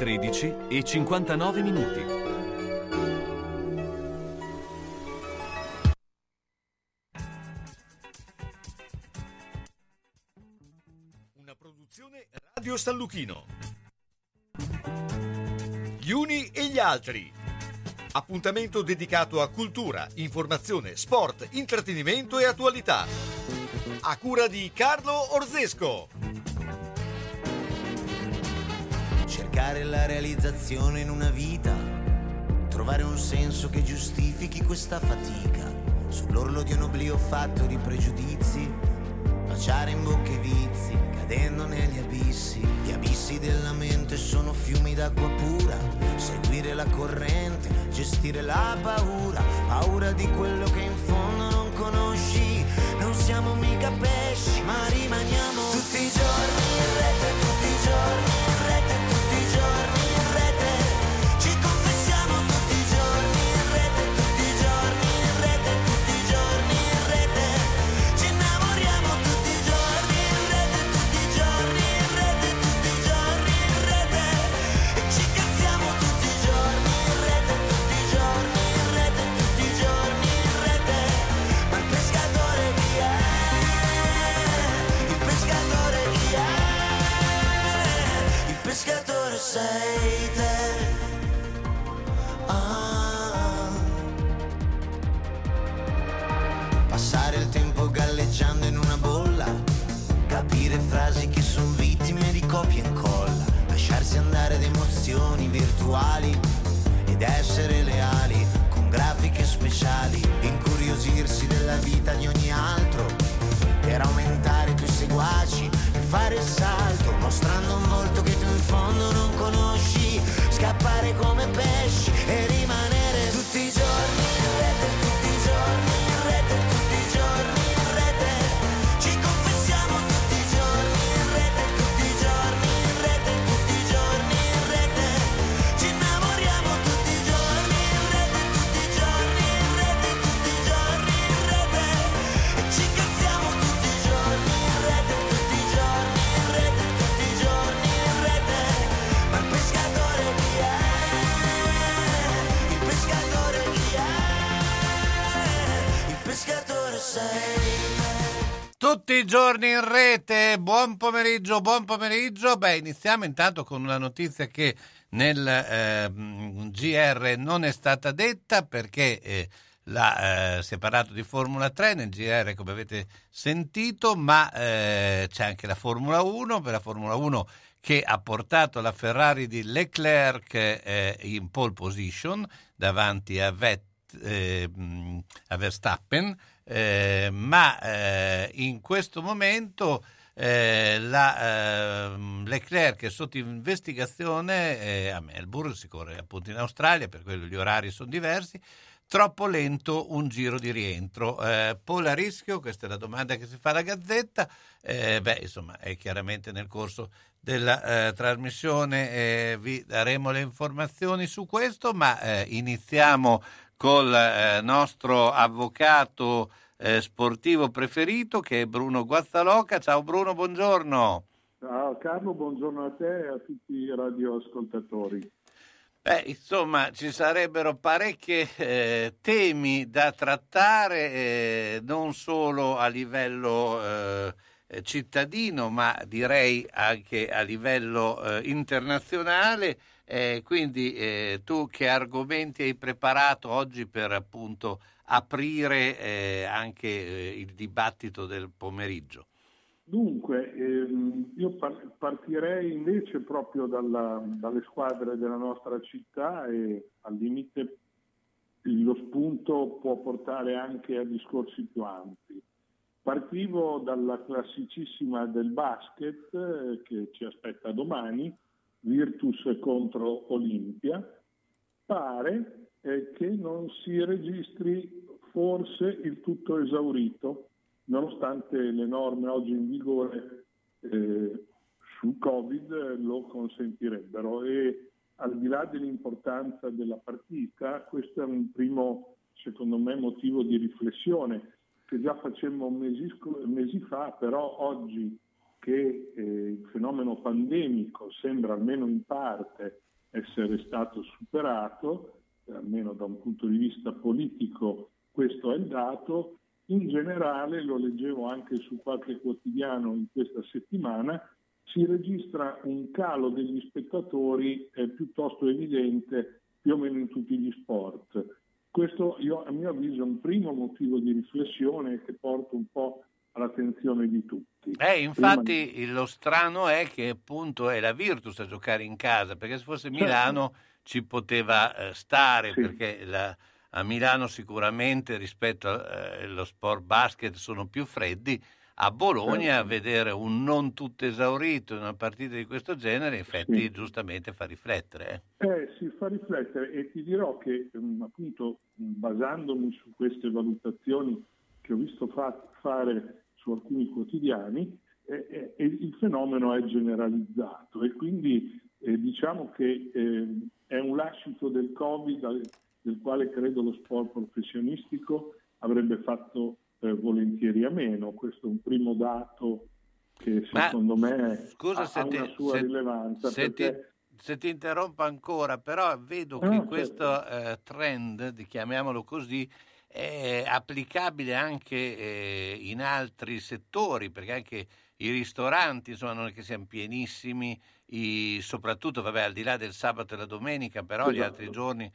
13:59. Una produzione Radio San Luchino. Gli uni e gli altri. Appuntamento dedicato a cultura, informazione, sport, intrattenimento e attualità. A cura di Carlo Orzesco. Cercare la realizzazione in una vita, trovare un senso che giustifichi questa fatica, sull'orlo di un oblio fatto di pregiudizi, baciare in bocca i vizi, cadendo negli abissi. Gli abissi della mente sono fiumi d'acqua pura, seguire la corrente, gestire la paura, paura di quello che in fondo non conosci. Non siamo mica pesci, ma rimaniamo tutti i giorni in rete, tutti i giorni in rete, tutti i giorni in rete. Ci confessiamo tutti i giorni in rete, tutti i giorni in rete, tutti i giorni in rete. Ci innamoriamo tutti i giorni in rete, tutti i giorni in rete, tutti i giorni in rete. E ci cazziamo tutti i giorni in rete, tutti i giorni in rete, tutti i giorni in rete. Ma il pescatore chi è? Il pescatore chi è? Il pescatore sei te. Passare il tempo galleggiando in una bolla, capire frasi che sono vittime di copia e incolla, lasciarsi andare ad emozioni virtuali ed essere leali con grafiche speciali, incuriosirsi della vita di ogni altro per aumentare i tuoi seguaci e fare il salto, mostrando un volto che tu in fondo non conosci, scappare come pesci e rimanere tutti i giorni in rete, tutti i giorni in rete, tutti i giorni in rete. Ci confessiamo tutti i giorni in rete, tutti i giorni in rete, tutti i giorni in rete. Ci innamoriamo tutti i giorni in rete, tutti i giorni in rete, tutti i giorni in rete. E ci cazziamo tutti i giorni in rete, tutti i giorni in rete, tutti i giorni in rete. Ma il pescatore chi è? Il pescatore chi è? Il pescatore sei te. Tutti i giorni in rete, buon pomeriggio, buon pomeriggio. Beh, iniziamo intanto con una notizia che nel GR non è stata detta perché si è parlato di Formula 3 nel GR, come avete sentito, ma c'è anche la Formula 1, per la Formula 1 che ha portato la Ferrari di Leclerc in pole position davanti a Verstappen, ma in questo momento Leclerc è sotto investigazione a Melbourne, si corre appunto in Australia, per quello gli orari sono diversi. Troppo lento un giro di rientro, pole a rischio? Questa è la domanda che si fa alla Gazzetta. Insomma, è chiaramente nel corso della trasmissione vi daremo le informazioni su questo, ma iniziamo col nostro avvocato sportivo preferito, che è Bruno Guazzaloca. Ciao Bruno, buongiorno. Ciao Carlo, buongiorno a te e a tutti i radioascoltatori. Insomma, ci sarebbero parecchi temi da trattare, non solo a livello cittadino, ma direi anche a livello internazionale. Quindi tu che argomenti hai preparato oggi per appunto aprire anche il dibattito del pomeriggio? Dunque, io partirei invece proprio dalle squadre della nostra città e al limite lo spunto può portare anche a discorsi più ampi. Partivo dalla classicissima del basket che ci aspetta domani, Virtus contro Olimpia. Pare che non si registri forse il tutto esaurito, nonostante le norme oggi in vigore sul Covid lo consentirebbero, e al di là dell'importanza della partita, questo è un primo, secondo me, motivo di riflessione che già facemmo mesi fa, però oggi che il fenomeno pandemico sembra almeno in parte essere stato superato, almeno da un punto di vista politico questo è il dato. In generale, lo leggevo anche su qualche quotidiano in questa settimana, si registra un calo degli spettatori piuttosto evidente più o meno in tutti gli sport. Questo, a mio avviso, è un primo motivo di riflessione che porta un po' all'attenzione di tutti. Infatti lo strano è che appunto è la Virtus a giocare in casa, perché se fosse Milano ci poteva stare, perché a Milano sicuramente rispetto allo sport basket sono più freddi. A Bologna vedere un non tutto esaurito in una partita di questo genere, in effetti giustamente fa riflettere. Si fa riflettere, e ti dirò che appunto basandomi su queste valutazioni che ho visto fare su alcuni quotidiani, il fenomeno è generalizzato, e quindi diciamo che è un lascito del Covid del quale credo lo sport professionistico avrebbe fatto volentieri a meno. Questo è un primo dato che secondo me ha una sua rilevanza. Se ti interrompo ancora, però vedo che questo trend, chiamiamolo così, è applicabile anche in altri settori, perché anche i ristoranti, insomma, non è che siano pienissimi, soprattutto al di là del sabato e la domenica, però gli altri giorni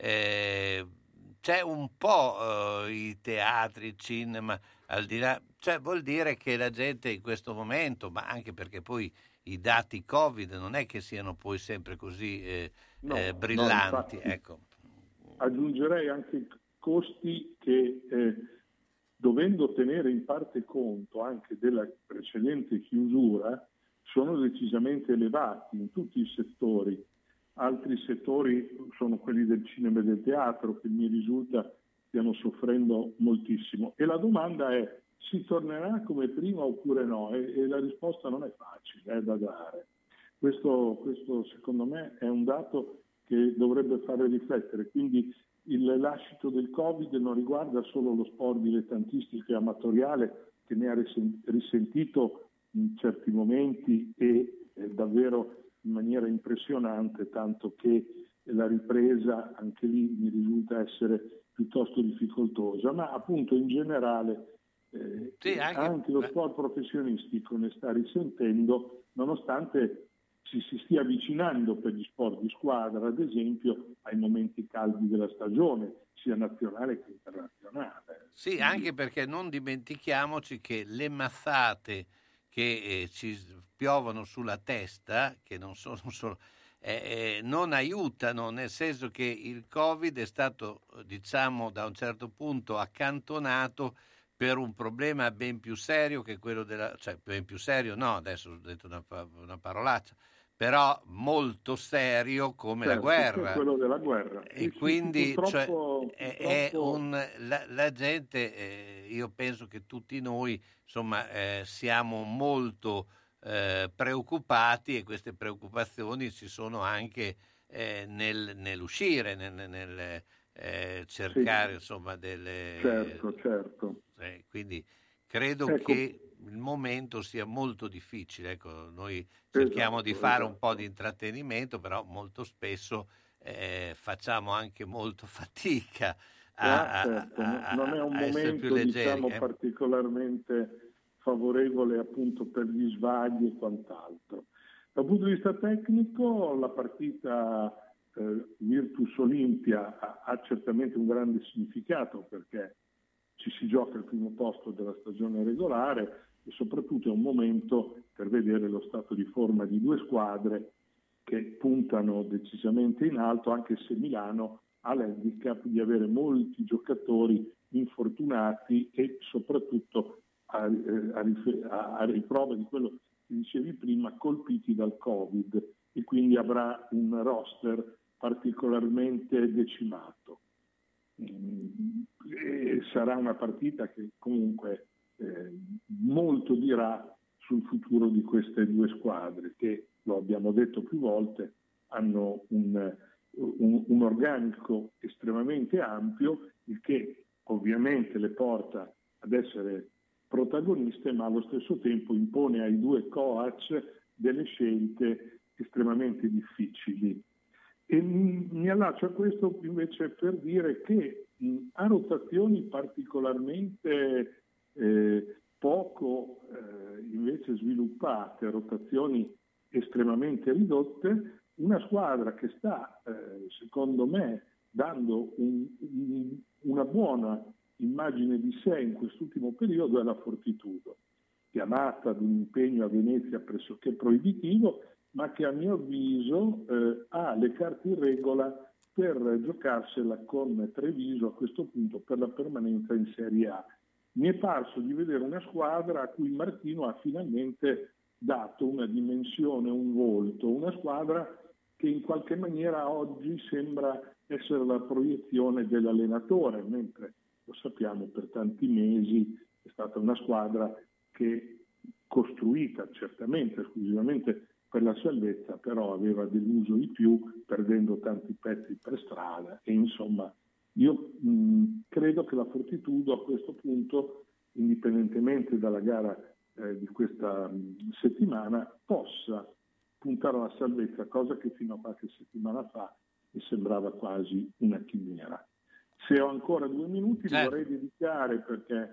c'è un po' i teatri, il cinema, al di là, cioè vuol dire che la gente in questo momento, ma anche perché poi i dati Covid non è che siano poi sempre così brillanti. Infatti, ecco. Aggiungerei anche costi che dovendo tenere in parte conto anche della precedente chiusura sono decisamente elevati in tutti i settori. Altri settori sono quelli del cinema e del teatro, che mi risulta stiano soffrendo moltissimo. E la domanda è: si tornerà come prima oppure no? E la risposta non è facile, è da dare. Questo secondo me è un dato che dovrebbe fare riflettere. Quindi il lascito del Covid non riguarda solo lo sport dilettantistico e amatoriale, che ne ha risentito in certi momenti e davvero in maniera impressionante, tanto che la ripresa anche lì mi risulta essere piuttosto difficoltosa, ma appunto in generale anche lo sport professionistico ne sta risentendo, nonostante si stia avvicinando per gli sport di squadra, ad esempio, ai momenti caldi della stagione, sia nazionale che internazionale. Sì, anche perché non dimentichiamoci che le mazzate che ci piovono sulla testa, che non sono solo, non aiutano, nel senso che il Covid è stato, diciamo, da un certo punto accantonato per un problema ben più serio che quello ben più serio no, adesso ho detto una parolaccia, però molto serio come la guerra. Quello della guerra. E quindi la gente, io penso che tutti noi, insomma, siamo molto preoccupati, e queste preoccupazioni ci sono anche nell'uscire, nel cercare insomma delle... Certo. Quindi credo che il momento sia molto difficile. Ecco, noi cerchiamo di fare un po' di intrattenimento, però molto spesso facciamo anche molto fatica non è un momento, diciamo, particolarmente favorevole appunto per gli svaghi e quant'altro. Dal punto di vista tecnico, la partita Virtus Olimpia ha certamente un grande significato, perché ci si gioca il primo posto della stagione regolare e soprattutto è un momento per vedere lo stato di forma di due squadre che puntano decisamente in alto, anche se Milano ha l'handicap di avere molti giocatori infortunati e soprattutto a riprova di quello che dicevi prima, colpiti dal Covid, e quindi avrà un roster particolarmente decimato. E sarà una partita che comunque molto dirà sul futuro di queste due squadre, che, lo abbiamo detto più volte, hanno un organico estremamente ampio, il che ovviamente le porta ad essere protagoniste, ma allo stesso tempo impone ai due coach delle scelte estremamente difficili. E mi allaccio a questo invece per dire che a rotazioni particolarmente poco invece sviluppate, rotazioni estremamente ridotte, una squadra che sta, secondo me, dando una buona immagine di sé in quest'ultimo periodo è la Fortitudo, chiamata ad un impegno a Venezia pressoché proibitivo, ma che a mio avviso ha le carte in regola per giocarsela con Treviso a questo punto per la permanenza in Serie A. Mi è parso di vedere una squadra a cui Martino ha finalmente dato una dimensione, un volto, una squadra che in qualche maniera oggi sembra essere la proiezione dell'allenatore, mentre lo sappiamo per tanti mesi è stata una squadra che costruita certamente esclusivamente per la salvezza, però aveva deluso di più perdendo tanti pezzi per strada e insomma io credo che la Fortitudo a questo punto, indipendentemente dalla gara di questa settimana, possa puntare alla salvezza, cosa che fino a qualche settimana fa mi sembrava quasi una chimera. Se ho ancora 2 minuti li vorrei dedicare perché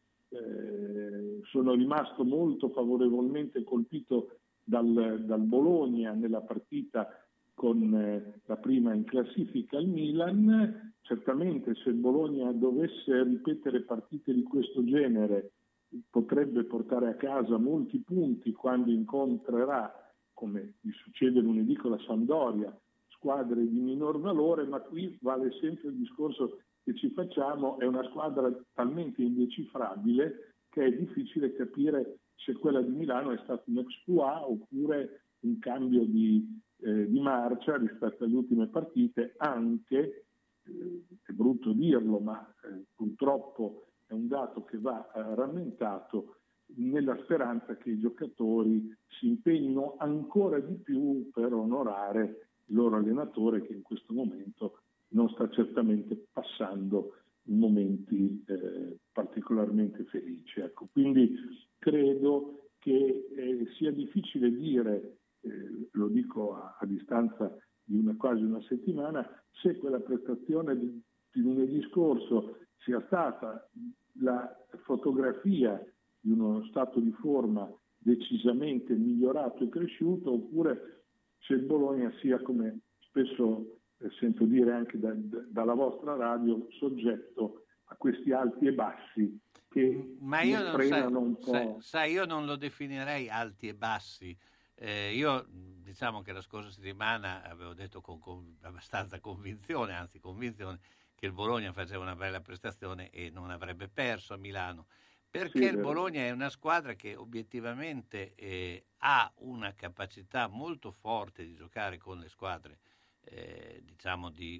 sono rimasto molto favorevolmente colpito dal Bologna nella partita con la prima in classifica il Milan. Certamente se il Bologna dovesse ripetere partite di questo genere potrebbe portare a casa molti punti quando incontrerà, come gli succede lunedì con la Sampdoria, squadre di minor valore, ma qui vale sempre il discorso che ci facciamo, è una squadra talmente indecifrabile che è difficile capire se quella di Milano è stato un exploit oppure un cambio di marcia rispetto alle ultime partite, anche, è brutto dirlo, ma purtroppo è un dato che va rammentato, nella speranza che i giocatori si impegnino ancora di più per onorare il loro allenatore che in questo momento non sta certamente passando momenti particolarmente felici. Ecco, quindi credo che sia difficile dire, lo dico a distanza di quasi una settimana, se quella prestazione di lunedì scorso sia stata la fotografia di uno stato di forma decisamente migliorato e cresciuto, oppure se il Bologna sia, come spesso sento dire anche dalla vostra radio, soggetto a questi alti e bassi che frenano un po'. Sai, io non lo definirei alti e bassi. Io diciamo che la scorsa settimana avevo detto con abbastanza convinzione, che il Bologna faceva una bella prestazione e non avrebbe perso a Milano, perché il Bologna è una squadra che obiettivamente ha una capacità molto forte di giocare con le squadre diciamo di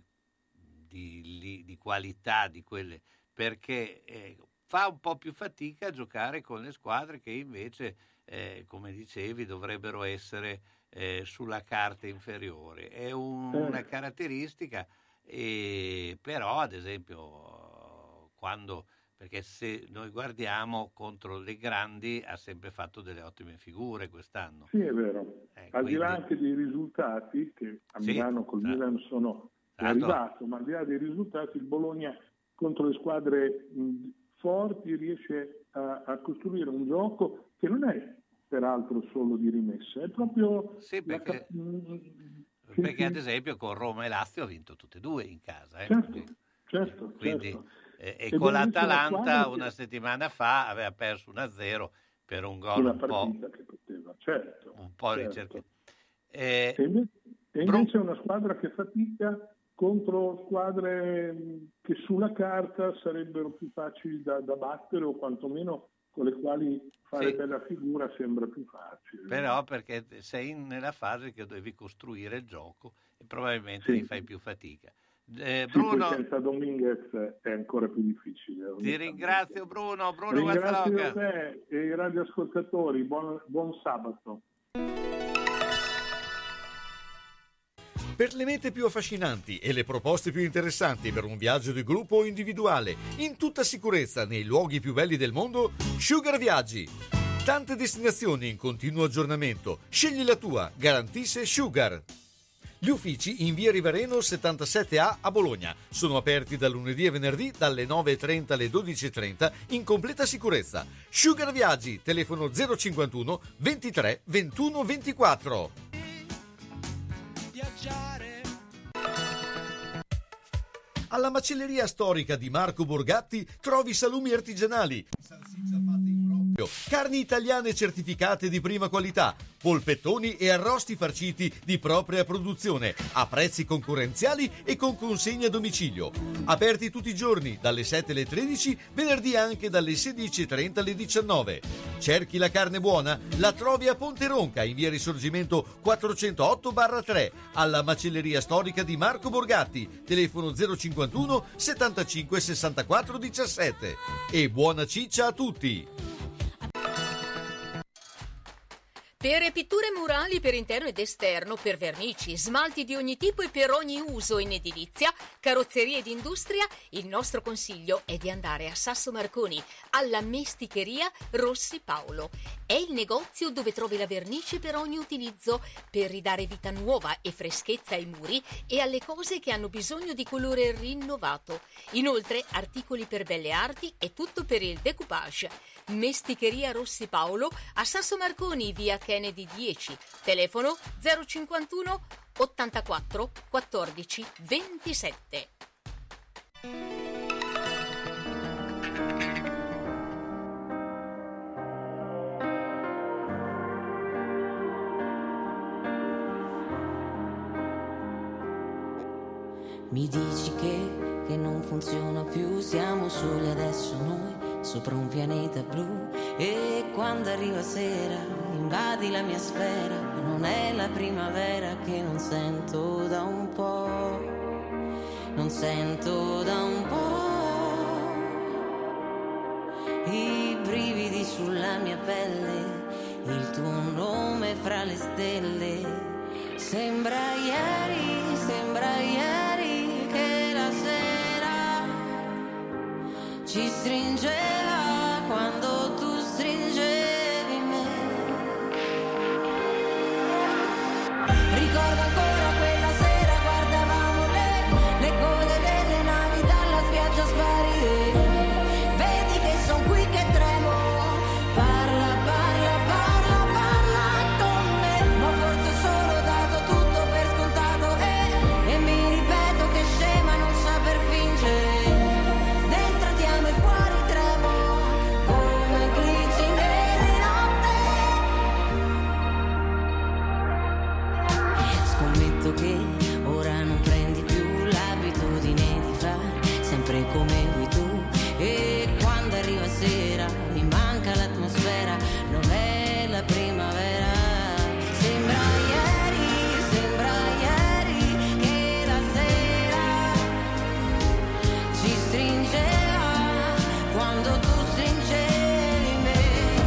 qualità di quelle, perché fa un po' più fatica a giocare con le squadre che invece come dicevi dovrebbero essere sulla carta inferiore. È una caratteristica, però ad esempio perché se noi guardiamo contro le grandi ha sempre fatto delle ottime figure quest'anno. Sì, è vero. Al di là anche dei risultati che a Milano col Milan sono arrivato, ma al di là dei risultati il Bologna contro le squadre forti riesce a costruire un gioco che non è peraltro solo di rimessa, è proprio perché ad esempio con Roma e Lazio ha vinto tutte e due in casa. Certo. E con l'Atalanta una settimana fa aveva perso 1-0 per un gol una partita che poteva, un po' ricercato. E invece è una squadra che fatica contro squadre che sulla carta sarebbero più facili da battere, o quantomeno con le quali fare bella figura sembra più facile. Però perché sei nella fase che devi costruire il gioco e probabilmente fai più fatica. Bruno, senza Dominguez è ancora più difficile. Ti ringrazio Bruno ringrazio te e i radioascoltatori, buon sabato. Per le mete più affascinanti e le proposte più interessanti per un viaggio di gruppo o individuale, in tutta sicurezza nei luoghi più belli del mondo, Sugar Viaggi. Tante destinazioni in continuo aggiornamento. Scegli la tua, garantisce Sugar. Gli uffici in via Rivareno 77A a Bologna. Sono aperti dal lunedì e venerdì dalle 9.30 alle 12.30 in completa sicurezza. Sugar Viaggi, telefono 051 23 21 24. Alla macelleria storica di Marco Borgatti trovi salumi artigianali, salsiccia fatta in proprio, carni italiane certificate di prima qualità, polpettoni e arrosti farciti di propria produzione a prezzi concorrenziali e con consegna a domicilio. Aperti tutti i giorni dalle 7 alle 13, venerdì anche dalle 16.30 alle 19. Cerchi la carne buona? La trovi a Ponte Ronca in via Risorgimento 408/3 alla macelleria storica di Marco Borgatti, telefono 051 75 64 17. E buona ciccia a tutti! Per pitture murali per interno ed esterno, per vernici, smalti di ogni tipo e per ogni uso in edilizia, carrozzerie ed industria, il nostro consiglio è di andare a Sasso Marconi, alla Mesticheria Rossi Paolo. È il negozio dove trovi la vernice per ogni utilizzo, per ridare vita nuova e freschezza ai muri e alle cose che hanno bisogno di colore rinnovato. Inoltre, articoli per belle arti e tutto per il decoupage. Mesticheria Rossi Paolo a Sasso Marconi, via Kennedy 10, telefono 051 84 14 27. Mi dici che non funziona più, siamo soli adesso noi sopra un pianeta blu, e quando arriva sera invadi la mia sfera, non è la primavera che non sento da un po', non sento da un po', i brividi sulla mia pelle, il tuo nome fra le stelle, sembra ieri che la sera ci stringeva quando tu stringevi me. Ricordo ancora quella sera, guardavamo le code delle navi dalla spiaggia sparire. Vedi che son qui che tremo, parla con me, ma forse ho solo dato tutto per scontato e mi ripeto che scema non saper fingere. Dentro ti amo e fuori tremo, come glicine di notte. Scommetto che ora non prendi più l'abitudine di fare sempre come vuoi tu, e quando arriva sera mi manca l'atmosfera, non è la primavera. Sembra ieri che la sera ci stringeva quando tu stringevi me.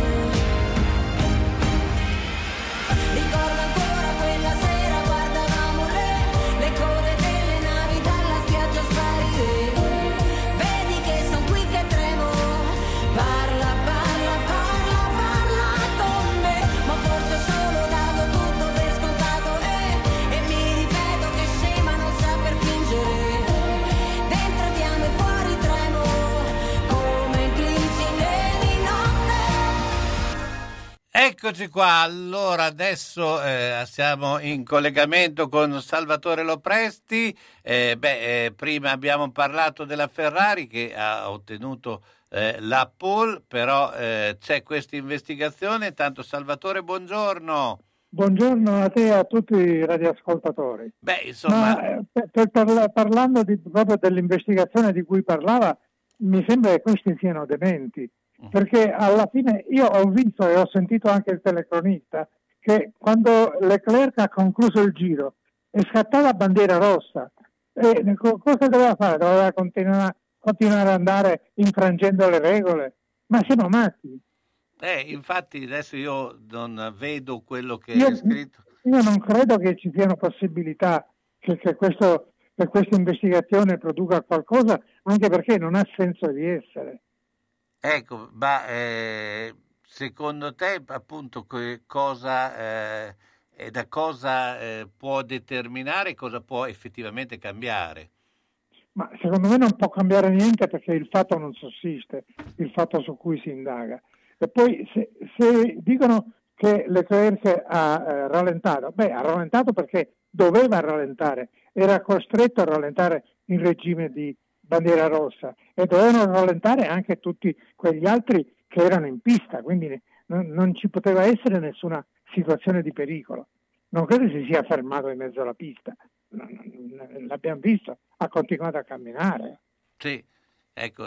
Ricordo ancora quella sera, guardavamo le code delle navi dalla spiaggia sparire. Vedi che son qui che tremo, parla con me, ma forse ho solo dato tutto per scontato e mi ripeto che scema non saper fingere. Dentro ti amo e fuori tremo, come glicine di notte. Eccoci qua, allora adesso siamo in collegamento con Salvatore Lopresti. Prima abbiamo parlato della Ferrari che ha ottenuto la pole, però c'è questa investigazione. Tanto Salvatore, buongiorno. Buongiorno a te e a tutti i radioascoltatori. Insomma... Parlando proprio dell'investigazione di cui parlava, mi sembra che questi siano dementi, perché alla fine io ho visto e ho sentito anche il telecronista che quando Leclerc ha concluso il giro è scattata bandiera rossa, e cosa doveva fare? Doveva continuare ad andare infrangendo le regole? Ma siamo matti. Infatti adesso io non vedo quello che è scritto. Io non credo che ci siano possibilità che questa investigazione produca qualcosa, anche perché non ha senso di essere. Ecco, ma secondo te appunto cosa e da cosa può determinare, cosa può effettivamente cambiare? Ma secondo me non può cambiare niente perché il fatto non sussiste, il fatto su cui si indaga. E poi se dicono che Leclerc ha rallentato, ha rallentato perché doveva rallentare, era costretto a rallentare in regime di bandiera rossa e dovevano rallentare anche tutti quegli altri che erano in pista, quindi non ci poteva essere nessuna situazione di pericolo. Non credo si sia fermato in mezzo alla pista. L'abbiamo visto, ha continuato a camminare. Sì, ecco.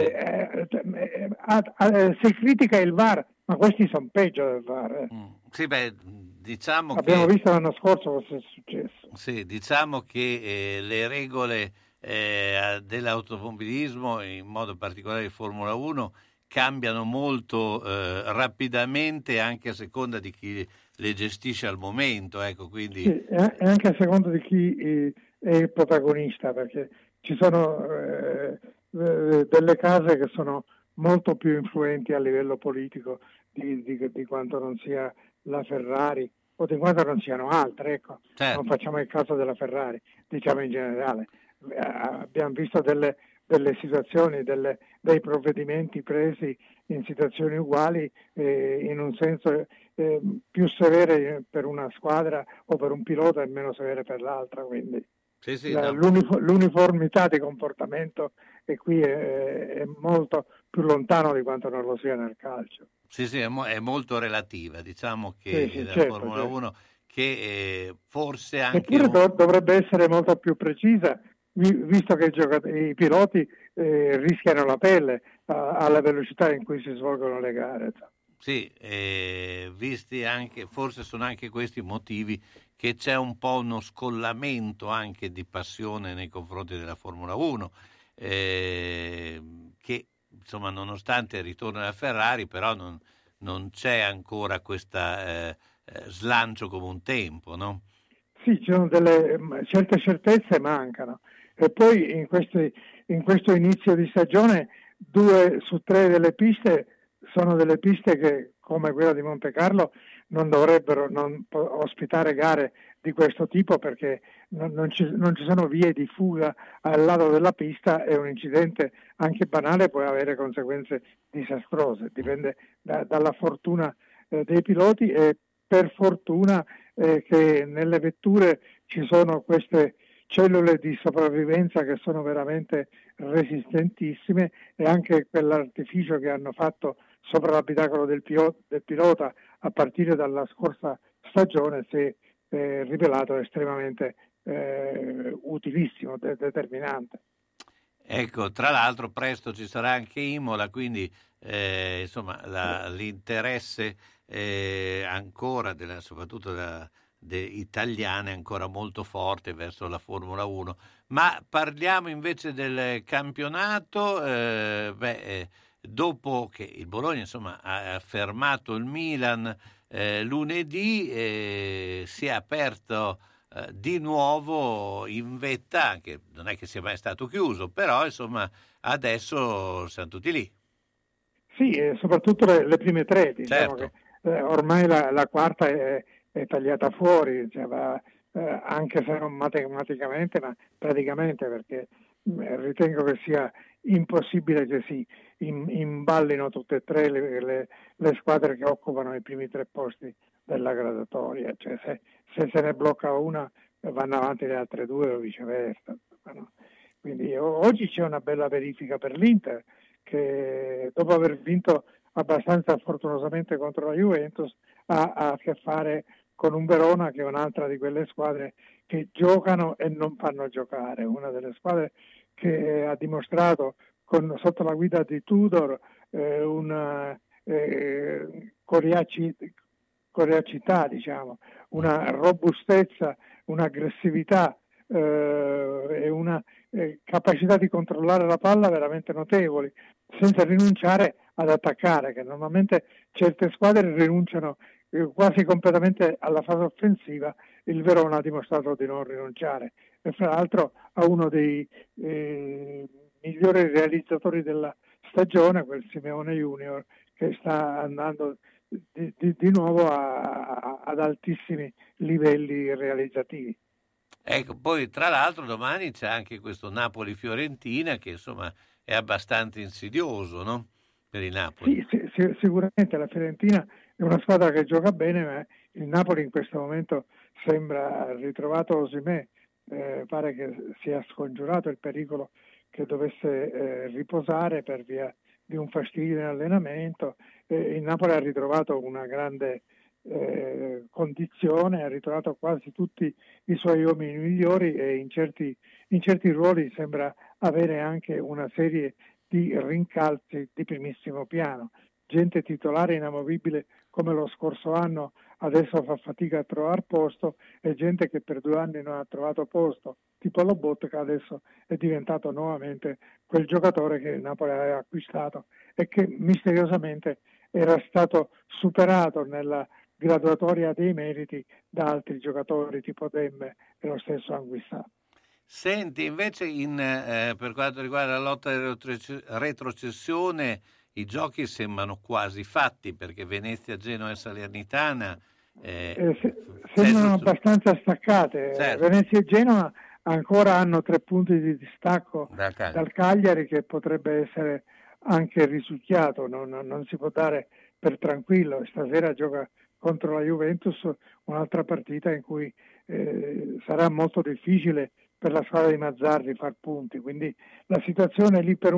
Si critica il VAR, ma questi sono peggio del VAR. Sì, diciamo abbiamo visto l'anno scorso cosa è successo. Sì, diciamo che le regole dell'automobilismo, in modo particolare di Formula 1, cambiano molto rapidamente anche a seconda di chi le gestisce al momento, ecco, quindi... Sì, e anche a seconda di chi è il protagonista, perché ci sono delle case che sono molto più influenti a livello politico di quanto non sia la Ferrari o di quanto non siano altre, ecco. Certo. Non facciamo il caso della Ferrari, diciamo in generale. Abbiamo visto delle situazioni, dei provvedimenti presi in situazioni uguali, in un senso più severe per una squadra o per un pilota e meno severe per l'altra, quindi sì, l'uniformità di comportamento e qui è molto più lontano di quanto non lo sia nel calcio. Sì, è molto relativa, diciamo che sì, la certo, Formula certo. 1 che forse anche... Eppure dovrebbe essere molto più precisa, visto che i piloti rischiano la pelle alla velocità in cui si svolgono le gare. Sì, visti anche, forse sono anche questi i motivi che c'è un po' uno scollamento anche di passione nei confronti della Formula 1, che insomma nonostante il ritorno della Ferrari però non c'è ancora questa slancio come un tempo, no? Sì, ci sono certe certezze mancano e poi in questo inizio di stagione 2 su 3 delle piste sono delle piste che, come quella di Monte Carlo, non dovrebbero ospitare gare di questo tipo perché non ci sono vie di fuga al lato della pista e un incidente anche banale può avere conseguenze disastrose. Dipende dalla fortuna dei piloti e per fortuna che nelle vetture ci sono queste cellule di sopravvivenza che sono veramente resistentissime e anche quell'artificio che hanno fatto sopra l'abitacolo del pilota a partire dalla scorsa stagione si è rivelato estremamente utilissimo, determinante. Ecco, tra l'altro presto ci sarà anche Imola, quindi insomma l'interesse ancora soprattutto italiana è ancora molto forte verso la Formula 1. Ma parliamo invece del campionato, dopo che il Bologna insomma ha fermato il Milan lunedì, si è aperto di nuovo in vetta, che non è che sia mai stato chiuso, però insomma adesso siamo tutti lì. Sì, soprattutto le prime 3, diciamo. Certo. Che ormai la quarta è tagliata fuori, cioè anche se non matematicamente, ma praticamente, perché ritengo che sia impossibile che si imballino tutte e 3 le squadre che occupano i primi 3 posti della graduatoria, cioè se se ne blocca una vanno avanti le altre 2 o viceversa. No? Quindi oggi c'è una bella verifica per l'Inter che dopo aver vinto abbastanza fortunosamente contro la Juventus ha a che fare con un Verona che è un'altra di quelle squadre che giocano e non fanno giocare, una delle squadre che ha dimostrato sotto la guida di Tudor una coriacità, diciamo, una robustezza, un'aggressività e una capacità di controllare la palla veramente notevoli, senza rinunciare ad attaccare, che normalmente certe squadre rinunciano quasi completamente alla fase offensiva. Il Verona ha dimostrato di non rinunciare e fra l'altro ha uno dei migliori realizzatori della stagione, quel Simeone Junior, che sta andando di nuovo ad altissimi livelli realizzativi. Ecco, poi tra l'altro domani c'è anche questo Napoli-Fiorentina che insomma è abbastanza insidioso, no? Per il Napoli. Sì, sicuramente la Fiorentina è una squadra che gioca bene, ma il Napoli in questo momento sembra ritrovato Osimhen, pare che sia scongiurato il pericolo che dovesse riposare per via di un fastidio in allenamento. Il Napoli ha ritrovato una grande condizione, ha ritrovato quasi tutti i suoi uomini migliori e in certi ruoli sembra avere anche una serie di rincalzi di primissimo piano. Gente titolare inamovibile come lo scorso anno adesso fa fatica a trovare posto, e gente che per 2 anni non ha trovato posto, tipo Lobotka, adesso è diventato nuovamente quel giocatore che il Napoli aveva acquistato e che misteriosamente era stato superato nella graduatoria dei meriti da altri giocatori tipo Demme e lo stesso Anguissa. Senti, invece per quanto riguarda la lotta alla retrocessione, i giochi sembrano quasi fatti, perché Venezia, Genoa e Salernitana sembrano abbastanza staccate. Certo. Venezia e Genoa ancora hanno 3 punti di distacco dal Cagliari, che potrebbe essere anche risucchiato, non si può dare per tranquillo. Stasera gioca contro la Juventus, un'altra partita in cui sarà molto difficile per la squadra di Mazzarri far punti, quindi la situazione lì per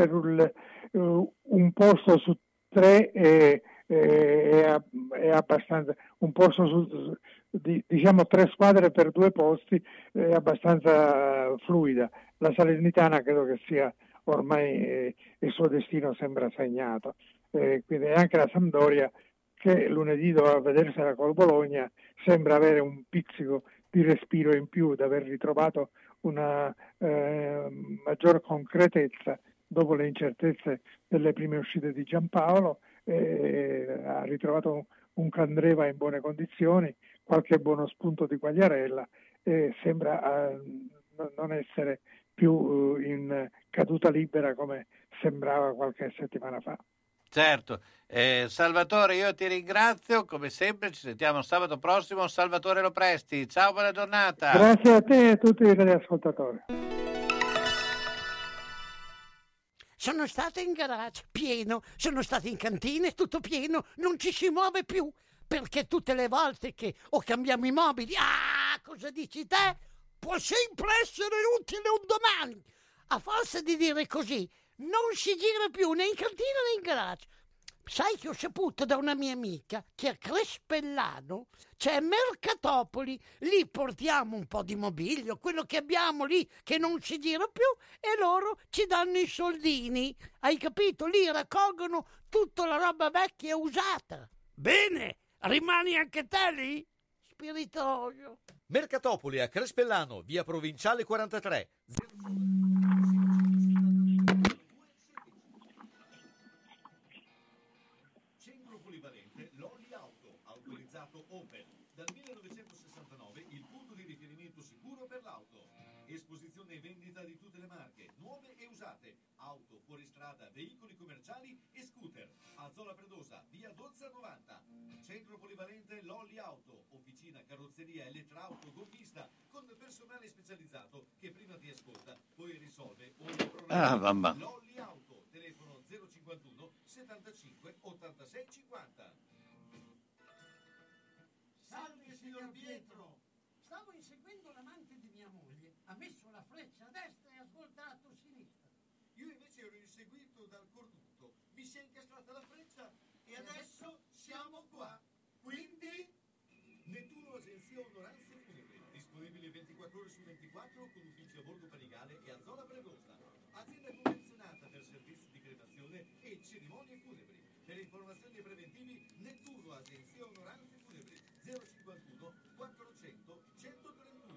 un posto su 3 è abbastanza, un posto su diciamo 3 squadre per 2 posti è abbastanza fluida. La Salernitana credo che sia ormai il suo destino sembra segnato, quindi anche la Sampdoria, che lunedì doveva vedersela col Bologna, sembra avere un pizzico di respiro in più, di aver ritrovato una maggior concretezza dopo le incertezze delle prime uscite di Giampaolo. Ha ritrovato un Candreva in buone condizioni, qualche buono spunto di Quagliarella, e sembra non essere più in caduta libera come sembrava qualche settimana fa. Certo, Salvatore, io ti ringrazio, come sempre ci sentiamo sabato prossimo. Salvatore Lopresti, ciao, buona giornata. Grazie a te e a tutti gli ascoltatori. Sono stata in garage, pieno, sono stata in cantina, è tutto pieno, non ci si muove più, perché tutte le volte che cambiamo i mobili, cosa dici te? Può sempre essere utile un domani. A forza di dire così, non si gira più né in cantina né in garage. Sai che ho saputo da una mia amica che a Crespellano c'è Mercatopoli, lì portiamo un po' di mobilio, quello che abbiamo lì che non si gira più, e loro ci danno i soldini, hai capito? Lì raccolgono tutta la roba vecchia e usata. Bene, rimani anche te lì? Spiritoso. Mercatopoli a Crespellano, via Provinciale 43. Centro polivalente Lolli Auto, autorizzato Opel. Dal 1969 il punto di riferimento sicuro per l'auto. Esposizione e vendita di tutte le marche, nuove e usate. Auto, fuoristrada, veicoli commerciali e scooter. A Zola Predosa, via Dolza 90. Centro polivalente Lolli Auto, officina, carrozzeria, elettrauto, gommista, con personale specializzato che prima ti ascolta, poi risolve ogni problema. Mamma. Lolli Auto, telefono 051 75 86 50. Salve signor Pietro! Stavo inseguendo l'amante di mia moglie. Ha messo la freccia a destra e ha svoltato a sinistra. Io invece ero inseguito dal cornuto. Mi si è incastrata la freccia e adesso siamo qua. Quindi Nettuno Agenzia Onoranze Funebri, disponibile 24 ore su 24 con uffici a Borgo Panigale e a Zola Predosa. Azienda convenzionata per servizi di cremazione e cerimonie funebri. Per informazioni e preventivi Nettuno Agenzia Onoranze Funebri 051 400 131.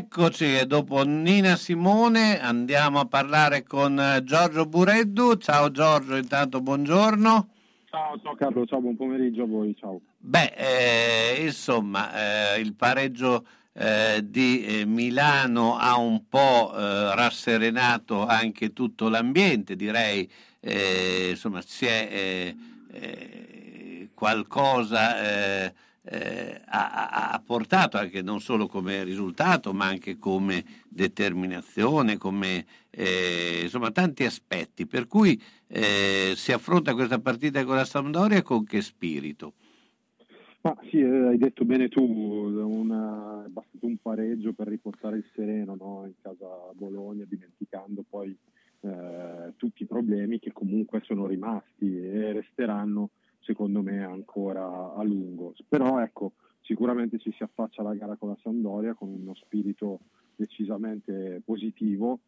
Eccoci, e dopo Nina Simone andiamo a parlare con Giorgio Bureddu. Ciao Giorgio, intanto buongiorno. Ciao Carlo, ciao, buon pomeriggio a voi, ciao. Insomma, il pareggio di Milano ha un po' rasserenato anche tutto l'ambiente, direi. Insomma, si è qualcosa ha portato anche non solo come risultato ma anche come determinazione, come insomma tanti aspetti, per cui si affronta questa partita con la Sampdoria con che spirito? Ma sì, hai detto bene tu, è bastato un pareggio per riportare il sereno, no? In casa a Bologna, dimenticando poi tutti i problemi che comunque sono rimasti e resteranno secondo me ancora a lungo. Però ecco, sicuramente ci si affaccia alla gara con la Sampdoria con uno spirito decisamente positivo,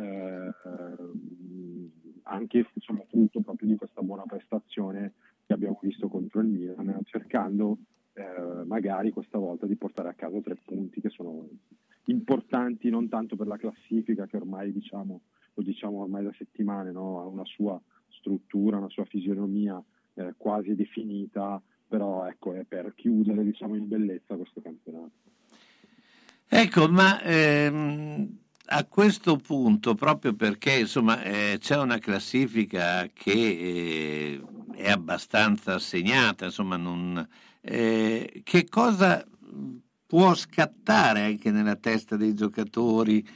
anche frutto proprio di questa buona prestazione che abbiamo visto contro il Milan, cercando magari questa volta di portare a casa 3 punti che sono importanti non tanto per la classifica, che ormai lo diciamo ormai da settimane, no? Ha una sua struttura, una sua fisionomia quasi definita, però ecco, è per chiudere in bellezza questo campionato. Ecco, ma a questo punto, proprio perché insomma c'è una classifica che è abbastanza segnata, insomma che cosa può scattare anche nella testa dei giocatori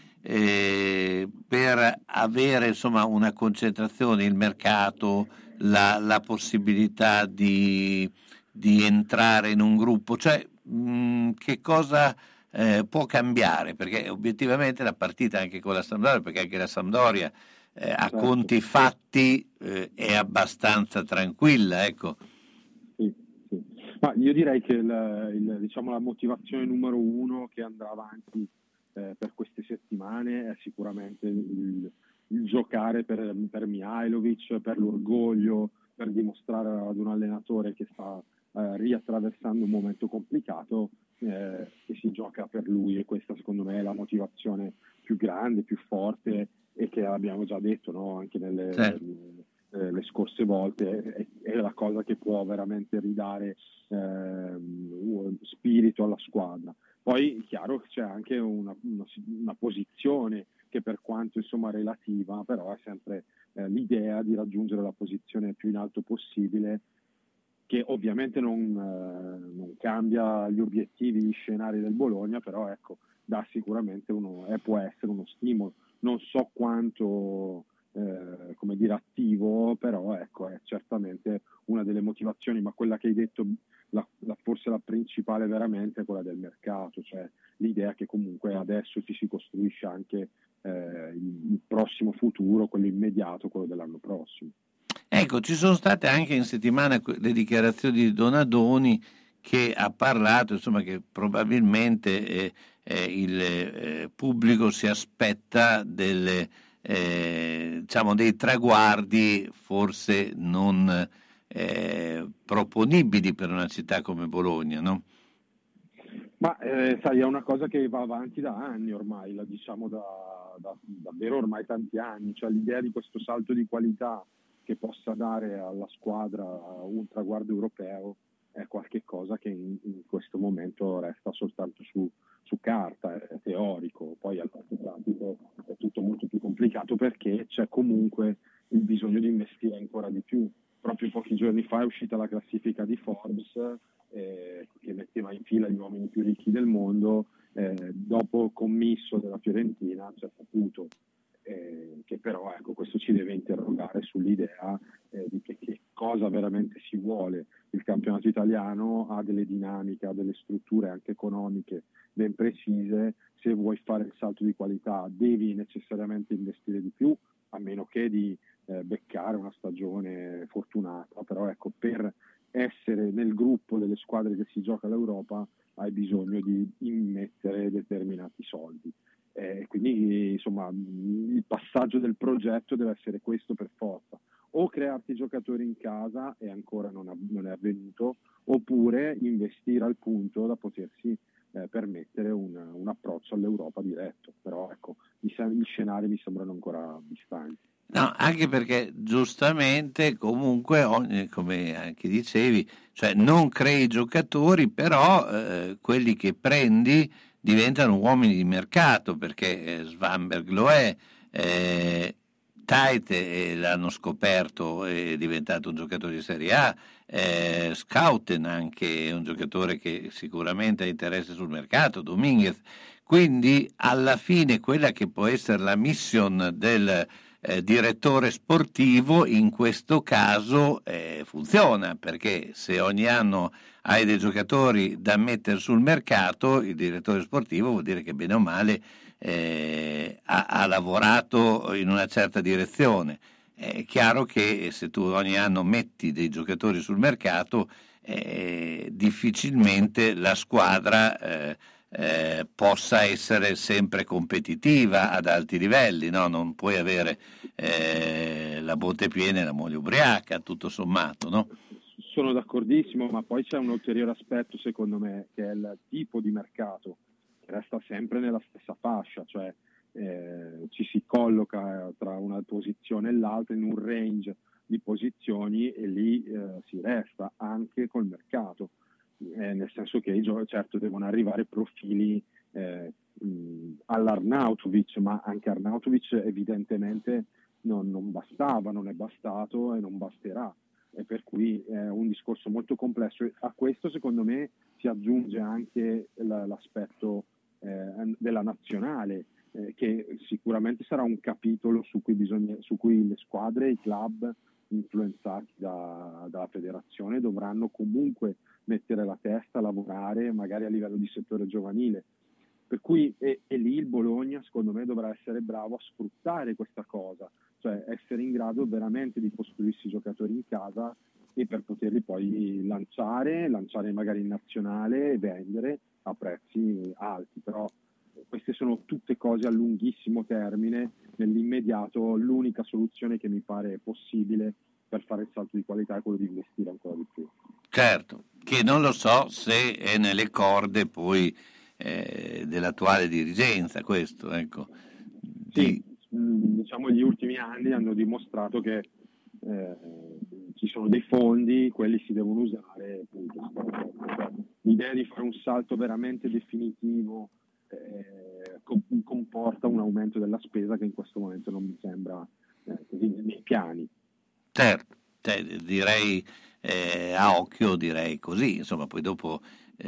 per avere insomma una concentrazione, il mercato, la possibilità di entrare in un gruppo, cioè che cosa può cambiare, perché obiettivamente la partita anche con la Sampdoria, perché anche la Sampdoria a conti fatti è abbastanza tranquilla, ecco. Sì. Ma io direi che la motivazione numero 1 che andrà avanti per queste settimane è sicuramente il giocare per Mihajlovic, per l'orgoglio, per dimostrare ad un allenatore che sta riattraversando un momento complicato che si gioca per lui, e questa secondo me è la motivazione più grande, più forte, e che abbiamo già detto, no? Anche le scorse volte, è la cosa che può veramente ridare spirito alla squadra. Poi è chiaro che c'è anche una posizione che, per quanto insomma relativa, però è sempre l'idea di raggiungere la posizione più in alto possibile, che ovviamente non cambia gli obiettivi, gli scenari del Bologna, però ecco, dà sicuramente può essere uno stimolo. Non so quanto attivo, però ecco, è certamente una delle motivazioni, ma quella che hai detto, forse la principale veramente è quella del mercato, cioè l'idea che comunque adesso ci si costruisce anche il prossimo futuro, quello immediato, quello dell'anno prossimo. Ecco, ci sono state anche in settimana le dichiarazioni di Donadoni, che ha parlato insomma che probabilmente il pubblico si aspetta dei traguardi forse non proponibili per una città come Bologna, no? Ma sai, è una cosa che va avanti da anni ormai, la diciamo da davvero ormai tanti anni, cioè l'idea di questo salto di qualità che possa dare alla squadra un traguardo europeo è qualche cosa che in questo momento resta soltanto su carta, è teorico. Poi al fatto pratico è tutto molto più complicato, perché c'è comunque il bisogno di investire ancora di più. Proprio pochi giorni fa è uscita la classifica di Forbes che metteva in fila gli uomini più ricchi del mondo, dopo commisso della Fiorentina c'è saputo che però ecco, questo ci deve interrogare sull'idea di che cosa veramente si vuole. Il campionato italiano ha delle dinamiche, ha delle strutture anche economiche ben precise. Se vuoi fare il salto di qualità devi necessariamente investire di più, a meno che di beccare una stagione fortunata, però ecco, per essere nel gruppo delle squadre che si gioca l'Europa hai bisogno di immettere determinati soldi. Quindi insomma il passaggio del progetto deve essere questo per forza: o crearti giocatori in casa, e ancora non è avvenuto, oppure investire al punto da potersi permettere un approccio all'Europa diretto, però ecco, gli scenari mi sembrano ancora distanti. No, anche perché giustamente comunque, come anche dicevi, cioè non crei giocatori, però quelli che prendi diventano uomini di mercato, perché Svanberg lo è, Taite l'hanno scoperto, è diventato un giocatore di Serie A, Schouten anche è un giocatore che sicuramente ha interesse sul mercato, Dominguez, quindi alla fine quella che può essere la mission del direttore sportivo in questo caso funziona, perché se ogni anno hai dei giocatori da mettere sul mercato, il direttore sportivo vuol dire che bene o male ha lavorato in una certa direzione. È chiaro che se tu ogni anno metti dei giocatori sul mercato, difficilmente la squadra possa essere sempre competitiva ad alti livelli, no? Non puoi avere la botte piena e la moglie ubriaca, tutto sommato, no? Sono d'accordissimo, ma poi c'è un ulteriore aspetto secondo me, che è il tipo di mercato, che resta sempre nella stessa fascia, cioè ci si colloca tra una posizione e l'altra in un range di posizioni e lì si resta anche col mercato. Nel senso che certo devono arrivare profili all'Arnautovic, ma anche Arnautovic evidentemente non bastava, non è bastato e non basterà, e per cui è un discorso molto complesso. A questo secondo me si aggiunge anche l'aspetto della nazionale, che sicuramente sarà un capitolo su cui le squadre e i club influenzati dalla federazione dovranno comunque mettere la testa, lavorare magari a livello di settore giovanile, per cui e lì il Bologna secondo me dovrà essere bravo a sfruttare questa cosa, cioè essere in grado veramente di costruirsi i giocatori in casa e per poterli poi lanciare magari in nazionale e vendere a prezzi alti. Però queste sono tutte cose a lunghissimo termine. Nell'immediato l'unica soluzione che mi pare possibile per fare il salto di qualità è quello di investire ancora di più. Certo, che non lo so se è nelle corde poi dell'attuale dirigenza questo, ecco. Sì, diciamo gli ultimi anni hanno dimostrato che ci sono dei fondi, quelli si devono usare, appunto. L'idea di fare un salto veramente definitivo comporta un aumento della spesa che in questo momento non mi sembra così nei piani. Certo, direi a occhio, direi così, insomma, poi dopo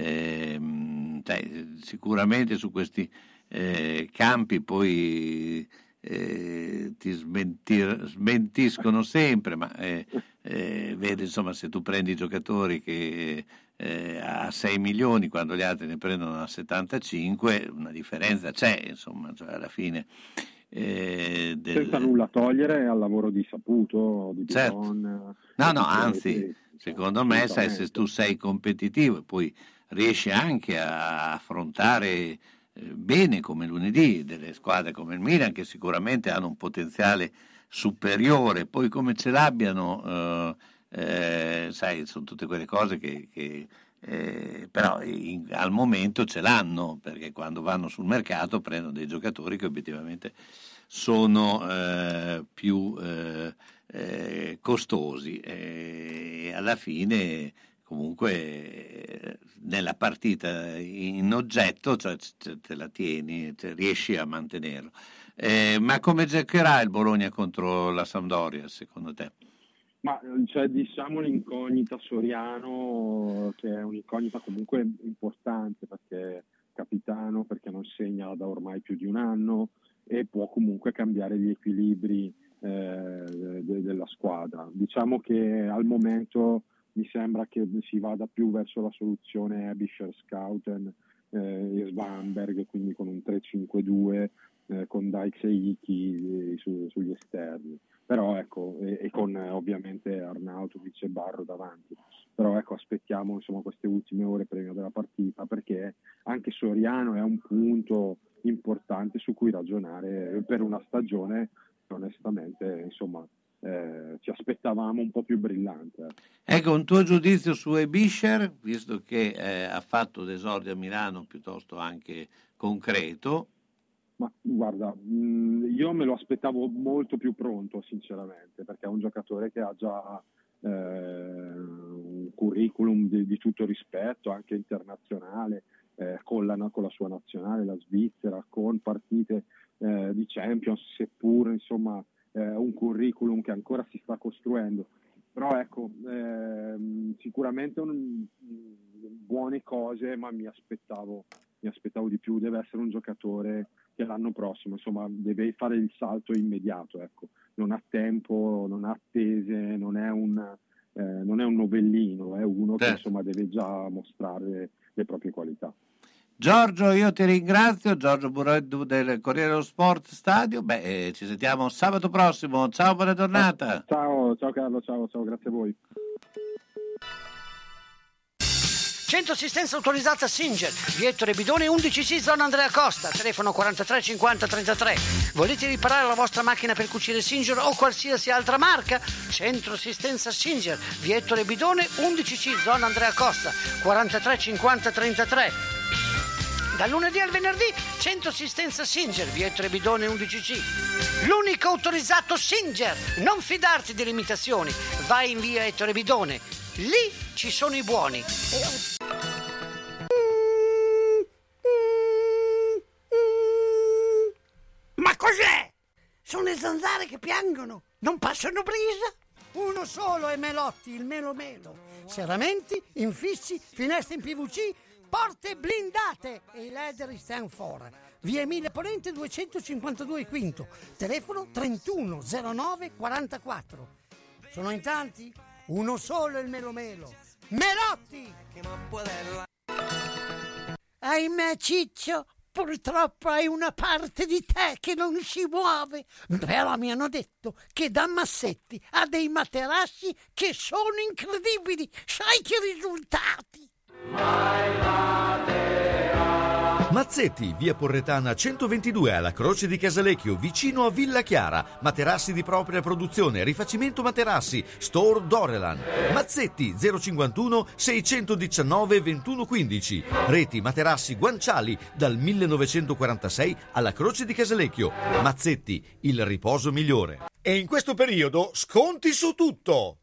sicuramente su questi campi poi ti smentiscono sempre, ma vedi, insomma, se tu prendi i giocatori che a 6 milioni quando gli altri ne prendono a 75, una differenza c'è, insomma, cioè alla fine senza nulla togliere al lavoro di Saputo, di Biron. No, anzi, secondo me se tu sei competitivo e poi riesci anche a affrontare bene come lunedì delle squadre come il Milan, che sicuramente hanno un potenziale superiore, poi come ce l'abbiano, sai, sono tutte quelle cose che però al momento ce l'hanno, perché quando vanno sul mercato prendono dei giocatori che obiettivamente sono più costosi e alla fine comunque nella partita in oggetto, cioè, te la tieni, riesci a mantenerlo. Ma come giocherà il Bologna contro la Sampdoria secondo te? Ma c'è diciamo l'incognita Soriano, che è un'incognita comunque importante, perché capitano, perché non segna da ormai più di un anno e può comunque cambiare gli equilibri della squadra. Diciamo che al momento mi sembra che si vada più verso la soluzione Ebischer, Schouten e Svanberg, quindi con un 3-5-2 con Dykes e Iki sugli esterni. Però ecco, e con ovviamente Arnautovic e Barro davanti. Però ecco, aspettiamo insomma queste ultime ore prima della partita, perché anche Soriano è un punto importante su cui ragionare per una stagione che onestamente insomma ci aspettavamo un po' più brillante. Ecco, un tuo giudizio su Ebischer, visto che ha fatto l'esordio a Milano piuttosto anche concreto. Ma guarda, io me lo aspettavo molto più pronto, sinceramente, perché è un giocatore che ha già un curriculum di tutto rispetto, anche internazionale, con la sua nazionale, la Svizzera, con partite di Champions, seppur insomma un curriculum che ancora si sta costruendo. Però ecco, sicuramente buone cose, ma mi aspettavo di più. Deve essere un giocatore che l'anno prossimo, insomma, deve fare il salto immediato, ecco. Non ha tempo, non ha attese, non è un novellino, è uno che insomma deve già mostrare le proprie qualità. Giorgio, io ti ringrazio, Giorgio Bureddu del Corriere dello Sport Stadio. Ci sentiamo sabato prossimo. Ciao, buona giornata. Ciao Carlo, ciao, grazie a voi. Centro assistenza autorizzata Singer, via Ettore Bidone 11C, zona Andrea Costa, telefono 43 50 33. Volete riparare la vostra macchina per cucire Singer o qualsiasi altra marca? Centro assistenza Singer, via Ettore Bidone 11C, zona Andrea Costa, 43 50 33. Dal lunedì al venerdì, Centro assistenza Singer, via Ettore Bidone 11C. L'unico autorizzato Singer. Non fidarti delle imitazioni. Vai in via Ettore Bidone. Lì ci sono i buoni. Ma cos'è? Sono le zanzare che piangono. Non passano brisa? Uno solo è Melotti, il Melo. Serramenti, infissi, finestre in PVC, porte blindate e i LED stand for. Via Emile Ponente 252 Quinto, telefono 31 09 44. Sono in tanti? Uno solo è il Melo. Melotti! Ahimè Ciccio, purtroppo hai una parte di te che non si muove. Però mi hanno detto che da Massetti ha dei materassi che sono incredibili. Sai che risultati? Mazzetti, via Porretana 122 alla Croce di Casalecchio, vicino a Villa Chiara. Materassi di propria produzione, rifacimento materassi, Store Dorelan. Mazzetti 051 619 2115. Reti materassi guanciali dal 1946 alla Croce di Casalecchio. Mazzetti, il riposo migliore. E in questo periodo sconti su tutto.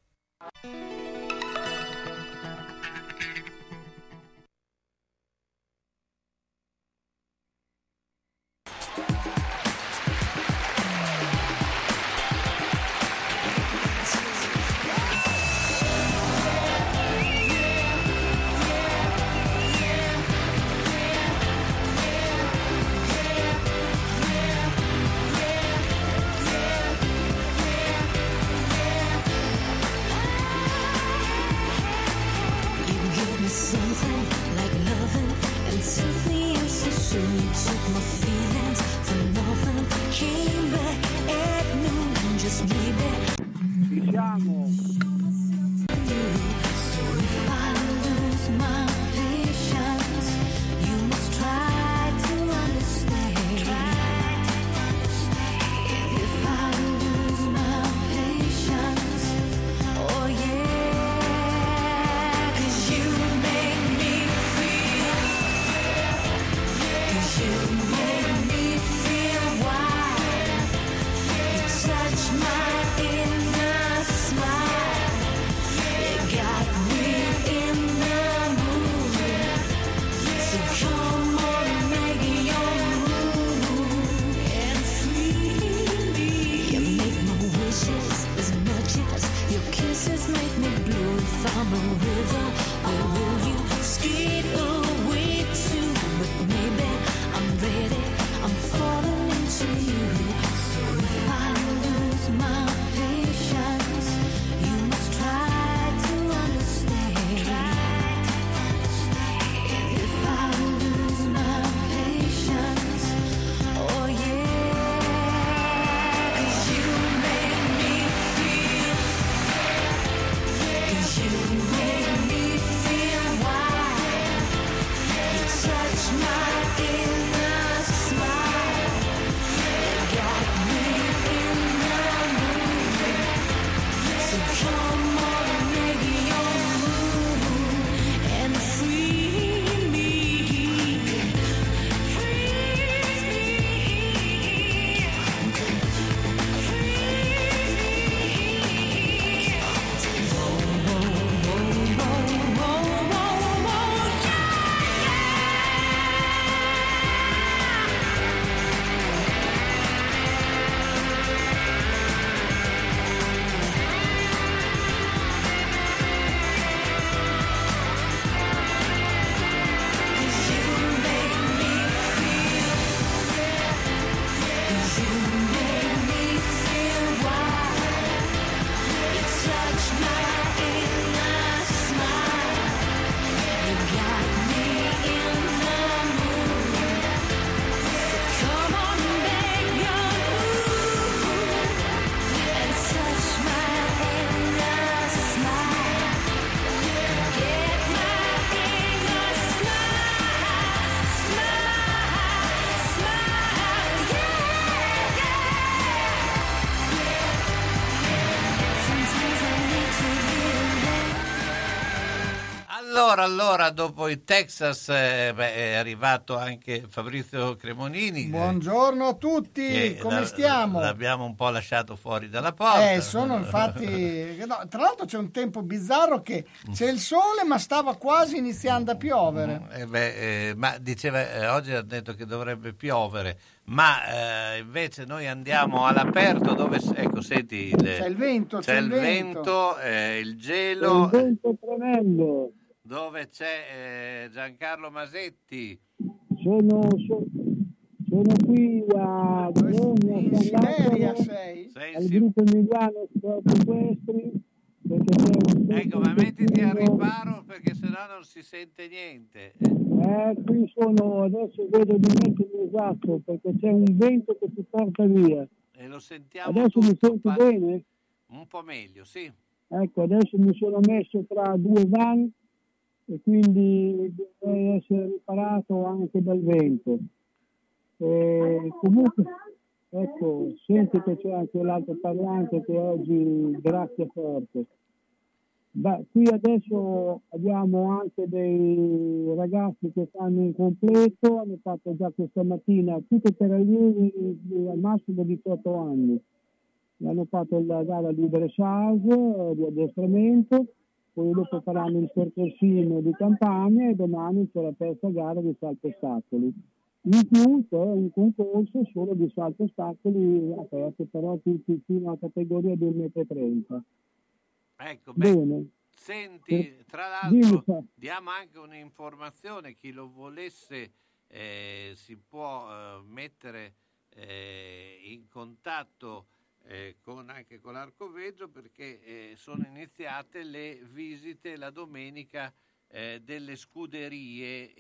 Allora, dopo il Texas è arrivato anche Fabrizio Cremonini. Buongiorno a tutti, come stiamo? L'abbiamo un po' lasciato fuori dalla porta. Sono infatti... No, tra l'altro c'è un tempo bizzarro che c'è il sole ma stava quasi iniziando a piovere. Ma diceva, oggi ha detto che dovrebbe piovere, ma invece noi andiamo all'aperto dove, ecco, senti, c'è il vento, il gelo. Il vento tremendo. Dove c'è Giancarlo Masetti? Sono qui a Bologna, in Siberia sei? Al gruppo emiliano sequestri. Ecco, ma mettiti al riparo perché sennò non si sente niente. Qui sono, adesso vedo di mettermi esatto perché c'è un vento che ti porta via. E lo sentiamo adesso tutto, mi senti bene? Un po' meglio, sì. Ecco, adesso mi sono messo tra due van e quindi dovrei essere riparato anche dal vento. Comunque, ecco, senti che c'è anche l'altro parlante che oggi grazie forte. Qui adesso abbiamo anche dei ragazzi che fanno in completo, hanno fatto già questa mattina tutti per allievi al massimo 18 anni. Hanno fatto la gara di dressage, di addestramento, poi dopo faranno il percorsino di campagna e domani c'è la terza gara di salto ostacoli. In più c'è un concorso solo di salto ostacoli aperto, però tutti fino alla categoria del 1,30 m. Ecco, bene. Senti, tra l'altro diamo anche un'informazione, chi lo volesse si può mettere in contatto anche con l'Arcoveggio perché sono iniziate le visite la domenica delle scuderie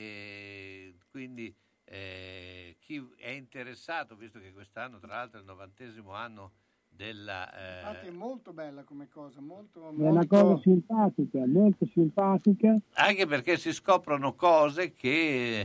e quindi chi è interessato, visto che quest'anno tra l'altro è il 90° anno infatti è molto bella come cosa, molto è una cosa simpatica, molto simpatica, anche perché si scoprono cose che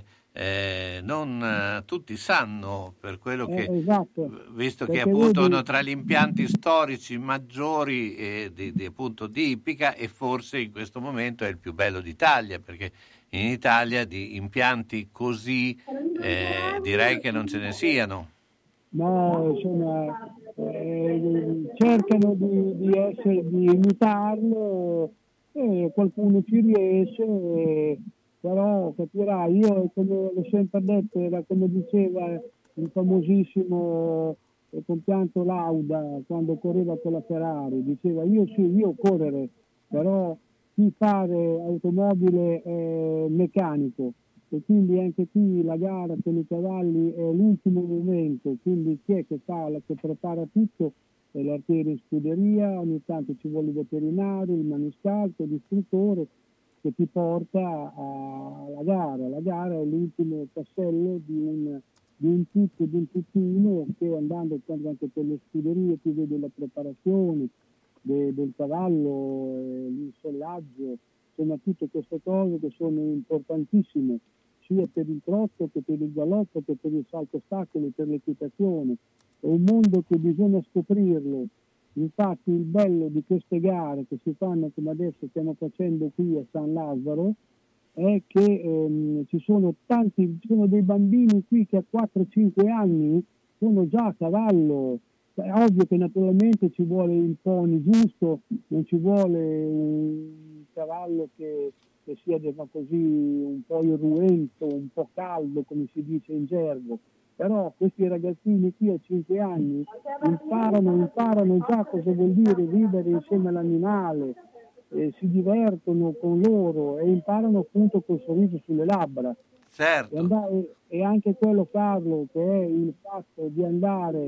non tutti sanno, per quello che esatto, visto che appunto sono tra gli impianti storici maggiori appunto di ippica e forse in questo momento è il più bello d'Italia, perché in Italia di impianti così direi che non ce ne siano. No, insomma, cercano di imitarlo e qualcuno ci riesce, però capirai, io come l'ho sempre detto, era come diceva il famosissimo compianto Lauda quando correva con la Ferrari, diceva io correre, però chi fare automobile è meccanico. E quindi anche qui la gara con i cavalli è l'ultimo momento, quindi chi è che prepara tutto è l'artiere in scuderia, ogni tanto ci vuole il veterinario, il maniscalco, l'istruttore che ti porta alla gara. La gara è l'ultimo tassello di un tutto, di un tuttino che andando anche per le scuderie ti vede la preparazione del cavallo, l'insellaggio, insomma tutte queste cose che sono importantissime sia per il trotto che per il galoppo che per il salto ostacoli, per l'equitazione. È un mondo che bisogna scoprirlo. Infatti il bello di queste gare che si fanno come adesso stiamo facendo qui a San Lazzaro è che ci sono dei bambini qui che a 4-5 anni sono già a cavallo. È ovvio che naturalmente ci vuole il pony giusto, non ci vuole un cavallo che sia così un po' irruento, un po' caldo come si dice in gergo, però questi ragazzini qui a 5 anni imparano già cosa vuol dire vivere insieme all'animale, si divertono con loro e imparano appunto col sorriso sulle labbra. Certo. E anche quello, Carlo, che è il fatto di andare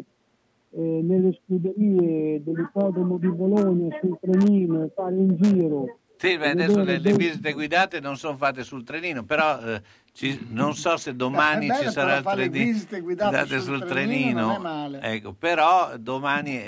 nelle scuderie dell'ippodromo di Bologna sul trenino e fare un giro. Sì, adesso le visite guidate non sono fatte sul trenino, però non so se domani ci sarà il trenino. Le visite guidate sul trenino non è male. Ecco, però domani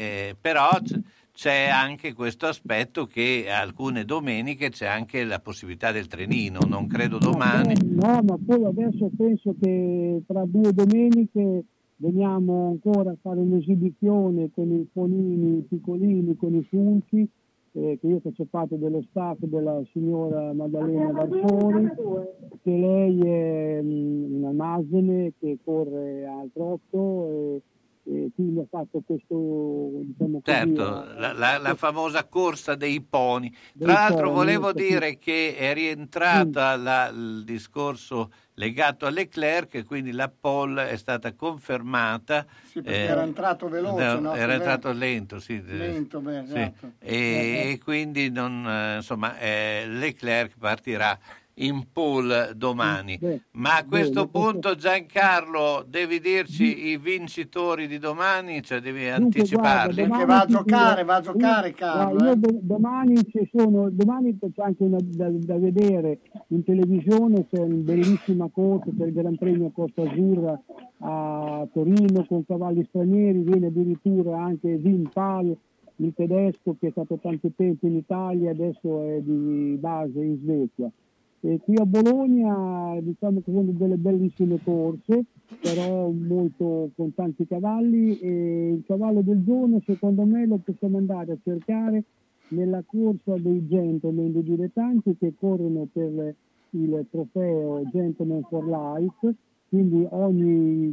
c'è anche questo aspetto che alcune domeniche c'è anche la possibilità del trenino, non credo domani. No, ma poi adesso penso che tra 2 domeniche veniamo ancora a fare un'esibizione con i ponini piccolini, con i sulchi, che io faccio parte dello staff della signora Maddalena Varsori, che lei è una masene che corre al trotto e quindi ha fatto questo, diciamo così, certo, la famosa corsa dei pony. Tra l'altro volevo dire che è rientrata il discorso legato a Leclerc, e quindi la pole è stata confermata. Sì, perché era entrato veloce, no? Era entrato lento, sì. Lento, beh, esatto. Sì. E quindi Leclerc partirà in pole domani. Ma a questo punto, Giancarlo, devi dirci i vincitori di domani, cioè devi anticiparli. Perché va a giocare Carlo. Io domani c'è anche da vedere in televisione, c'è una bellissima corsa, c'è il Gran Premio Costa Azzurra a Torino con cavalli stranieri, viene addirittura anche Wim Pal, il tedesco che è stato tanto tempo in Italia, adesso è di base in Svezia. E qui a Bologna diciamo che sono delle bellissime corse, però molto con tanti cavalli, e il cavallo del giorno secondo me lo possiamo andare a cercare nella corsa dei gentleman, dei dilettanti che corrono per il trofeo Gentleman for Life, quindi ogni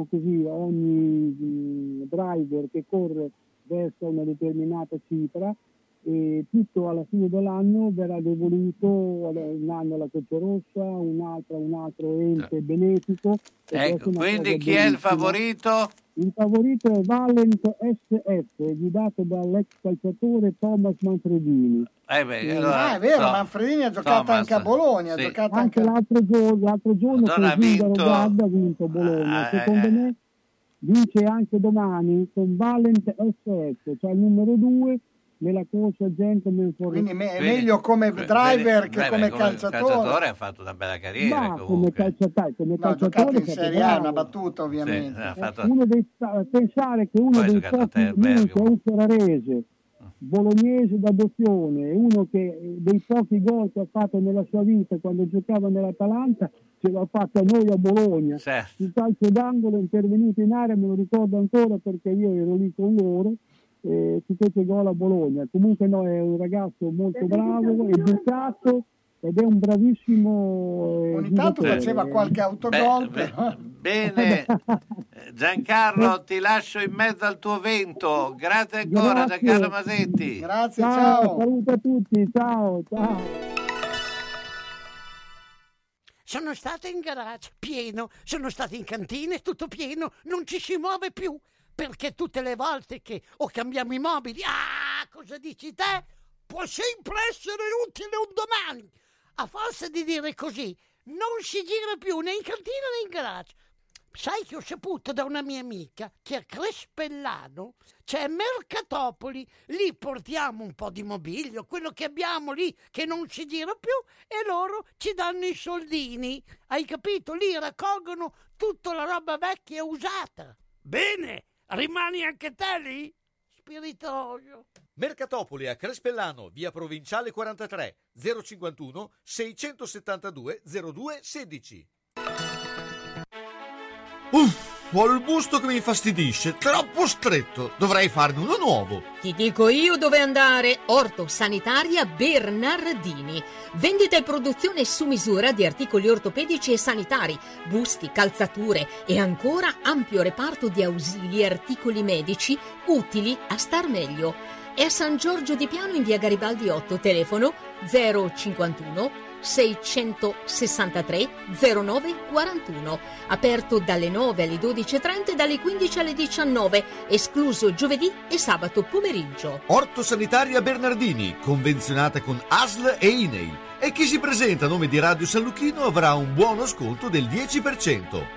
driver che corre verso una determinata cifra, e tutto alla fine dell'anno verrà devoluto, un anno la Croce Rossa, un altro ente benefico. Ecco, quindi chi è il favorito? Il favorito è Valent SF, guidato dall'ex calciatore Thomas Manfredini. È vero, Manfredini ha giocato anche a Bologna, sì. Ha giocato anche l'altro giorno con ha vinto Bologna. Secondo me vince anche domani con Valent SF, cioè il numero 2 nella corsa Gentleman for Life. Quindi è meglio come driver che come calciatore. Il calciatore ha fatto una bella carriera. Ma come calciatore, ha giocato in Serie A, una battuta ovviamente. Sì, pensare che uno dei pochi ferrarese, bolognese d'adozione, uno che dei pochi gol che ha fatto nella sua vita quando giocava nell'Atalanta, ce l'ha fatto a noi a Bologna. Certo. Il calcio d'angolo è intervenuto in area, me lo ricordo ancora perché io ero lì con loro. Ci fece gol a Bologna. Comunque è un ragazzo molto bravo, educato ed è un bravissimo ogni tanto faceva qualche autogol. Bene Giancarlo, ti lascio in mezzo al tuo vento. Grazie ancora. Grazie. Giancarlo Masetti. Grazie, ciao. Saluto a tutti, ciao. Sono stato in garage, pieno, sono stato in cantina, tutto pieno, non ci si muove più. Perché tutte le volte che cambiamo i mobili, cosa dici te? Può sempre essere utile un domani. A forza di dire così, non si gira più né in cantina né in garage. Sai che ho saputo da una mia amica che a Crespellano c'è Mercatopoli, lì portiamo un po' di mobilio, quello che abbiamo lì che non si gira più, e loro ci danno i soldini. Hai capito? Lì raccolgono tutta la roba vecchia e usata. Bene! Rimani anche te lì? Spiritoso. Mercatopoli a Crespellano, via Provinciale 43, 051 672 02 16. Ho il busto che mi infastidisce, troppo stretto, dovrei farne uno nuovo. Ti dico io dove andare. Orto Sanitaria Bernardini. Vendita e produzione su misura di articoli ortopedici e sanitari, busti, calzature e ancora ampio reparto di ausili e articoli medici utili a star meglio. È a San Giorgio di Piano in via Garibaldi 8, telefono 051 663 09 41, aperto dalle 9 alle 12.30 e dalle 15 alle 19, escluso giovedì e sabato pomeriggio. Orto Sanitaria Bernardini, convenzionata con ASL e INAIL, e chi si presenta a nome di Radio San Luchino avrà un buono sconto del 10%.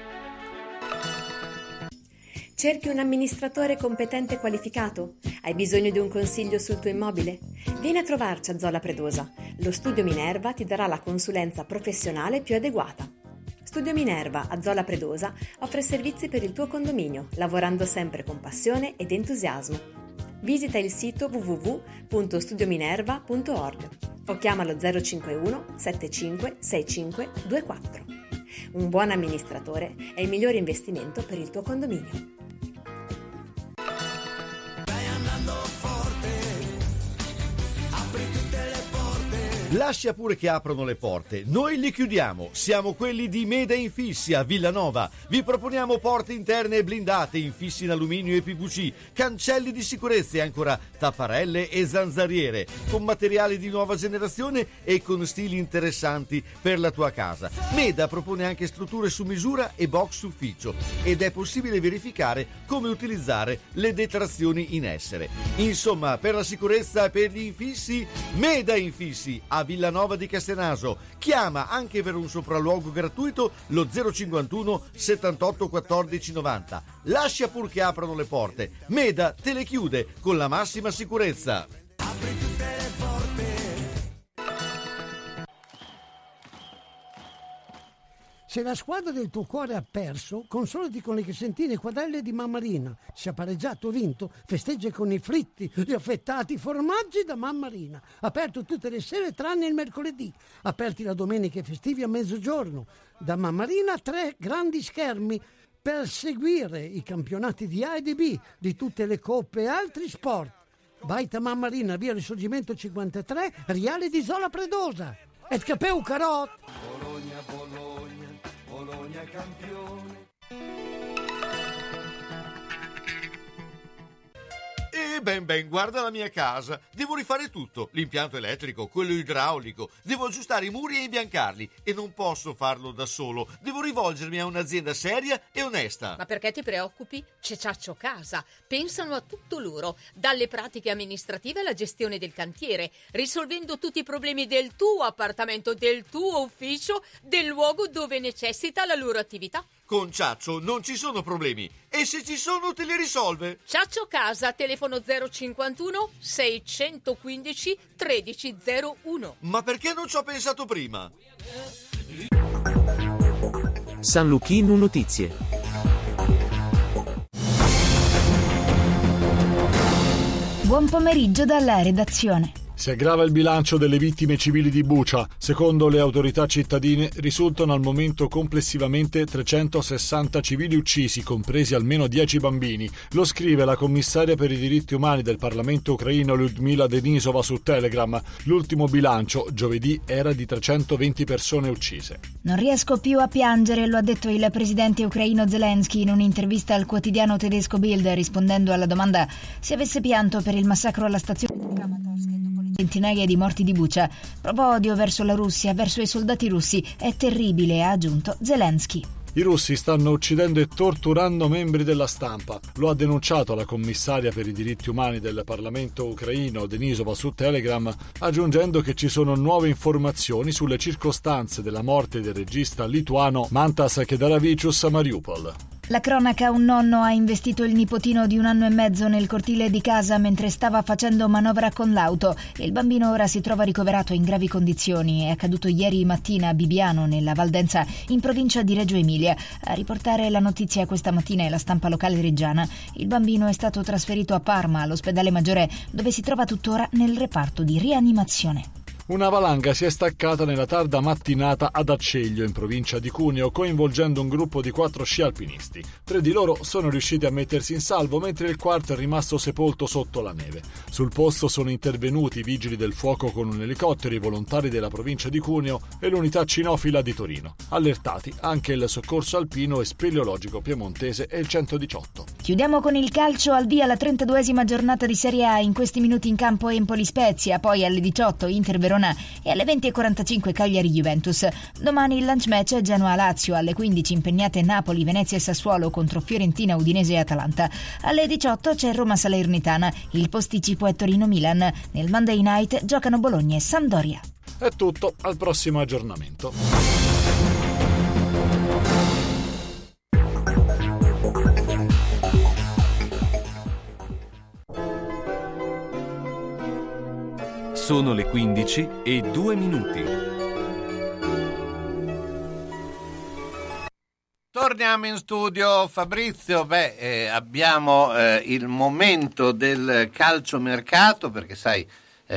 Cerchi un amministratore competente e qualificato? Hai bisogno di un consiglio sul tuo immobile? Vieni a trovarci a Zola Predosa. Lo Studio Minerva ti darà la consulenza professionale più adeguata. Studio Minerva a Zola Predosa offre servizi per il tuo condominio, lavorando sempre con passione ed entusiasmo. Visita il sito www.studiominerva.org o chiamalo 051 75 65 24. Un buon amministratore è il migliore investimento per il tuo condominio. Lascia pure che aprono le porte, noi li chiudiamo. Siamo quelli di Meda Infissi a Villanova. Vi proponiamo porte interne e blindate, infissi in alluminio e PVC, cancelli di sicurezza e ancora tapparelle e zanzariere, con materiali di nuova generazione e con stili interessanti per la tua casa. Meda propone anche strutture su misura e box ufficio ed è possibile verificare come utilizzare le detrazioni in essere. Insomma, per la sicurezza e per gli infissi, Meda Infissi a Villanova di Castenaso. Chiama anche per un sopralluogo gratuito lo 051 78 14 90. Lascia pur che aprano le porte. Meda te le chiude con la massima sicurezza. Apri tutte le porte. Se la squadra del tuo cuore ha perso, consolati con le crescentine e quadrelle di Mammarina. Se ha pareggiato o vinto, festeggia con i fritti, gli affettati formaggi da Mammarina. Aperto tutte le sere tranne il mercoledì. Aperti la domenica e festivi a mezzogiorno. Da Mammarina 3 grandi schermi per seguire i campionati di A e di B, di tutte le coppe e altri sport. Baita Mammarina, via Risorgimento 53, Riale di Zola Predosa. Et capeu carot! Bologna, Bologna, Bologna campione. E ben, guarda la mia casa. Devo rifare tutto, l'impianto elettrico, quello idraulico. Devo aggiustare i muri e imbiancarli e non posso farlo da solo. Devo rivolgermi a un'azienda seria e onesta. Ma perché ti preoccupi? C'è Ciaccio Casa. Pensano a tutto loro, dalle pratiche amministrative alla gestione del cantiere, risolvendo tutti i problemi del tuo appartamento, del tuo ufficio, del luogo dove necessita la loro attività. Con Ciaccio non ci sono problemi e se ci sono te li risolve. Ciaccio Casa, telefono 051 615 1301. Ma perché non ci ho pensato prima? San Luchino Notizie. Buon pomeriggio dalla redazione. Si aggrava il bilancio delle vittime civili di Bucha. Secondo le autorità cittadine risultano al momento complessivamente 360 civili uccisi, compresi almeno 10 bambini. Lo scrive la commissaria per i diritti umani del Parlamento ucraino Lyudmila Denisova su Telegram. L'ultimo bilancio, giovedì, era di 320 persone uccise. Non riesco più a piangere, lo ha detto il presidente ucraino Zelensky in un'intervista al quotidiano tedesco Bild, rispondendo alla domanda se avesse pianto per il massacro alla stazione di Kramatorsk dopo le centinaia di morti di Bucha. Prova odio verso la Russia, verso i soldati russi. È terribile, ha aggiunto Zelensky. I russi stanno uccidendo e torturando membri della stampa. Lo ha denunciato la commissaria per i diritti umani del Parlamento ucraino Denisova su Telegram, aggiungendo che ci sono nuove informazioni sulle circostanze della morte del regista lituano Mantas Kedaravicius a Mariupol. La cronaca: un nonno ha investito il nipotino di 1 anno e mezzo nel cortile di casa mentre stava facendo manovra con l'auto. Il bambino ora si trova ricoverato in gravi condizioni. È accaduto ieri mattina a Bibbiano, nella Valdenza, in provincia di Reggio Emilia. A riportare la notizia questa mattina è la stampa locale reggiana. Il bambino è stato trasferito a Parma, all'ospedale Maggiore, dove si trova tuttora nel reparto di rianimazione. Una valanga si è staccata nella tarda mattinata ad Acceglio, in provincia di Cuneo, coinvolgendo un gruppo di 4 sci alpinisti. 3 di loro sono riusciti a mettersi in salvo, mentre il quarto è rimasto sepolto sotto la neve. Sul posto sono intervenuti i vigili del fuoco con un elicottero, i volontari della provincia di Cuneo e l'unità cinofila di Torino. Allertati anche il soccorso alpino e speleologico piemontese e il 118. Chiudiamo con il calcio. Al via la 32esima giornata di Serie A. In questi minuti in campo Empoli Spezia, poi alle 18 Inter Verona e alle 20:45 Cagliari Juventus. Domani il lunch match Genoa-Lazio, alle 15 impegnate Napoli, Venezia e Sassuolo contro Fiorentina, Udinese e Atalanta. Alle 18 c'è Roma-Salernitana, il posticipo è Torino-Milan. Nel Monday Night giocano Bologna e Sampdoria. È tutto, al prossimo aggiornamento. Sono le 15:02. Torniamo in studio, Fabrizio. Abbiamo il momento del calciomercato, perché sai,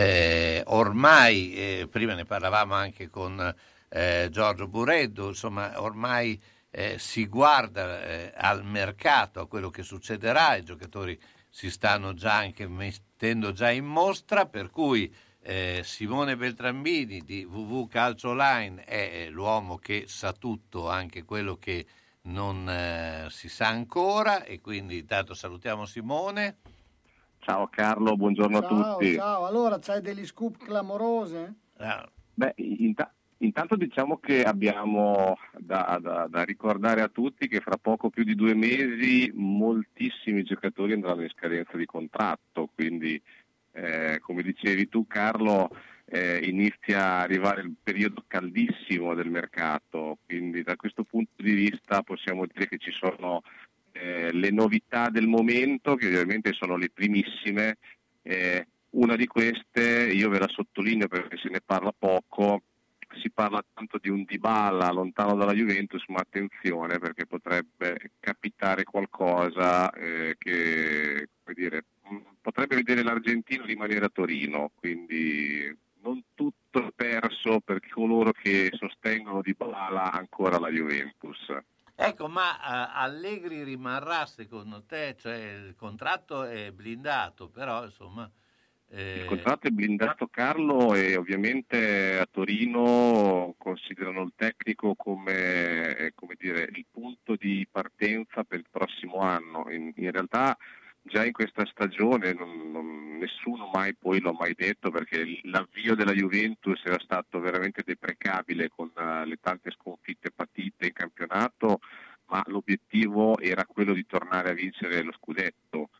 ormai, prima ne parlavamo anche con Giorgio Bureddu, insomma, ormai si guarda al mercato, a quello che succederà, i giocatori si stanno già anche mettendo già in mostra, per cui Simone Beltrambini di WW Calcio Online è l'uomo che sa tutto, anche quello che non si sa ancora, e quindi intanto salutiamo Simone. Ciao Carlo, buongiorno a tutti. Ciao, allora c'hai degli scoop clamorose? Beh, intanto diciamo che abbiamo da ricordare a tutti che fra poco più di 2 mesi moltissimi giocatori andranno in scadenza di contratto, quindi come dicevi tu Carlo, inizia a arrivare il periodo caldissimo del mercato, quindi da questo punto di vista possiamo dire che ci sono le novità del momento, che ovviamente sono le primissime. Una di queste io ve la sottolineo perché se ne parla poco. Si parla tanto di un Dybala lontano dalla Juventus, ma attenzione perché potrebbe capitare qualcosa che, come dire, potrebbe vedere l'Argentino rimanere a Torino, quindi non tutto è perso per coloro che sostengono Dybala ancora alla Juventus. Ecco, ma Allegri rimarrà secondo te? Cioè il contratto è blindato, però insomma... Il contratto è blindato Carlo, e ovviamente a Torino considerano il tecnico come dire, il punto di partenza per il prossimo anno. In realtà già in questa stagione nessuno mai poi l'ha mai detto, perché l'avvio della Juventus era stato veramente deprecabile con le tante sconfitte patite in campionato, ma l'obiettivo era quello di tornare a vincere lo scudetto.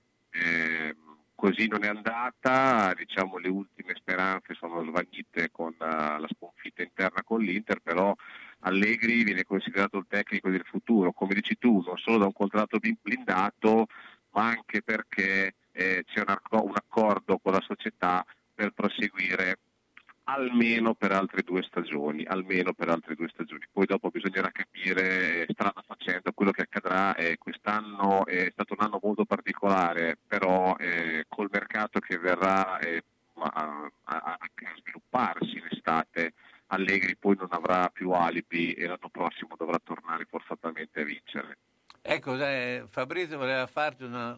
Così non è andata, diciamo le ultime speranze sono svanite con la sconfitta interna con l'Inter, però Allegri viene considerato il tecnico del futuro, come dici tu, non solo da un contratto blindato, ma anche perché c'è un accordo con la società per proseguire almeno per altre 2 stagioni, Poi dopo bisognerà capire strada facendo quello che accadrà. Quest'anno è stato un anno molto particolare, però col mercato che verrà a svilupparsi in estate, Allegri poi non avrà più alibi e l'anno prossimo dovrà tornare forzatamente a vincere. Ecco, Fabrizio voleva farti una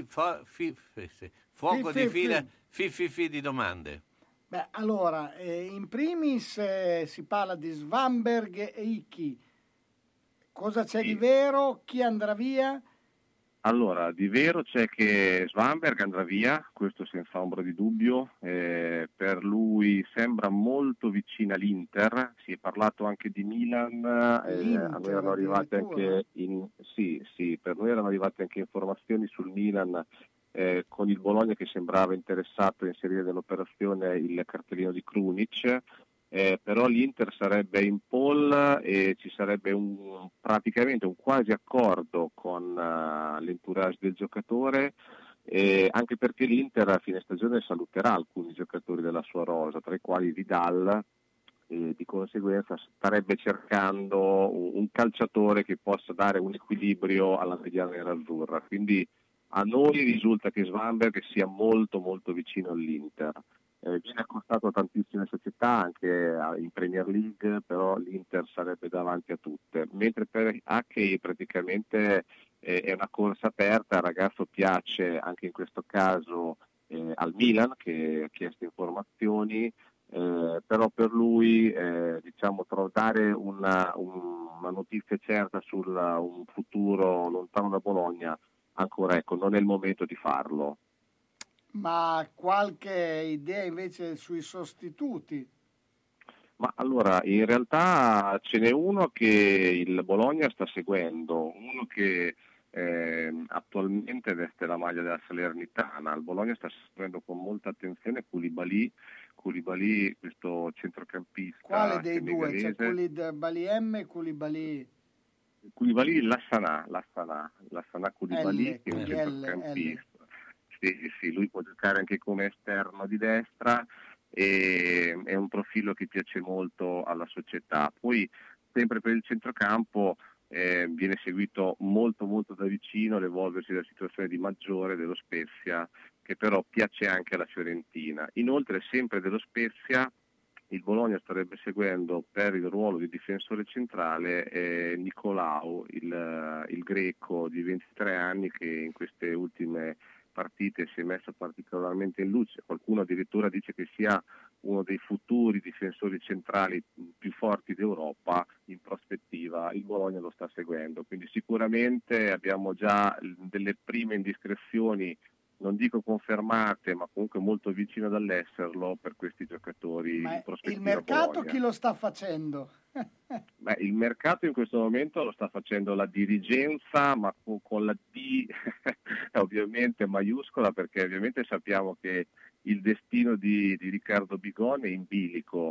fuoco di fila di domande. Beh, allora, in primis si parla di Svanberg e Icchi. Cosa c'è di vero? Chi andrà via? Allora, di vero c'è che Svanberg andrà via, questo senza ombra di dubbio. Per lui sembra molto vicina l'Inter, si è parlato anche di Milan, a noi erano arrivate anche per noi erano arrivate anche informazioni sul Milan, con il Bologna che sembrava interessato a inserire nell'operazione il cartellino di Krunic, però l'Inter sarebbe in pole e ci sarebbe praticamente un quasi accordo con l'entourage del giocatore, anche perché l'Inter a fine stagione saluterà alcuni giocatori della sua rosa, tra i quali Vidal, e di conseguenza starebbe cercando un calciatore che possa dare un equilibrio alla mediana nerazzurra, quindi a noi risulta che Svanberg sia molto molto vicino all'Inter. Viene accostato a tantissime società anche in Premier League, però l'Inter sarebbe davanti a tutte, mentre per Ake praticamente è una corsa aperta. Il ragazzo piace anche in questo caso al Milan, che ha chiesto informazioni, però per lui diciamo dare una notizia certa su un futuro lontano da Bologna ancora non è il momento di farlo. Ma qualche idea invece sui sostituti? Ma allora, in realtà ce n'è uno che il Bologna sta seguendo, uno che attualmente veste la maglia della Salernitana. Il Bologna sta seguendo con molta attenzione Koulibaly, questo centrocampista. Quale dei due? C'è Koulibaly M e Koulibaly Lassana Koulibaly, che è un centrocampista. Sì, lui può giocare anche come esterno di destra e è un profilo che piace molto alla società. Poi sempre per il centrocampo viene seguito molto molto da vicino l'evolversi della situazione di Maggiore dello Spezia, che però piace anche alla Fiorentina. Inoltre sempre dello Spezia il Bologna starebbe seguendo per il ruolo di difensore centrale Nicolau, il greco di 23 anni che in queste ultime partite si è messo particolarmente in luce. Qualcuno addirittura dice che sia uno dei futuri difensori centrali più forti d'Europa, in prospettiva il Bologna lo sta seguendo, quindi sicuramente abbiamo già delle prime indiscrezioni, non dico confermate, ma comunque molto vicine dall'esserlo per questi giocatori in prospettiva. Il mercato Bologna. chi lo sta facendo? Beh, il mercato in questo momento lo sta facendo la dirigenza, ma con la D ovviamente maiuscola, perché ovviamente sappiamo che il destino di Riccardo Bigone è in bilico.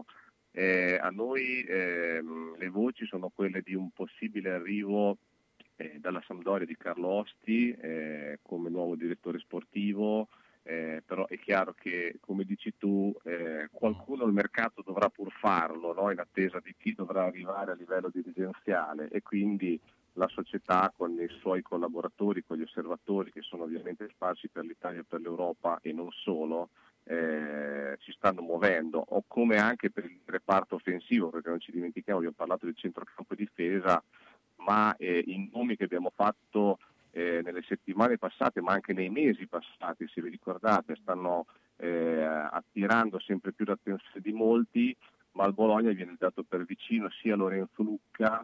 A noi le voci sono quelle di un possibile arrivo dalla Sampdoria di Carlo Osti come nuovo direttore sportivo, però è chiaro che, come dici tu, qualcuno al mercato dovrà pur farlo, no? In attesa di chi dovrà arrivare a livello dirigenziale, e quindi la società con i suoi collaboratori, con gli osservatori che sono ovviamente sparsi per l'Italia e per l'Europa e non solo, si stanno muovendo, o come anche per il reparto offensivo, perché non ci dimentichiamo, abbiamo parlato del centrocampo e difesa, ma i nomi che abbiamo fatto nelle settimane passate, ma anche nei mesi passati, se vi ricordate, stanno attirando sempre più l'attenzione di molti, ma al Bologna viene dato per vicino sia Lorenzo Lucca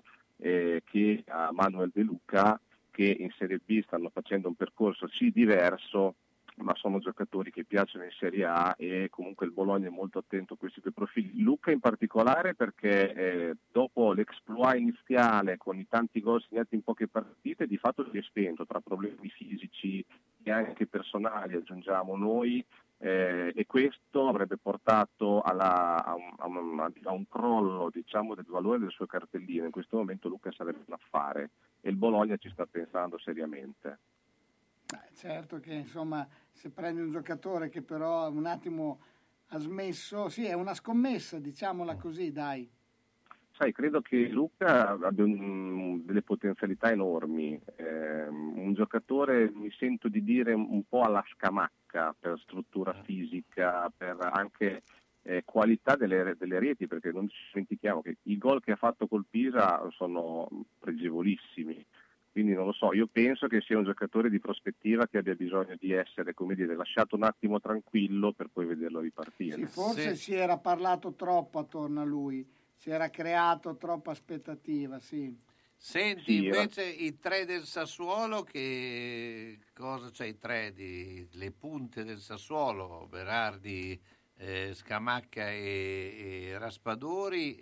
che a Manuel De Luca, che in Serie B stanno facendo un percorso sì diverso, ma sono giocatori che piacciono in Serie A, e comunque il Bologna è molto attento a questi due profili. Lucca in particolare perché dopo l'exploit iniziale con i tanti gol segnati in poche partite, di fatto si è spento tra problemi fisici e anche personali, aggiungiamo noi, e questo avrebbe portato a un crollo, diciamo, del valore del suo cartellino. In questo momento Lucca sarebbe un affare e il Bologna ci sta pensando seriamente. Certo che insomma, se prendi un giocatore che però un attimo ha smesso, sì, è una scommessa, diciamola così, dai. Sai, credo che Lucca abbia delle potenzialità enormi, un giocatore, mi sento di dire, un po' alla Scamacca per struttura fisica, per anche qualità delle reti, perché non ci dimentichiamo che i gol che ha fatto col Pisa sono pregevolissimi. Quindi non lo so, io penso che sia un giocatore di prospettiva che abbia bisogno di essere, come dire, lasciato un attimo tranquillo per poi vederlo ripartire. Sì, forse si era parlato troppo attorno a lui, si era creato troppa aspettativa, sì. Senti, sì, invece i tre del Sassuolo, che cosa c'è? I tre, le punte del Sassuolo, Berardi, Scamacca e Raspadori,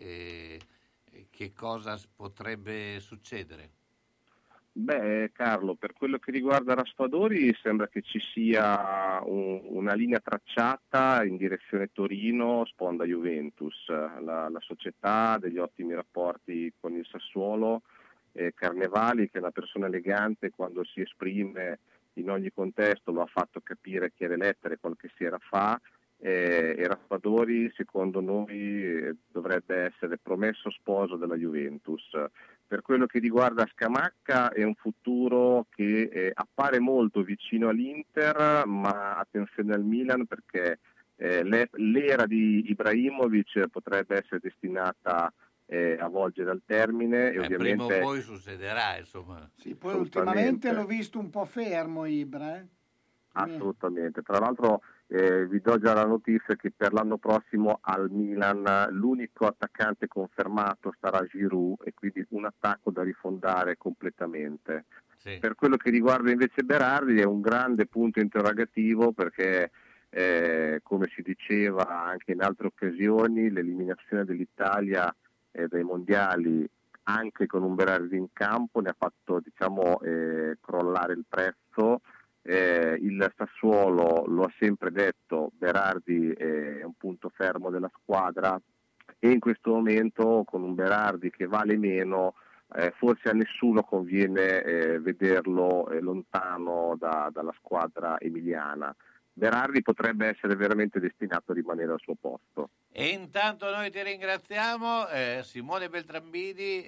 che cosa potrebbe succedere? Beh, Carlo, per quello che riguarda Raspadori sembra che ci sia una linea tracciata in direzione Torino, sponda Juventus. La società ha degli ottimi rapporti con il Sassuolo, Carnevali, che è una persona elegante, quando si esprime in ogni contesto lo ha fatto capire chiare lettere qualche sera fa, e Raspadori secondo noi dovrebbe essere promesso sposo della Juventus. Per quello che riguarda Scamacca è un futuro che appare molto vicino all'Inter, ma attenzione al Milan, perché l'era di Ibrahimovic potrebbe essere destinata a volgere al termine, e ovviamente prima o poi succederà, insomma. Sì, poi ultimamente l'ho visto un po' fermo Ibra. Assolutamente. Tra l'altro vi do già la notizia che per l'anno prossimo al Milan l'unico attaccante confermato sarà Giroud, e quindi un attacco da rifondare completamente. Sì. Per quello che riguarda invece Berardi è un grande punto interrogativo, perché come si diceva anche in altre occasioni, l'eliminazione dell'Italia dai mondiali anche con un Berardi in campo ne ha fatto, diciamo, crollare il prezzo. Il Sassuolo lo ha sempre detto, Berardi è un punto fermo della squadra, e in questo momento con un Berardi che vale meno, forse a nessuno conviene vederlo lontano dalla squadra emiliana. Berardi potrebbe essere veramente destinato a rimanere al suo posto. E intanto noi ti ringraziamo, Simone Beltrambini,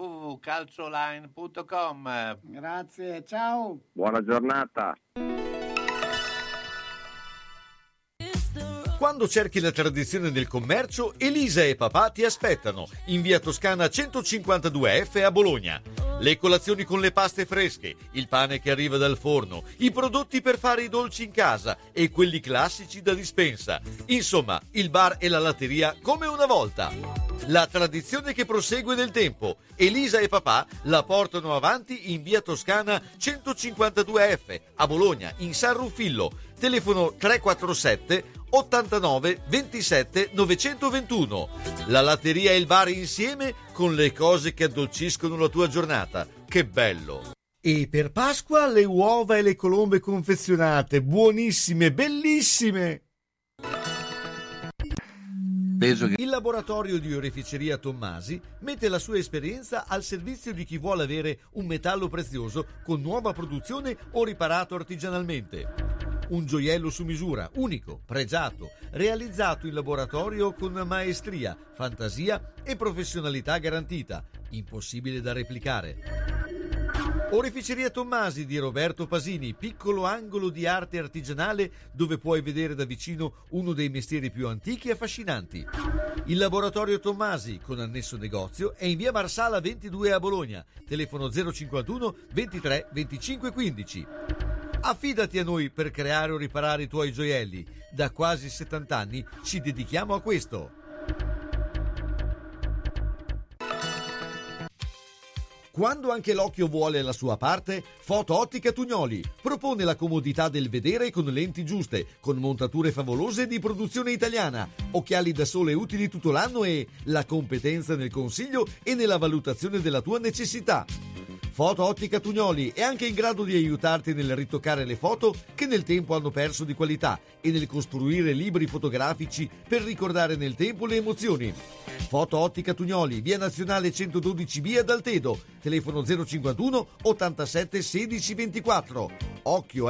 www.calcioline.com. Grazie, ciao. Buona giornata. Quando cerchi la tradizione del commercio, Elisa e papà ti aspettano in via Toscana 152F a Bologna. Le colazioni con le paste fresche, il pane che arriva dal forno, i prodotti per fare i dolci in casa e quelli classici da dispensa. Insomma, il bar e la latteria come una volta. La tradizione che prosegue nel tempo. Elisa e papà la portano avanti in via Toscana 152F a Bologna, in San Ruffillo. Telefono 347 89 27 921. La latteria e il bar insieme con le cose che addolciscono la tua giornata. Che bello! E per Pasqua le uova e le colombe confezionate, buonissime, bellissime! Il laboratorio di oreficeria Tommasi mette la sua esperienza al servizio di chi vuole avere un metallo prezioso con nuova produzione o riparato artigianalmente. Un gioiello su misura, unico, pregiato, realizzato in laboratorio con maestria, fantasia e professionalità garantita, impossibile da replicare. Oreficeria Tommasi di Roberto Pasini, piccolo angolo di arte artigianale dove puoi vedere da vicino uno dei mestieri più antichi e affascinanti. Il laboratorio Tommasi, con annesso negozio, è in via Marsala 22 a Bologna, telefono 051 23 25 15. Affidati a noi per creare o riparare i tuoi gioielli. Da quasi 70 anni ci dedichiamo a questo. Quando anche l'occhio vuole la sua parte, Foto Ottica Tugnoli propone la comodità del vedere con lenti giuste, con montature favolose di produzione italiana, occhiali da sole utili tutto l'anno e la competenza nel consiglio e nella valutazione della tua necessità. Foto Ottica Tugnoli è anche in grado di aiutarti nel ritoccare le foto che nel tempo hanno perso di qualità e nel costruire libri fotografici per ricordare nel tempo le emozioni. Foto Ottica Tugnoli, via Nazionale 112B ad Altedo, telefono 051 87 16 24. Occhio,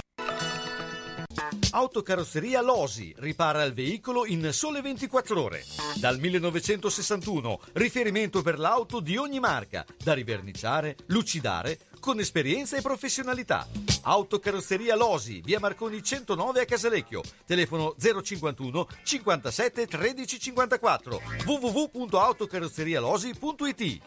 Autocarrozzeria Losi ripara il veicolo in sole 24 ore. Dal 1961, riferimento per l'auto di ogni marca, da riverniciare, lucidare, con esperienza e professionalità. Autocarrozzeria Losi, via Marconi 109 a Casalecchio, telefono 051 57 13 54, www.autocarrozzerialosi.it.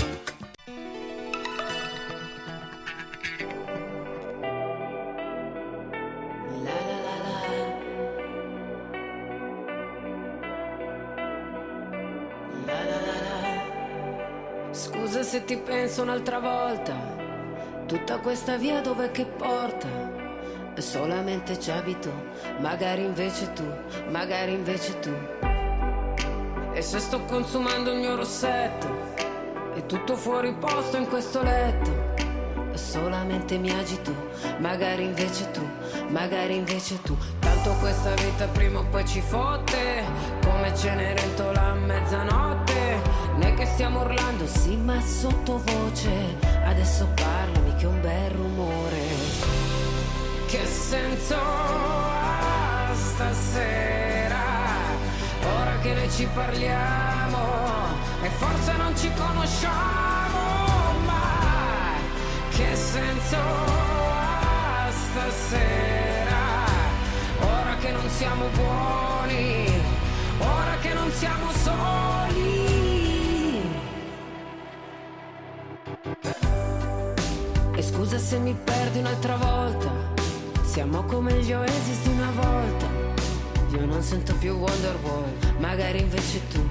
Scusa se ti penso un'altra volta, tutta questa via dov'è che porta? Solamente ci abito, magari invece tu. E se sto consumando il mio rossetto, è tutto fuori posto in questo letto. Solamente mi agito, magari invece tu. Tanto questa vita prima o poi ci fotte, come Cenerentola a mezzanotte. Noi che stiamo urlando, sì ma sottovoce, adesso parlami che è un bel rumore. Che senso ha stasera, ora che noi ci parliamo e forse non ci conosciamo, ma che senso ha stasera, ora che non siamo buoni, ora che non siamo soli. E scusa se mi perdi un'altra volta, siamo come gli Oasis di una volta. Io non sento più Wonderwall, magari invece tu.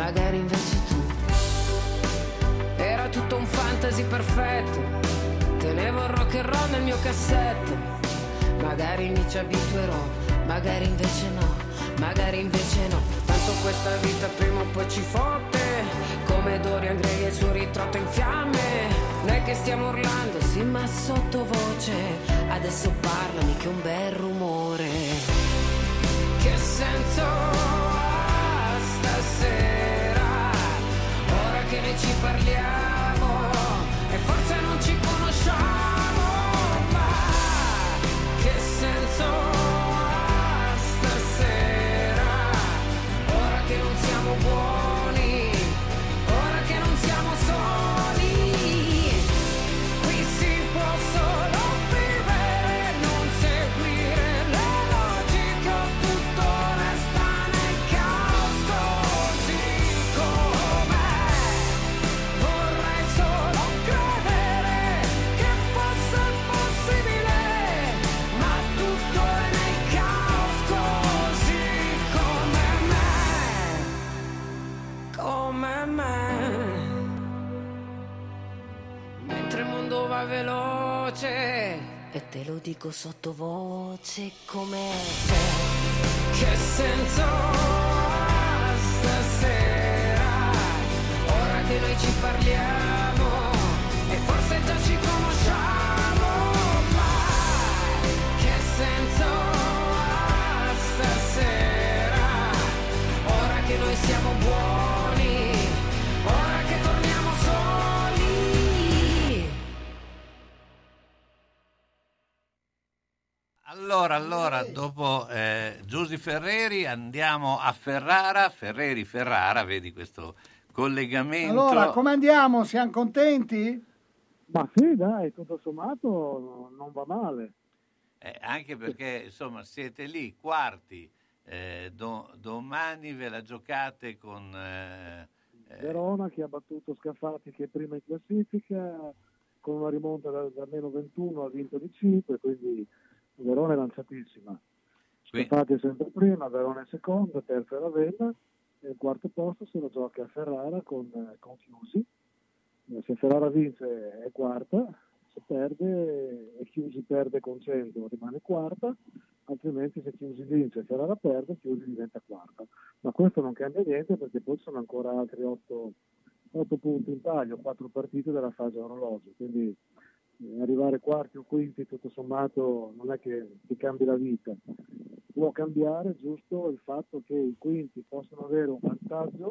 Era tutto un fantasy perfetto, tenevo il rock and roll nel mio cassetto. Magari mi ci abituerò, magari invece no. Tanto questa vita prima o poi ci fotte, come Dorian Gray e il suo ritratto in fiamme. Noi che stiamo urlando, sì ma sottovoce, adesso parlami che è un bel rumore. Che senso ha stasera, ora che noi ci parliamo e forse non ci conosciamo, ma che senso ha stasera, ora che non siamo buoni, ora che non siamo soli. Qui si può solo vivere, non seguire le logiche, tutto resta nel caos così com'è. Vorrei te lo dico sottovoce come te. Che senso ha stasera, ora che noi ci parliamo e forse già ci conosciamo, ma che senso ha stasera, ora che noi siamo buoni, ora che torniamo soli. Allora, dopo Giusy Ferreri andiamo a Ferrara, Ferrara, vedi questo collegamento. Allora, come andiamo? Siamo contenti? Ma sì, dai, tutto sommato non va male. Anche perché, insomma, siete lì, quarti, domani ve la giocate con... Verona che ha battuto Scafati, che è prima in classifica, con una rimonta da meno 21 ha vinto di 5, quindi Verona è lanciatissima. Scafati è sempre prima, Verona è seconda, terza è Ravenna, e il quarto posto se lo gioca a Ferrara con Chiusi. Se Ferrara vince è quarta, se perde e Chiusi perde con 100 rimane quarta, altrimenti se Chiusi vince e Ferrara perde, Chiusi diventa quarta. Ma questo non cambia niente perché poi sono ancora altri 8 punti in taglio, 4 partite della fase orologio, quindi arrivare quarti o quinti tutto sommato non è che ti cambi la vita. Può cambiare giusto il fatto che i quinti possono avere un vantaggio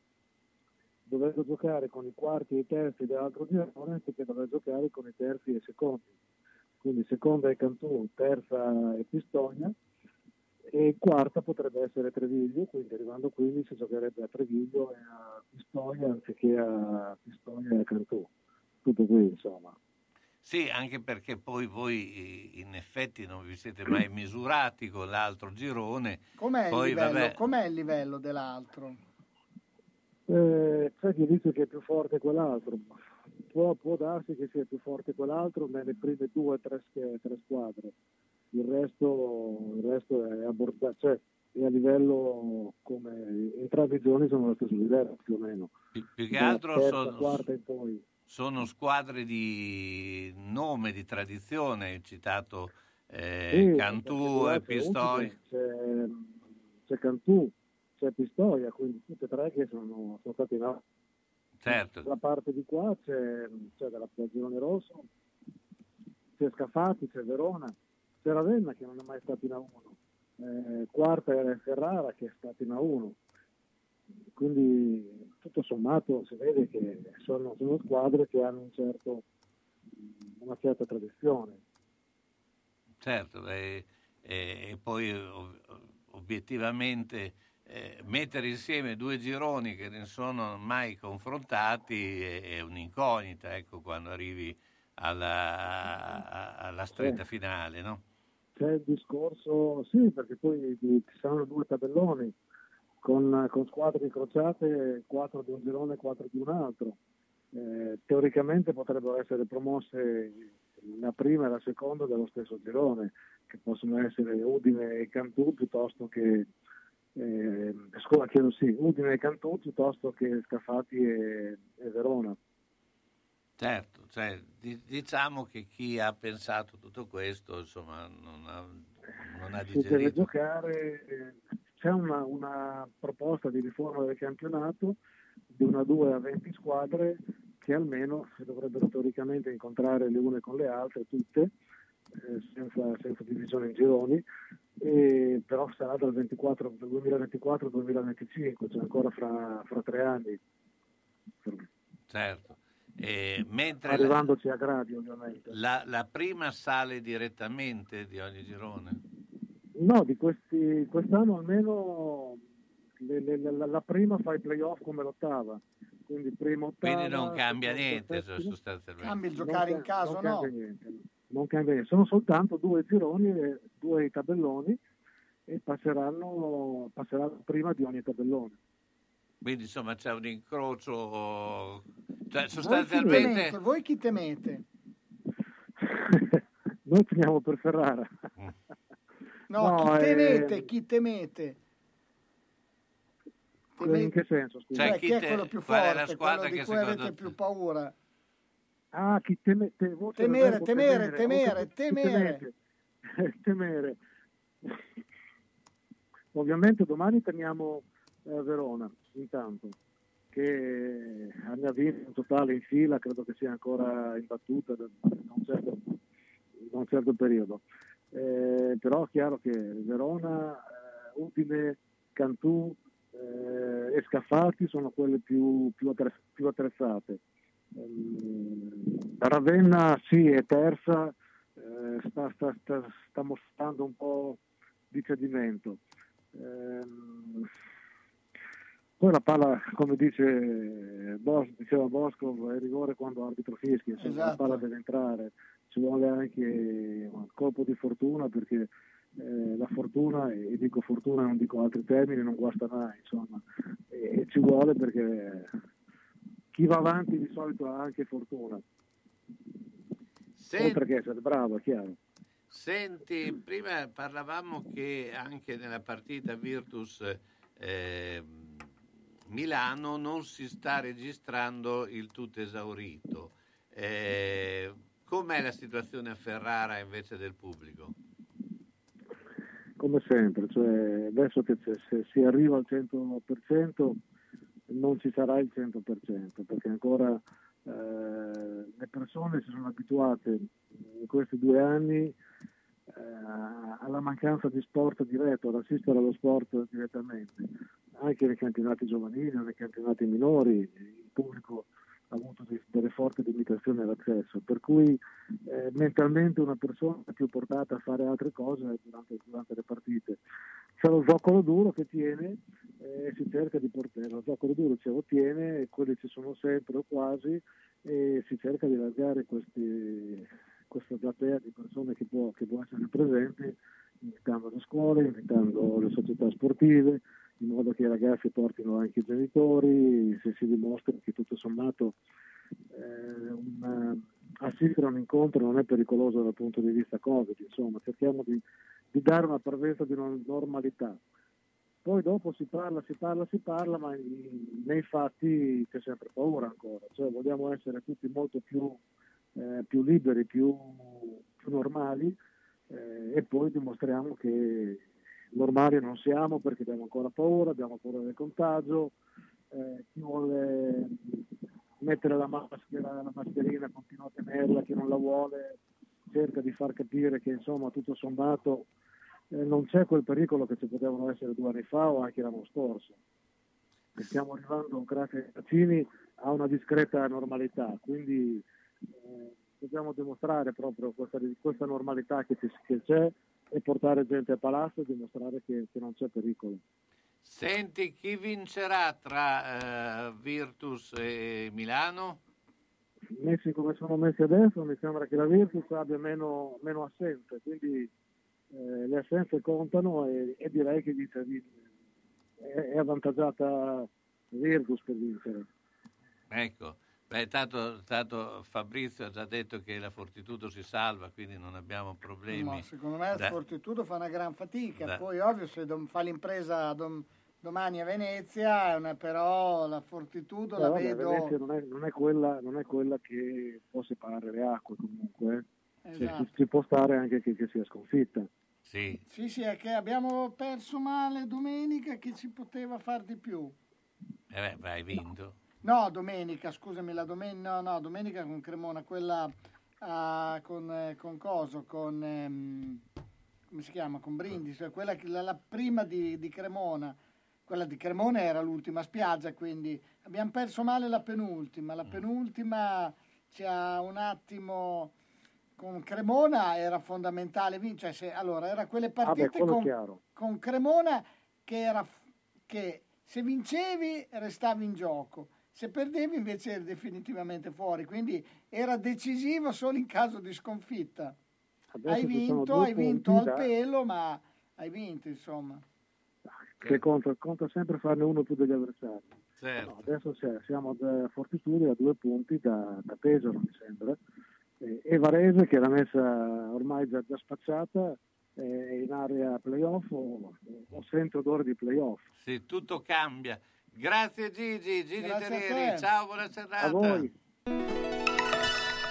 dovendo giocare con i quarti e i terzi dell'altro girone anziché dover giocare con i terzi e i secondi. Quindi seconda è Cantù, terza è Pistoia e quarta potrebbe essere Treviglio, quindi arrivando quindi si giocherebbe a Treviglio e a Pistoia anziché a Pistoia e a Cantù. Tutto qui insomma. Sì, anche perché poi voi in effetti non vi siete mai misurati con l'altro girone. Com'è il livello dell'altro? C'è chi dice che è più forte quell'altro, può darsi che sia più forte quell'altro nelle prime 2 o 3 squadre, il resto è abbordato, cioè è a livello come entrambi i giorni sono allo stesso livello più o meno. Più che altro quarta in poi. Sono squadre di nome, di tradizione, hai citato Cantù e Pistoia. C'è Cantù, c'è Pistoia, quindi tutte e tre che sono stati in A. Certo. La parte di qua c'è della Girone Rosso, c'è Scafati, c'è Verona, c'è Ravenna che non è mai stato in A1, quarta è Ferrara che è stato in A1. Quindi tutto sommato si vede che sono squadre che hanno una certa tradizione. Certo, e poi obiettivamente mettere insieme 2 gironi che non sono mai confrontati è un'incognita, ecco, quando arrivi alla stretta finale, no? C'è il discorso, sì, perché poi ci saranno 2 tabelloni con squadre incrociate, 4 di un girone e 4 di un altro. Teoricamente potrebbero essere promosse la prima e la seconda dello stesso girone, che possono essere Udine e Cantù piuttosto che Udine e Cantù piuttosto che Scafati e Verona. Certo, cioè, diciamo che chi ha pensato tutto questo insomma non ha Si deve digerito. giocare. C'è una proposta di riforma del campionato di 1 a 2 a 20 squadre che almeno si dovrebbero teoricamente incontrare le une con le altre tutte, senza divisione in gironi, però sarà dal 2024 al 2025, cioè ancora fra 3 anni. Certo. Mentre arrivandoci a gradi ovviamente. La prima sale direttamente di ogni girone? No, quest'anno almeno la prima fa i playoff come l'ottava, quindi prima ottava. Quindi non cambia niente sostanzialmente. Cambia il giocare in caso, no? Non cambia niente, sono soltanto 2 gironi e 2 tabelloni e passeranno prima di ogni tabellone. Quindi insomma c'è un incrocio, cioè sostanzialmente... Voi chi temete? Noi teniamo per Ferrara. No, chi temete? In che senso? Cioè, chi è quello più forte, qual è la squadra quello di che cui avete più paura? Chi temere. Ovviamente domani teniamo Verona, intanto, che ha vinto in totale in fila, credo che sia ancora imbattuta da un certo periodo. Però è chiaro che Verona, Udine, Cantù e Scafati sono quelle più attrezzate. Ravenna sì, è terza, sta mostrando un po' di cedimento. Poi la palla, come diceva Bosco, è rigore quando l'arbitro fischia, insomma, esatto. La palla deve entrare, ci vuole anche un colpo di fortuna, perché la fortuna, e dico fortuna, non dico altri termini, non guasta mai, insomma, e ci vuole, perché chi va avanti di solito ha anche fortuna, oltre che essere bravo, è chiaro. Senti, prima parlavamo che anche nella partita Virtus Milano non si sta registrando il tutto esaurito. Com'è la situazione a Ferrara invece del pubblico? Come sempre, cioè adesso che se si arriva al 100% non ci sarà il 100%, perché ancora le persone si sono abituate in questi 2 anni alla mancanza di sport diretto, ad assistere allo sport direttamente, anche nei campionati giovanili o nei campionati minori. Il pubblico ha avuto delle forti limitazioni all'accesso, per cui mentalmente una persona è più portata a fare altre cose durante le partite. C'è lo zoccolo duro che tiene e si cerca di portare, lo zoccolo duro ce lo tiene, e quelli ci sono sempre o quasi, e si cerca di allargare questa platea di persone che può essere presente, invitando le scuole, invitando le società sportive, in modo che i ragazzi portino anche i genitori, se si dimostra che tutto sommato assistere a un incontro non è pericoloso dal punto di vista Covid, insomma, cerchiamo di dare una parvenza di una normalità. Poi dopo si parla, ma nei fatti c'è sempre paura ancora, cioè vogliamo essere tutti molto più liberi, più normali, e poi dimostriamo che normali non siamo, perché abbiamo ancora paura del contagio. Chi vuole mettere la mascherina continua a tenerla, chi non la vuole cerca di far capire che insomma tutto sommato non c'è quel pericolo che ci potevano essere 2 anni fa o anche l'anno scorso. E stiamo arrivando, grazie ai vaccini, a una discreta normalità, quindi dobbiamo dimostrare proprio questa normalità che c'è, e portare gente a palazzo e dimostrare che non c'è pericolo. Senti, chi vincerà tra Virtus e Milano? Messi come sono messi adesso, mi sembra che la Virtus abbia meno assenze, quindi le assenze contano, e direi che è avvantaggiata Virtus per vincere. Ecco. Beh, tanto Fabrizio ha già detto che la Fortitudo si salva, quindi non abbiamo problemi. No, secondo me la Fortitudo fa una gran fatica, poi ovvio se fa l'impresa domani a Venezia, però la Fortitudo la vedo... Venezia non è quella che può separare le acque comunque, esatto. Ci può stare anche che sia sconfitta. Sì, è che abbiamo perso male domenica, che ci poteva far di più. Hai vinto. No, domenica, scusami, domenica con Cremona, quella con Coso, come si chiama, con Brindisi, quella la prima di Cremona. Quella di Cremona era l'ultima spiaggia, quindi abbiamo perso male la penultima c'ha un attimo, con Cremona era fondamentale vincere, era quelle partite con Cremona che se vincevi restavi in gioco, se perdevi invece eri definitivamente fuori, quindi era decisivo solo in caso di sconfitta. Adesso hai vinto al pelo, ma hai vinto, insomma. Che conta sempre farne uno più degli avversari. Certo. No, adesso siamo a Fortitudo a 2 punti da Pesaro, mi sembra, e Varese, che era messa ormai già spacciata, in area playoff o centro d'ora di playoff. Sì, tutto cambia. Grazie Gigi Grazie Terrieri, ciao, buona serata. A voi.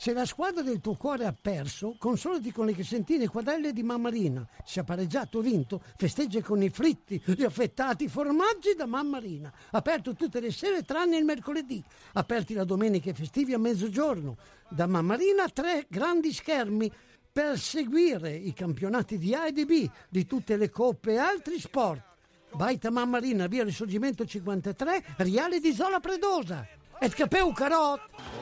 Se la squadra del tuo cuore ha perso, consolati con le crescentine e quadrelle di Mammarina. Se ha pareggiato o vinto, festeggia con i fritti, gli affettati formaggi da Mammarina. Aperto tutte le sere tranne il mercoledì. Aperti la domenica e festivi a mezzogiorno. Da Mammarina 3 grandi schermi per seguire i campionati di A e di B, di tutte le coppe e altri sport. Baita Mammarina, via Risorgimento 53, Riale di Zola Predosa. Et capeu carot!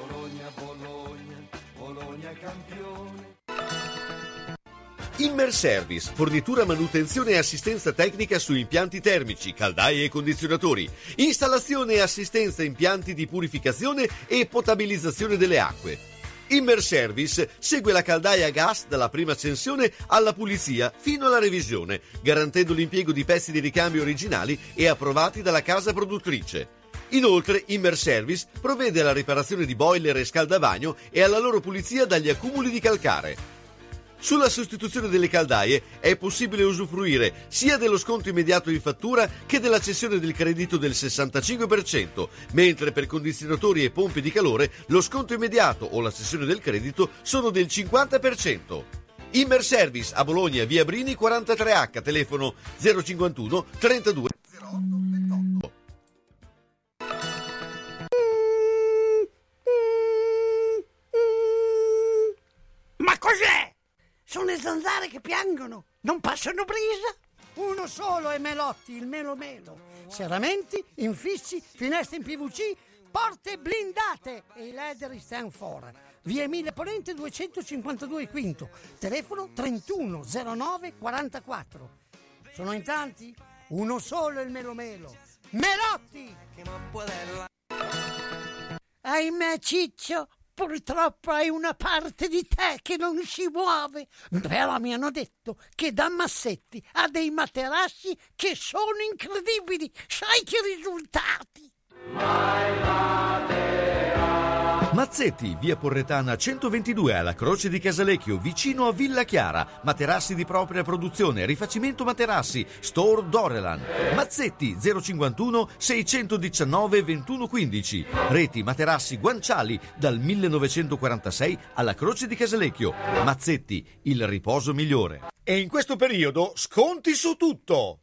Bologna campione. Immerservice, fornitura, manutenzione e assistenza tecnica su impianti termici, caldaie e condizionatori, installazione e assistenza impianti di purificazione e potabilizzazione delle acque. Immerservice segue la caldaia a gas dalla prima accensione alla pulizia fino alla revisione, garantendo l'impiego di pezzi di ricambio originali e approvati dalla casa produttrice. Inoltre, Immerservice provvede alla riparazione di boiler e scaldabagno e alla loro pulizia dagli accumuli di calcare. Sulla sostituzione delle caldaie è possibile usufruire sia dello sconto immediato in fattura che della cessione del credito del 65%, mentre per condizionatori e pompe di calore lo sconto immediato o la cessione del credito sono del 50%. Immerservice a Bologna, via Brini 43H, telefono 051 32 08 28. Ma cos'è? Sono le zanzare che piangono, non passano brisa. Uno solo è Melotti, il Melo Melo. Serramenti, infissi, finestre in PVC, porte blindate e i leder stand for. Via Emilia Ponente 252 Quinto, telefono 31 09 44. Sono in tanti? Uno solo è il Melo Melo. Melotti! Ahimè Ciccio, purtroppo hai una parte di te che non si muove, però mi hanno detto che da Massetti ha dei materassi che sono incredibili. Sai che risultati? Mazzetti, via Porretana 122 alla Croce di Casalecchio, vicino a Villa Chiara. Materassi di propria produzione, rifacimento materassi, Store Dorelan. Mazzetti 051 619 2115. Reti materassi guanciali dal 1946 alla Croce di Casalecchio. Mazzetti, il riposo migliore. E in questo periodo sconti su tutto.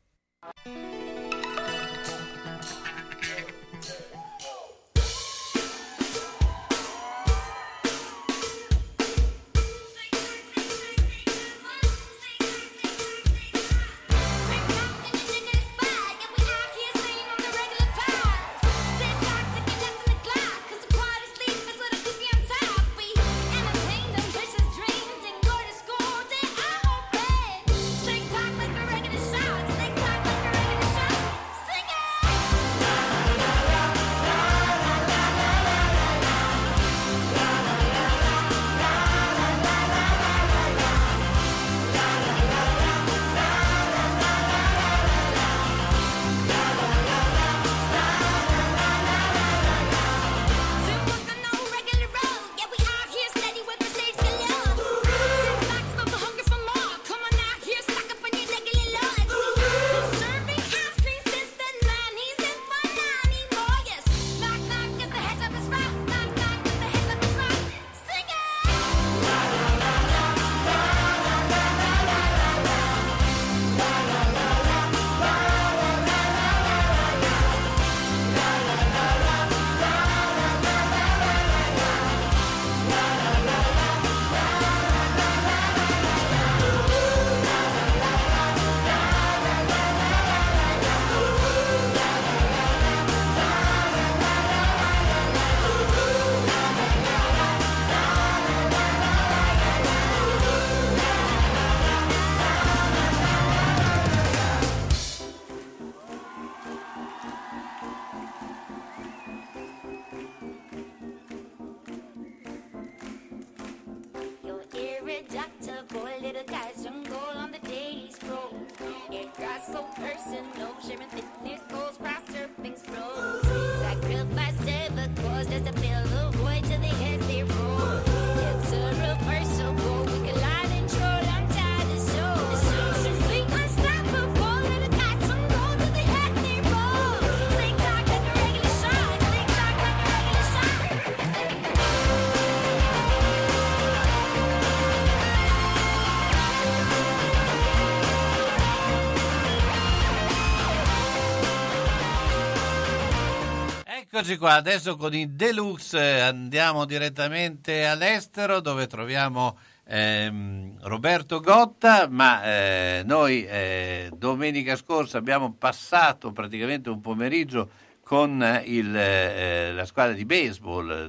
Eccoci qua, adesso con i Deluxe andiamo direttamente all'estero dove troviamo Roberto Gotta, ma noi domenica scorsa abbiamo passato praticamente un pomeriggio con la squadra di baseball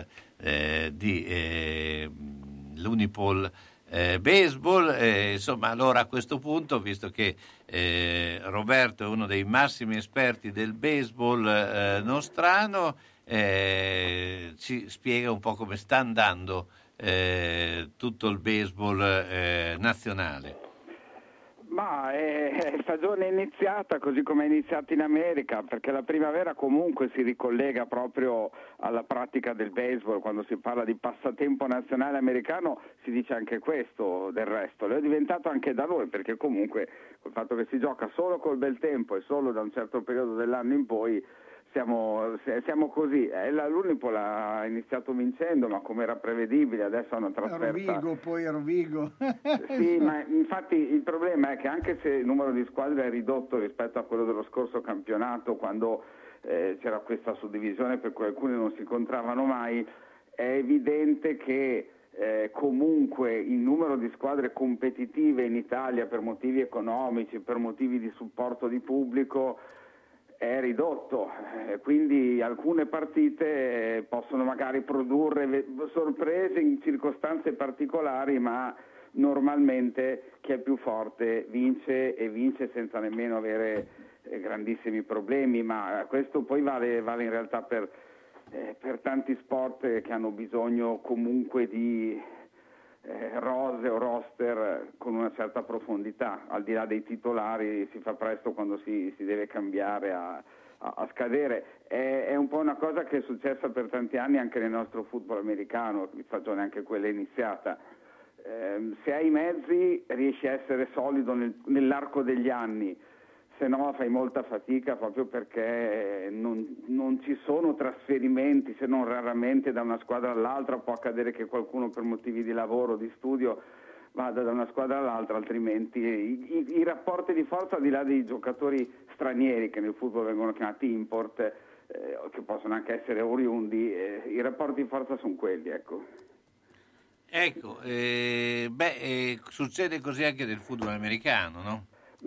di l'Unipol Baseball, insomma, allora a questo punto, visto che Roberto è uno dei massimi esperti del baseball nostrano, ci spiega un po' come sta andando tutto il baseball nazionale. Ma è stagione iniziata così come è iniziata in America, perché la primavera comunque si ricollega proprio alla pratica del baseball. Quando si parla di passatempo nazionale americano si dice anche questo, del resto. Lo è diventato anche da noi, perché comunque col fatto che si gioca solo col bel tempo e solo da un certo periodo dell'anno in poi siamo così. L'Unipol ha iniziato vincendo, ma come era prevedibile, adesso hanno trasferta Rovigo. Sì, ma infatti il problema è che anche se il numero di squadre è ridotto rispetto a quello dello scorso campionato, quando c'era questa suddivisione per cui alcuni non si incontravano mai, è evidente che comunque il numero di squadre competitive in Italia per motivi economici, per motivi di supporto di pubblico è ridotto, quindi alcune partite possono magari produrre sorprese in circostanze particolari, ma normalmente chi è più forte vince e vince senza nemmeno avere grandissimi problemi, ma questo poi vale in realtà per tanti sport che hanno bisogno comunque di rose o roster con una certa profondità. Al di là dei titolari si fa presto quando si deve cambiare a scadere. È un po' una cosa che è successa per tanti anni anche nel nostro football americano, stagione anche quella iniziata. Se hai i mezzi riesci a essere solido nell'arco degli anni, se no fai molta fatica proprio perché non ci sono trasferimenti, se non raramente da una squadra all'altra. Può accadere che qualcuno per motivi di lavoro, di studio vada da una squadra all'altra, altrimenti i rapporti di forza, al di là dei giocatori stranieri che nel football vengono chiamati import, che possono anche essere oriundi, i rapporti di forza sono quelli, ecco. Ecco, succede così anche nel football americano, no?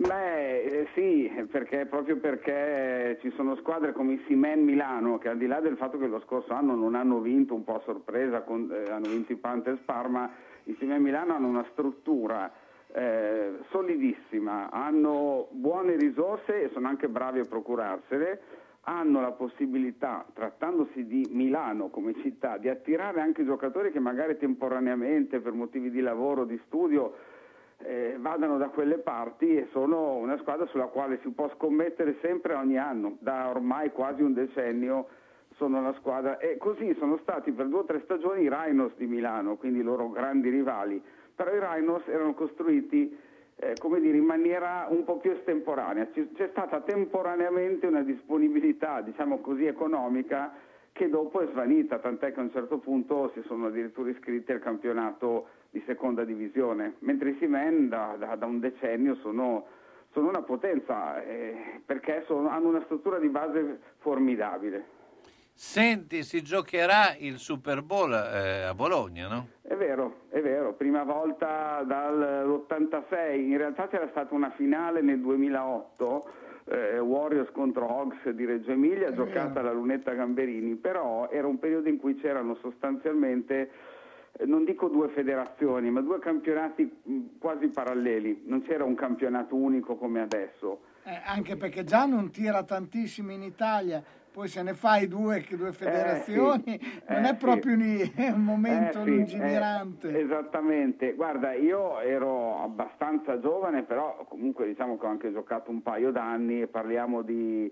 Sì, proprio perché ci sono squadre come il Simen Milano che, al di là del fatto che lo scorso anno non hanno vinto, un po' a sorpresa, hanno vinto i Panthers Parma, i Simen Milano hanno una struttura solidissima, hanno buone risorse e sono anche bravi a procurarsele, hanno la possibilità, trattandosi di Milano come città, di attirare anche giocatori che magari temporaneamente per motivi di lavoro, di studio vadano da quelle parti, e sono una squadra sulla quale si può scommettere sempre ogni anno, da ormai quasi un decennio sono la squadra, e così sono stati per 2 o 3 stagioni i Rhinos di Milano, quindi i loro grandi rivali, però i Rhinos erano costruiti in maniera un po' più estemporanea, c'è stata temporaneamente una disponibilità, diciamo così, economica che dopo è svanita, tant'è che a un certo punto si sono addirittura iscritti al campionato di seconda divisione, mentre i Simen da un decennio sono una potenza, perché hanno una struttura di base formidabile. Senti, si giocherà il Super Bowl a Bologna, no? È vero, prima volta dall'86, in realtà c'era stata una finale nel 2008, Warriors contro Hogs di Reggio Emilia, giocata alla Lunetta Gamberini, però era un periodo in cui c'erano sostanzialmente, non dico 2 federazioni, ma 2 campionati quasi paralleli, non c'era un campionato unico come adesso. Anche perché già non tira tantissimo in Italia, poi se ne fai 2 federazioni, non è proprio un momento lungimirante. Esattamente, guarda, io ero abbastanza giovane, però comunque diciamo che ho anche giocato un paio d'anni, e parliamo di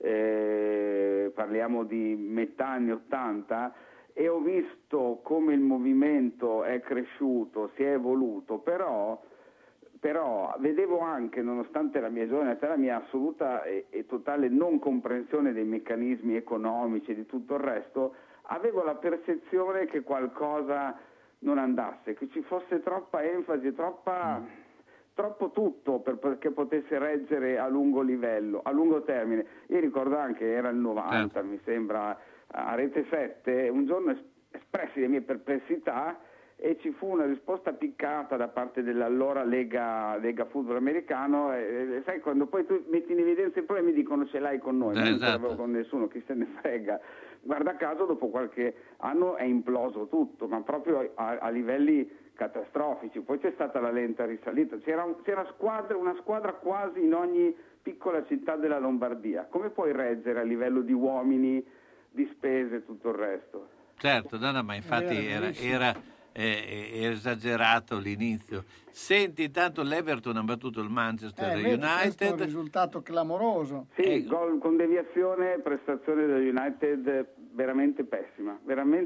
metà anni 80, e ho visto come il movimento è cresciuto, si è evoluto, però vedevo anche, nonostante la mia giovane età, la mia assoluta e totale non comprensione dei meccanismi economici e di tutto il resto, avevo la percezione che qualcosa non andasse, che ci fosse troppa enfasi, troppo tutto perché potesse reggere a lungo livello, a lungo termine. Io ricordo anche, era il 90, mi sembra, a Rete 7, un giorno espressi le mie perplessità e ci fu una risposta piccata da parte dell'allora Lega Football Americano, e sai, quando poi tu metti in evidenza il problema mi dicono ce l'hai con noi, non ce l'avevo con nessuno, chi se ne frega. Guarda caso dopo qualche anno è imploso tutto, ma proprio a livelli catastrofici. Poi c'è stata la lenta risalita, c'era una squadra quasi in ogni piccola città della Lombardia. Come puoi reggere a livello di uomini, di spese e tutto il resto? Certo, no, ma infatti era esagerato l'inizio. Senti, intanto l'Everton ha battuto il Manchester United. Questo è un risultato clamoroso. Sì, gol con deviazione, prestazione del United veramente pessima.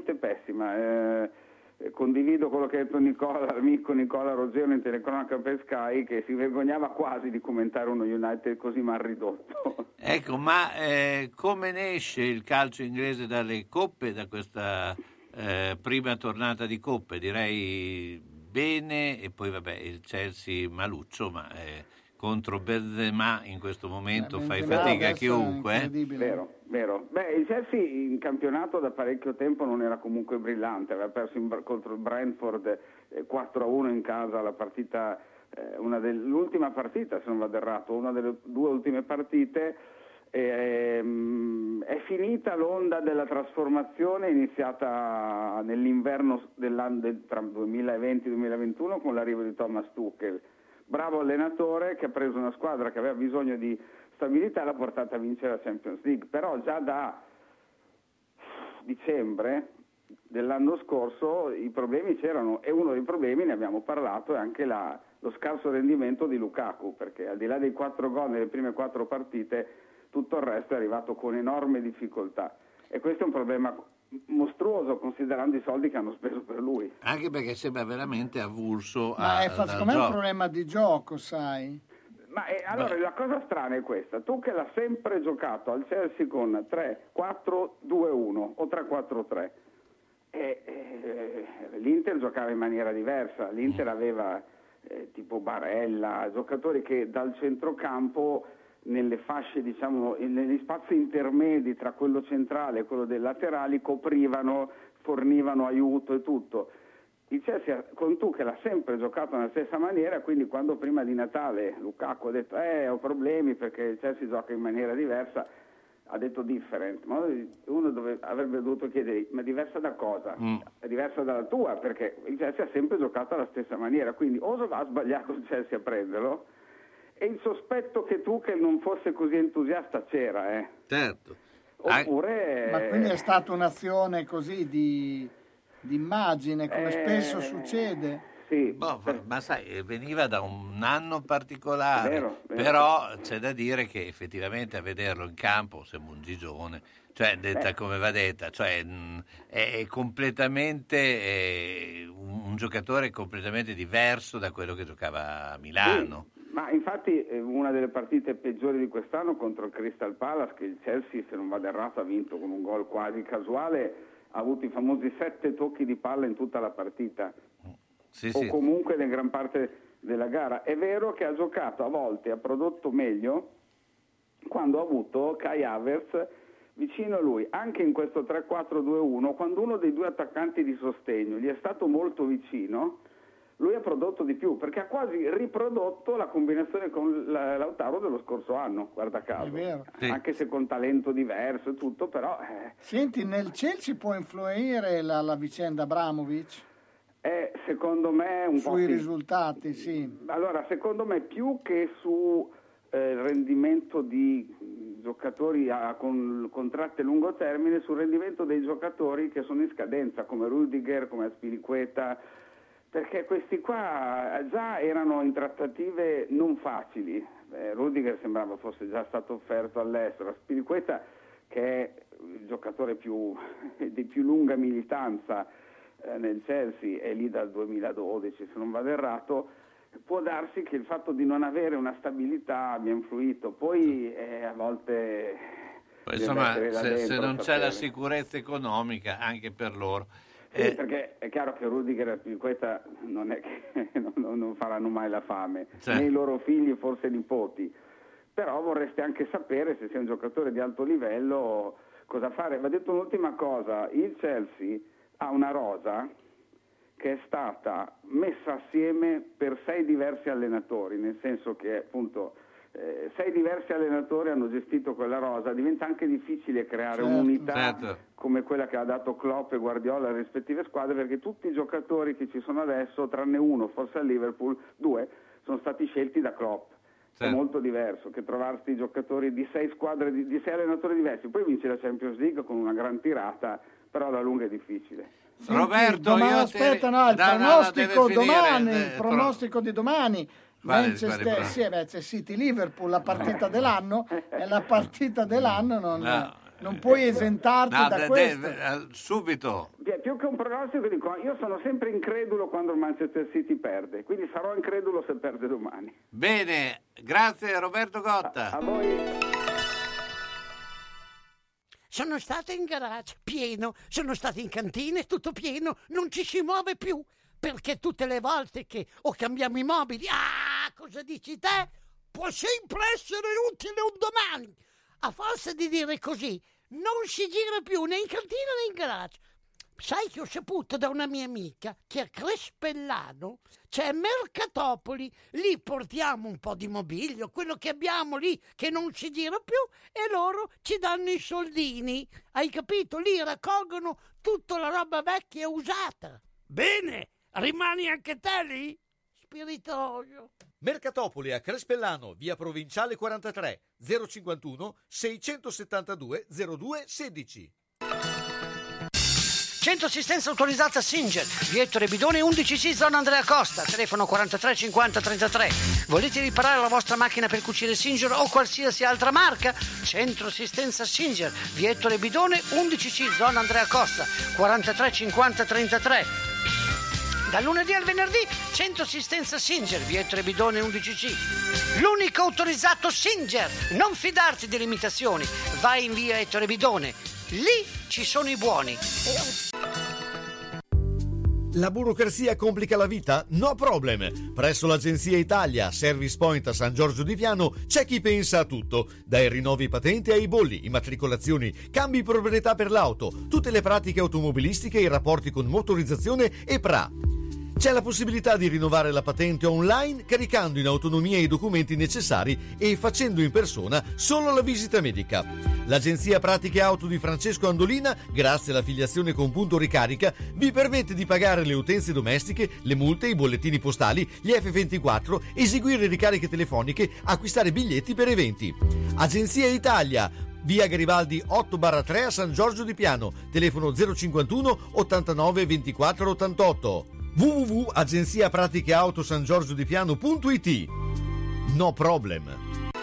Condivido quello che ha detto l'amico Nicola Rogero in telecronaca per Sky, che si vergognava quasi di commentare uno United così mal ridotto. Ecco, ma come ne esce il calcio inglese dalle coppe, da questa prima tornata di coppe? Direi bene, e poi vabbè il Chelsea maluccio, ma contro Benzema in questo momento fai fatica chiunque. Vero. Beh, il Chelsea in campionato da parecchio tempo non era comunque brillante, aveva perso contro il Brentford 4-1 in casa, la partita, l'ultima partita, se non vado errato, una delle due ultime partite. È finita l'onda della trasformazione iniziata nell'inverno dell'anno tra 2020 e 2021 con l'arrivo di Thomas Tuchel. Bravo allenatore che ha preso una squadra che aveva bisogno di stabilità e l'ha portata a vincere la Champions League, però già da dicembre dell'anno scorso i problemi c'erano, e uno dei problemi, ne abbiamo parlato, è anche lo scarso rendimento di Lukaku, perché al di là dei 4 gol nelle prime 4 partite tutto il resto è arrivato con enorme difficoltà, e questo è un problema mostruoso considerando i soldi che hanno speso per lui. Anche perché sembra veramente avulso. Ma secondo me è un problema di gioco, sai? Ma allora la cosa strana è questa: tu che l'ha sempre giocato al Chelsea con 3-4-2-1 o 3-4-3, l'Inter giocava in maniera diversa. L'Inter aveva tipo Barella, giocatori che dal centrocampo, nelle fasce, diciamo, negli spazi intermedi tra quello centrale e quello dei laterali, coprivano, fornivano aiuto e tutto. Il Chelsea con Tuchel l'ha sempre giocato nella stessa maniera, quindi quando prima di Natale Lukaku ha detto ho problemi perché il Chelsea gioca in maniera diversa, ha detto different, ma uno avrebbe dovuto chiedere ma diversa da cosa? È diversa dalla tua, perché il Chelsea ha sempre giocato alla stessa maniera, quindi o ha sbagliato il Chelsea a prenderlo, e il sospetto che Tuchel non fosse così entusiasta c'era. Certo. Oppure... Ma quindi è stata un'azione così di immagine, come spesso succede? Sì. Ma sai, veniva da un anno particolare, vero. Però c'è da dire che effettivamente a vederlo in campo sembra un gigione, cioè detta come va detta, cioè è completamente un giocatore completamente diverso da quello che giocava a Milano. Sì. Ma infatti una delle partite peggiori di quest'anno contro il Crystal Palace, che il Chelsea, se non vado errato, ha vinto con un gol quasi casuale, ha avuto i famosi 7 tocchi di palla in tutta la partita, comunque in gran parte della gara. È vero che ha giocato a volte, ha prodotto meglio quando ha avuto Kai Havertz vicino a lui, anche in questo 3-4-2-1, quando uno dei due attaccanti di sostegno gli è stato molto vicino, lui ha prodotto di più, perché ha quasi riprodotto la combinazione con Lautaro dello scorso anno, guarda caso. È vero. Anche se con talento diverso e tutto, però... Senti, nel Chelsea può influire la vicenda Abramovich? Secondo me un po' sui risultati, sì. Allora, secondo me più che su rendimento di giocatori con contratti a lungo termine, sul rendimento dei giocatori che sono in scadenza, come Rudiger, come Azpilicueta, perché questi qua già erano in trattative non facili. Rudiger sembrava fosse già stato offerto all'estero, Azpilicueta, che è il giocatore di più lunga militanza nel Chelsea, è lì dal 2012 se non vado errato, può darsi che il fatto di non avere una stabilità abbia influito. Poi a volte insomma, se non c'è la sicurezza economica anche per loro. Sì, perché è chiaro che Rudiger e Aspilicueta non è che non faranno mai la fame, né i loro figli, forse nipoti. Però vorreste anche sapere, se sei un giocatore di alto livello, cosa fare. Va detto un'ultima cosa: il Chelsea ha una rosa che è stata messa assieme per 6 diversi allenatori, nel senso che appunto 6 diversi allenatori hanno gestito quella rosa. Diventa anche difficile creare un'unità come quella che ha dato Klopp e Guardiola alle rispettive squadre, perché tutti i giocatori che ci sono adesso, tranne uno, forse al Liverpool, 2, sono stati scelti da Klopp. È molto diverso che trovarsi giocatori di 6 squadre, di 6 allenatori diversi. Poi vince la Champions League con una gran tirata, però alla lunga è difficile. Senti, Roberto, il pronostico domani, il pronostico di domani. Manchester City Liverpool, la partita dell'anno, e la partita dell'anno non puoi esentarti da questo. Subito. Più che un pronostico dico, io sono sempre incredulo quando il Manchester City perde, quindi sarò incredulo se perde domani. Bene, grazie Roberto Gotta. A voi. Sono stato in garage, pieno, sono stato in cantina, tutto pieno, non ci si muove più, perché tutte le volte che cambiamo i mobili, cosa dici te? Può sempre essere utile un domani. A forza di dire così, non si gira più né in cantina né in garage. Sai che ho saputo da una mia amica che a Crespellano c'è Mercatopoli, lì portiamo un po' di mobilio, quello che abbiamo lì che non si gira più, e loro ci danno i soldini, hai capito? Lì raccolgono tutta la roba vecchia e usata. Bene, rimani anche te lì? Spiritoso. Mercatopoli a Crespellano, via Provinciale 43, 051 672 0216. Centro assistenza autorizzata Singer, via Ettore Bidone 11C, zona Andrea Costa, telefono 43 50 33. Volete riparare la vostra macchina per cucire Singer o qualsiasi altra marca? Centro assistenza Singer, via Ettore Bidone 11C, zona Andrea Costa, 43 50 33. Dal lunedì al venerdì, centro assistenza Singer, via Ettore Bidone 11C. L'unico autorizzato Singer. Non fidarti delle imitazioni. Vai in via Ettore Bidone. Lì ci sono i buoni. La burocrazia complica la vita? No problem! Presso l'Agenzia Italia, Service Point a San Giorgio di Piano, c'è chi pensa a tutto. Dai rinnovi patenti ai bolli, immatricolazioni, cambi proprietà per l'auto, tutte le pratiche automobilistiche e i rapporti con motorizzazione e PRA. C'è la possibilità di rinnovare la patente online caricando in autonomia i documenti necessari e facendo in persona solo la visita medica. L'Agenzia Pratiche Auto di Francesco Andolina, grazie all'affiliazione con Punto Ricarica, vi permette di pagare le utenze domestiche, le multe, i bollettini postali, gli F24, eseguire ricariche telefoniche, acquistare biglietti per eventi. Agenzia Italia, via Garibaldi 8/3 a San Giorgio di Piano, telefono 051 89 24 88. www.agenziapraticheautosangiorgiodipiano.it. No problem.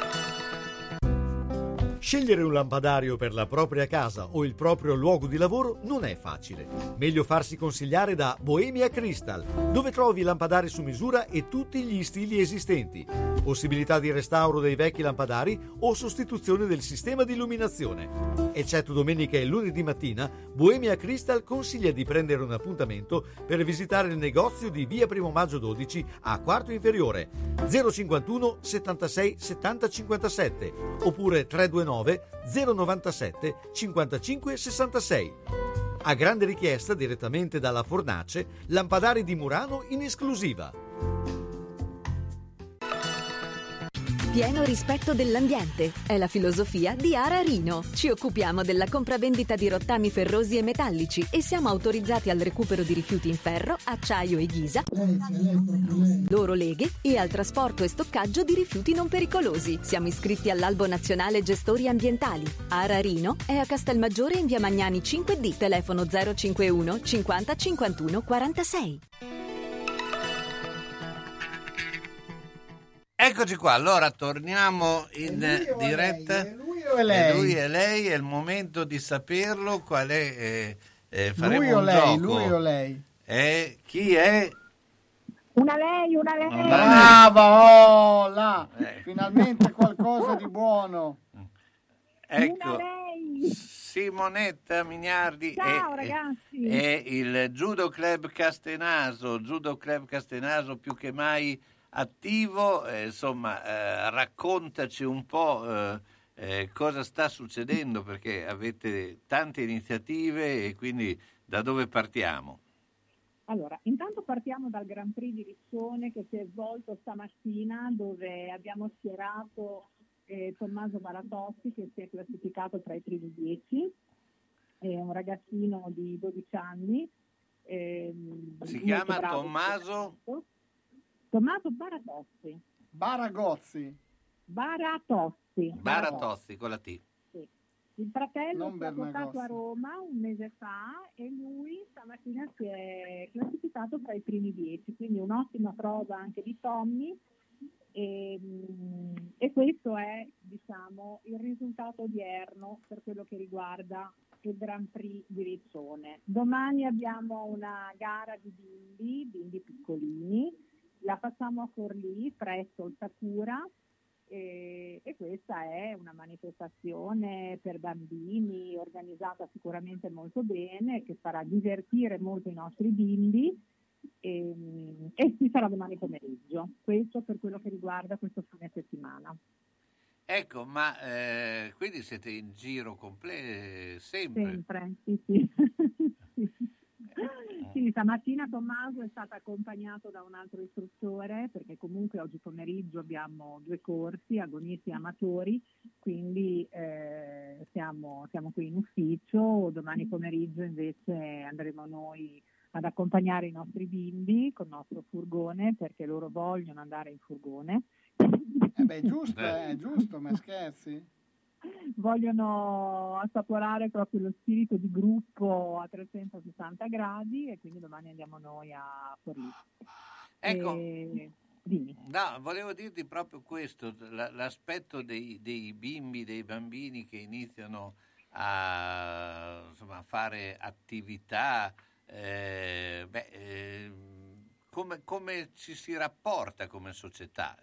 Scegliere un lampadario per la propria casa o il proprio luogo di lavoro non è facile. Meglio farsi consigliare da Bohemia Crystal, dove trovi lampadari su misura e tutti gli stili esistenti. Possibilità di restauro dei vecchi lampadari o sostituzione del sistema di illuminazione. Eccetto domenica e lunedì mattina, Bohemia Crystal consiglia di prendere un appuntamento per visitare il negozio di via Primo Maggio 12 a Quarto Inferiore, 051 76 70 57 oppure 329 097 55 66. A grande richiesta direttamente dalla fornace, lampadari di Murano in esclusiva. Pieno rispetto dell'ambiente è la filosofia di Ara Rino. Ci occupiamo della compravendita di rottami ferrosi e metallici e siamo autorizzati al recupero di rifiuti in ferro, acciaio e ghisa, loro leghe e al trasporto e stoccaggio di rifiuti non pericolosi. Siamo iscritti all'Albo Nazionale Gestori Ambientali. Ara Rino è a Castelmaggiore in via Magnani 5D, telefono 051 50 51 46. Eccoci qua, allora torniamo in diretta. Lui e lei, è il momento di saperlo. Qual è? Faremo lui o un lei? gioco. Lui o lei? Chi è? Una lei. Brava, là! Finalmente qualcosa di buono. Ecco, Simonetta Mignardi. Ciao ragazzi. È il Judo Club Castenaso, più che mai attivo, raccontaci un po' cosa sta succedendo, perché avete tante iniziative e quindi da dove partiamo? Allora, intanto partiamo dal Grand Prix di Riccione che si è svolto stamattina, dove abbiamo schierato Tommaso Baratossi, che si è classificato tra i primi 10, è un ragazzino di 12 anni. Si chiama Tommaso Baratossi. Baratossi con la T. Sì. Il fratello si è portato a Roma un mese fa e lui stamattina si è classificato tra i primi 10, quindi un'ottima prova anche di Tommy. E questo è, diciamo, il risultato odierno per quello che riguarda il Grand Prix di Riccione. Domani abbiamo una gara di bimbi piccolini, la facciamo a Forlì presso il Sakura e questa è una manifestazione per bambini organizzata sicuramente molto bene, che farà divertire molto i nostri bimbi. E ci sarà domani pomeriggio. Questo per quello che riguarda questo fine settimana. Ecco, ma quindi siete in giro completo sempre? Sì. Sì, stamattina Tommaso è stato accompagnato da un altro istruttore, perché comunque oggi pomeriggio abbiamo 2 corsi, agonisti e amatori, quindi siamo qui in ufficio. Domani pomeriggio invece andremo noi ad accompagnare i nostri bimbi con il nostro furgone, perché loro vogliono andare in furgone. È giusto, ma scherzi? Vogliono assaporare proprio lo spirito di gruppo a 360 gradi e quindi domani andiamo noi a Forlì. Ecco, no, volevo dirti proprio questo, l'aspetto dei bimbi, dei bambini che iniziano a fare attività. Come ci si rapporta come società,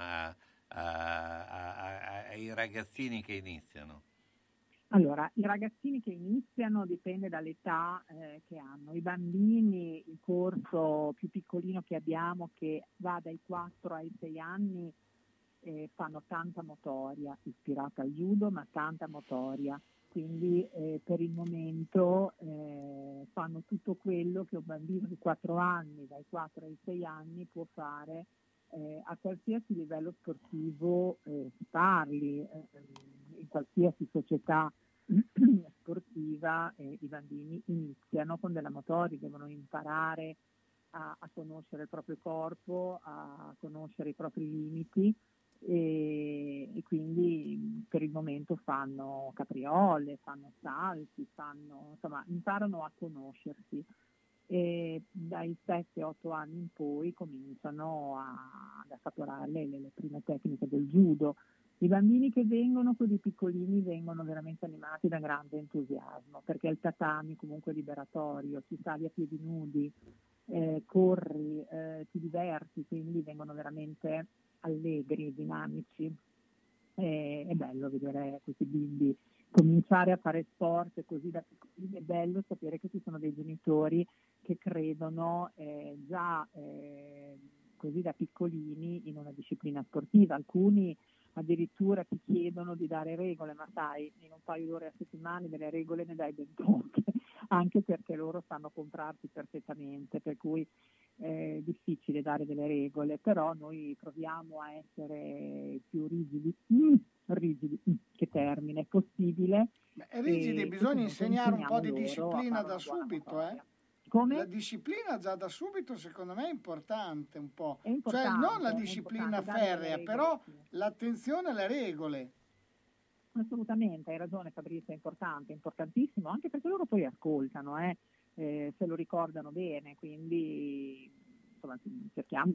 ai ragazzini che iniziano? Allora, i ragazzini che iniziano dipende dall'età che hanno. I bambini, il corso più piccolino che abbiamo, che va dai 4 ai 6 anni, fanno tanta motoria, ispirata al judo, ma tanta motoria. Quindi per il momento fanno tutto quello che un bambino di 4 anni, dai 4 ai 6 anni, può fare a qualsiasi livello sportivo si parli, in qualsiasi società sportiva. I bambini iniziano con della motoria, devono imparare a conoscere il proprio corpo, a conoscere i propri limiti. E quindi per il momento fanno capriole, fanno salti, imparano a conoscersi e dai 7-8 anni in poi cominciano ad assaporare le prime tecniche del judo. I bambini che vengono, quelli piccolini, vengono veramente animati da grande entusiasmo, perché il tatami comunque è liberatorio, ci sali a piedi nudi, corri, ti diverti, quindi vengono veramente allegri, dinamici. È bello vedere questi bimbi cominciare a fare sport così da piccolini. È bello sapere che ci sono dei genitori che credono già così da piccolini in una disciplina sportiva. Alcuni addirittura ti chiedono di dare regole, ma sai, in un paio d'ore a settimana delle regole ne dai ben poche, anche perché loro sanno comprarti perfettamente, per cui è difficile dare delle regole, però noi proviamo a essere più rigidi, che termine possibile. Rigidi, bisogna insegnare un po' di disciplina da subito, Come? La disciplina già da subito secondo me è importante un po', importante, cioè non la disciplina ferrea, però l'attenzione alle regole. Assolutamente, hai ragione Fabrizio, è importante, importantissimo, anche perché loro poi ascoltano, se lo ricordano bene, quindi insomma cerchiamo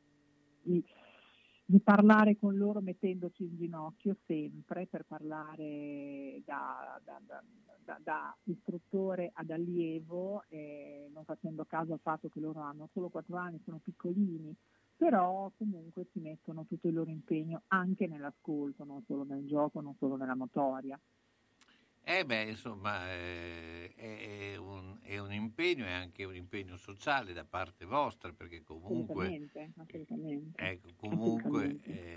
di parlare con loro mettendoci in ginocchio sempre, per parlare da istruttore ad allievo, non facendo caso al fatto che loro hanno solo 4 anni, sono piccolini, però comunque ci mettono tutto il loro impegno anche nell'ascolto, non solo nel gioco, non solo nella motoria. Insomma, è un impegno, è anche un impegno sociale da parte vostra, perché comunque assolutamente. Ecco, comunque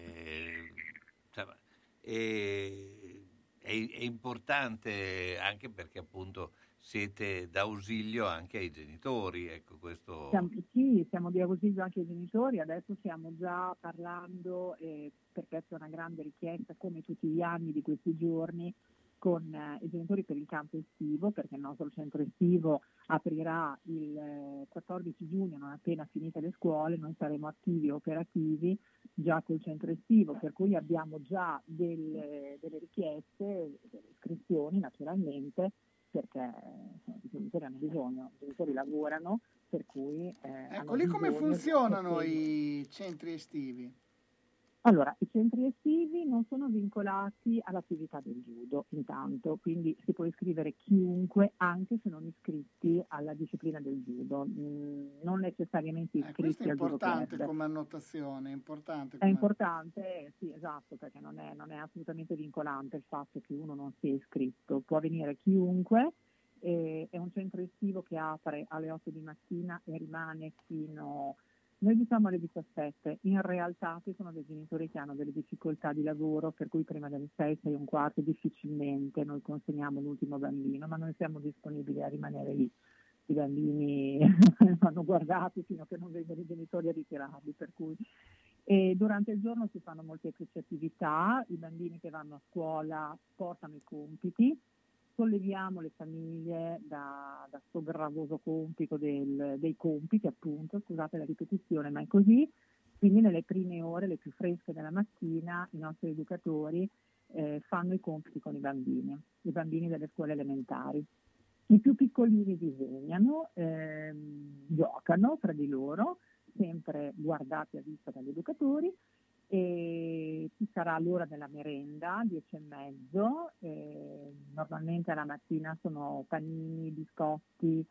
è importante, anche perché appunto siete d'ausilio anche ai genitori, ecco questo. Siamo di ausilio anche ai genitori, adesso stiamo già parlando, perché c'è una grande richiesta come tutti gli anni di questi giorni, con i genitori per il campo estivo, perché il nostro centro estivo aprirà il 14 giugno, non appena finite le scuole. Noi saremo attivi e operativi già col centro estivo, per cui abbiamo già delle richieste, delle iscrizioni naturalmente, perché i genitori hanno bisogno, i genitori lavorano, per cui ecco lì come funzionano i centri estivi? Allora, i centri estivi non sono vincolati all'attività del judo, intanto, quindi si può iscrivere chiunque, anche se non iscritti alla disciplina del judo, non necessariamente iscritti al judo club. Questo è importante come annotazione, È importante, sì, esatto, perché non è assolutamente vincolante il fatto che uno non sia iscritto, può venire chiunque. È un centro estivo che apre alle 8 di mattina e rimane fino... Noi diciamo alle 17, in realtà ci sono dei genitori che hanno delle difficoltà di lavoro, per cui prima delle 6, 6 e un quarto difficilmente noi consegniamo l'ultimo bambino, ma noi siamo disponibili a rimanere lì. I bambini vanno guardati fino a che non vengono i genitori a ritirarli, per cui... E durante il giorno si fanno molteplici attività, i bambini che vanno a scuola portano i compiti, solleviamo le famiglie da sto gravoso compito dei compiti, appunto, scusate la ripetizione, ma è così. Quindi nelle prime ore, le più fresche della mattina, i nostri educatori fanno i compiti con i bambini delle scuole elementari. I più piccolini disegnano, giocano tra di loro, sempre guardati a vista dagli educatori, e ci sarà l'ora della merenda, 10:30, normalmente alla mattina sono panini, biscotti,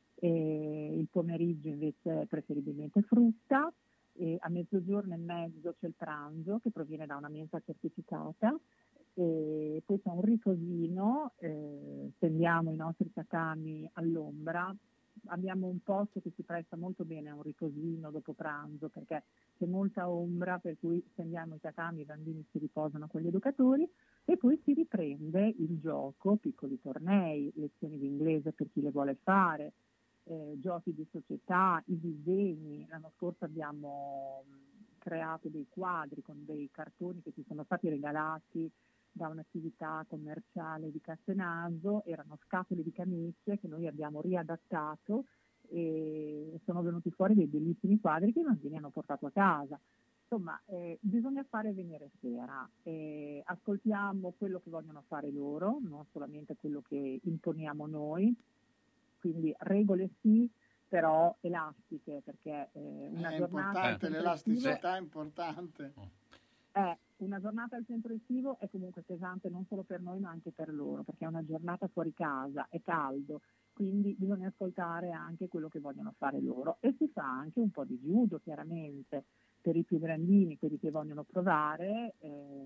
il pomeriggio invece preferibilmente frutta, e a mezzogiorno e mezzo c'è il pranzo che proviene da una mensa certificata, e poi c'è un riposino, stendiamo i nostri tatami all'ombra. Abbiamo un posto che si presta molto bene a un riposino dopo pranzo, perché c'è molta ombra, per cui stendiamo i tatami, i bambini si riposano con gli educatori e poi si riprende il gioco, piccoli tornei, lezioni di inglese per chi le vuole fare, giochi di società, i disegni. L'anno scorso abbiamo creato dei quadri con dei cartoni che ci sono stati regalati da un'attività commerciale di Castenaso, erano scatole di camicie che noi abbiamo riadattato e sono venuti fuori dei bellissimi quadri che i bambini hanno portato a casa. Insomma, bisogna fare venire sera, ascoltiamo quello che vogliono fare loro, non solamente quello che imponiamo noi, quindi regole sì, però elastiche, perché una è giornata... importante, l'elasticità è importante. Una giornata al centro estivo è comunque pesante non solo per noi ma anche per loro, perché è una giornata fuori casa, è caldo, quindi bisogna ascoltare anche quello che vogliono fare loro, e si fa anche un po' di judo chiaramente per i più grandini, quelli che vogliono provare,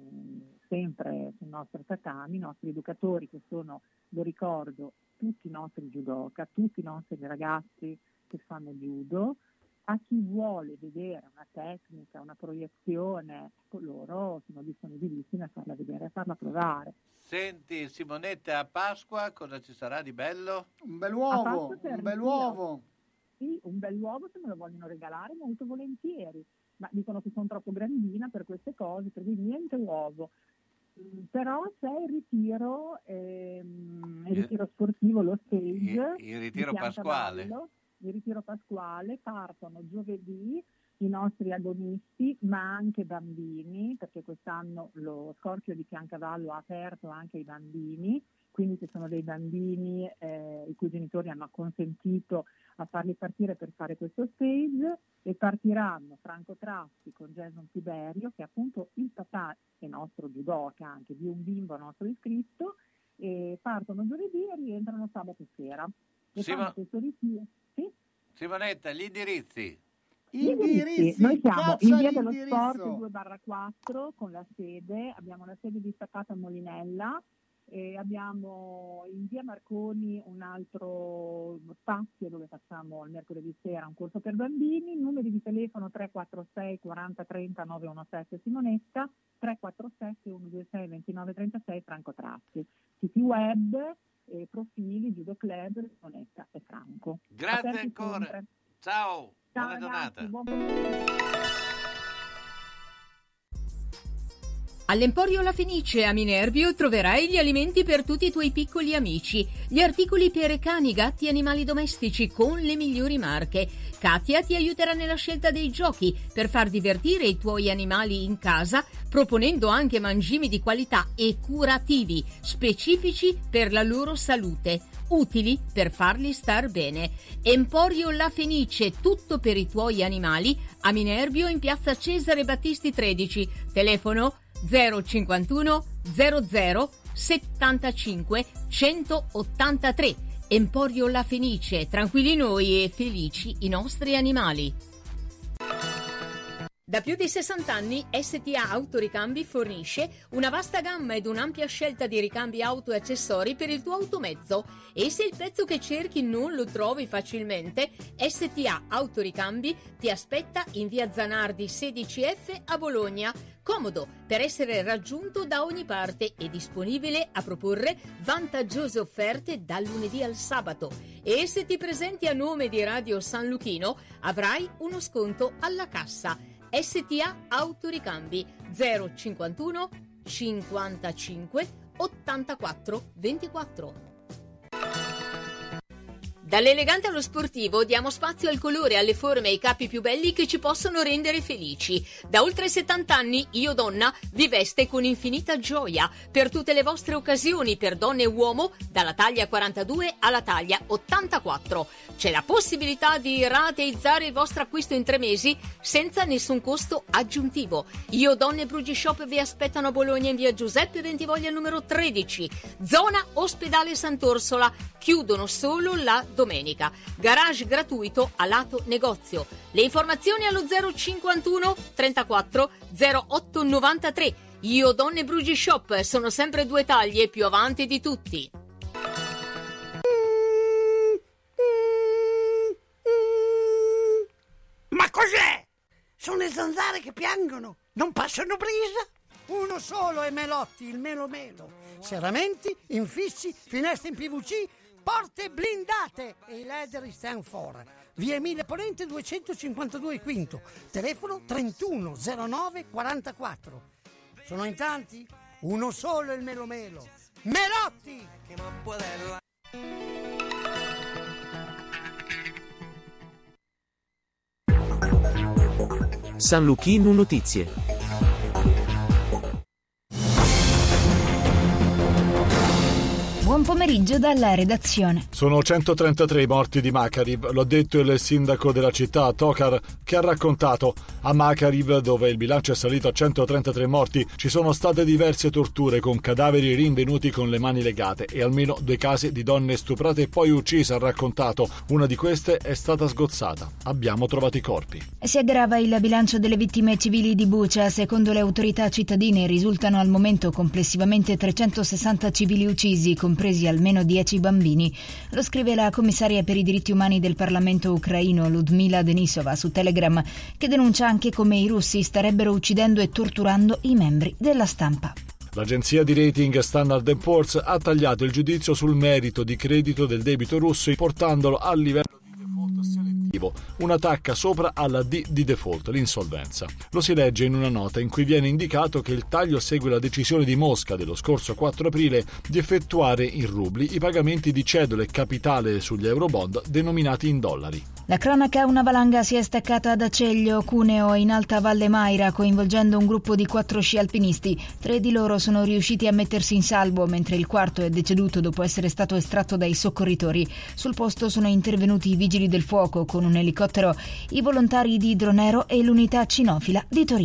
sempre sul nostro tatami, i nostri educatori che sono, lo ricordo, tutti i nostri judoka, tutti i nostri ragazzi che fanno judo. A chi vuole vedere una tecnica, una proiezione, loro sono disponibilissimi a farla vedere, a farla provare. Senti Simonetta, a Pasqua cosa ci sarà di bello? Un bell'uovo, un bell'uovo. Sì, un bell'uovo, se me lo vogliono regalare molto volentieri, ma dicono che sono troppo grandina per queste cose, per cui niente uovo. Però c'è il ritiro sportivo, lo stage. Il ritiro pasquale. Il ritiro pasquale, partono giovedì i nostri agonisti, ma anche bambini, perché quest'anno lo Scorchio di Piancavallo ha aperto anche ai bambini, quindi ci sono dei bambini i cui genitori hanno acconsentito a farli partire per fare questo stage, e partiranno Franco Tratti con Jason Tiberio, che è appunto il papà e nostro judoka anche di un bimbo nostro iscritto, e partono giovedì e rientrano sabato sera. E fanno questo ritiro. Sì? Simonetta, gli indirizzi? Noi siamo in via dello Sport 2/4 con la sede, abbiamo la sede distaccata a Molinella e abbiamo in via Marconi un altro spazio dove facciamo il mercoledì sera un corso per bambini. Numeri di telefono 346 40 30 917 Simonetta, 347 126 29 36 Franco Tratti. Siti web e profili Judo Club, Simonetta e Franco. Grazie Aperti ancora. sempre. Ciao, buona ragazzi, giornata. buon pomeriggio. All'Emporio La Fenice a Minerbio troverai gli alimenti per tutti i tuoi piccoli amici, gli articoli per cani, gatti e animali domestici con le migliori marche. Katia ti aiuterà nella scelta dei giochi per far divertire i tuoi animali in casa, proponendo anche mangimi di qualità e curativi, specifici per la loro salute, utili per farli star bene. Emporio La Fenice, tutto per i tuoi animali, a Minerbio in piazza Cesare Battisti 13, telefono 051 00 75 183. Emporio La Fenice, tranquilli noi e felici i nostri animali. Da più di 60 anni STA Autoricambi fornisce una vasta gamma ed un'ampia scelta di ricambi auto e accessori per il tuo automezzo, e se il pezzo che cerchi non lo trovi facilmente, STA Autoricambi ti aspetta in via Zanardi 16F a Bologna, comodo per essere raggiunto da ogni parte e disponibile a proporre vantaggiose offerte dal lunedì al sabato. E se ti presenti a nome di Radio San Luchino avrai uno sconto alla cassa. STA Autoricambi 051 55 84 24. Dall'elegante allo sportivo diamo spazio al colore, alle forme e ai capi più belli che ci possono rendere felici. Da oltre 70 anni Io Donna vi veste con infinita gioia per tutte le vostre occasioni, per donne e uomo, dalla taglia 42 alla taglia 84. C'è la possibilità di rateizzare il vostro acquisto in 3 mesi senza nessun costo aggiuntivo. Io Donne Brugi Shop vi aspettano a Bologna in via Giuseppe Bentivoglia numero 13, zona Ospedale Sant'Orsola. Chiudono solo la domenica. Garage gratuito a lato negozio. Le informazioni allo 051 34 08 93. Io Donne Brugi Shop, sono sempre 2 taglie più avanti di tutti. Ma cos'è? Sono le zanzare che piangono, non passano brisa. Uno solo è Melotti, il Melo Melo. Serramenti, infissi, finestre in PVC, porte blindate e i leder stand for. Via Emile Ponente 252 Quinto, telefono 31 09 44. Sono in tanti? Uno solo è il Melo Melo. Melotti! San Luchino Notizie. Buon pomeriggio dalla redazione. Sono 133 i morti di Makariv, lo ha detto il sindaco della città, Tokar, che ha raccontato: a Makariv, dove il bilancio è salito a 133 morti, ci sono state diverse torture con cadaveri rinvenuti con le mani legate e almeno 2 casi di donne stuprate e poi uccise, ha raccontato. Una di queste è stata sgozzata. Abbiamo trovato i corpi. Si aggrava il bilancio delle vittime civili di Bucha. Secondo le autorità cittadine risultano al momento complessivamente 360 civili uccisi, compresi almeno 10 bambini. Lo scrive la commissaria per i diritti umani del Parlamento ucraino Ludmila Denisova su Telegram, che denuncia anche come i russi starebbero uccidendo e torturando i membri della stampa. L'agenzia di rating Standard & Poor's ha tagliato il giudizio sul merito di credito del debito russo, portandolo al livello di default selettivo, una tacca sopra alla D di default, l'insolvenza. Lo si legge in una nota in cui viene indicato che il taglio segue la decisione di Mosca dello scorso 4 aprile di effettuare in rubli i pagamenti di cedole capitale sugli eurobond denominati in dollari. La cronaca: una valanga si è staccata ad Aceglio, Cuneo, in Alta Valle Maira, coinvolgendo un gruppo di 4 sci alpinisti. 3 di loro sono riusciti a mettersi in salvo, mentre il quarto è deceduto dopo essere stato estratto dai soccorritori. Sul posto sono intervenuti i vigili del fuoco con un elicottero, i volontari di Idronero e l'unità cinofila di Torino.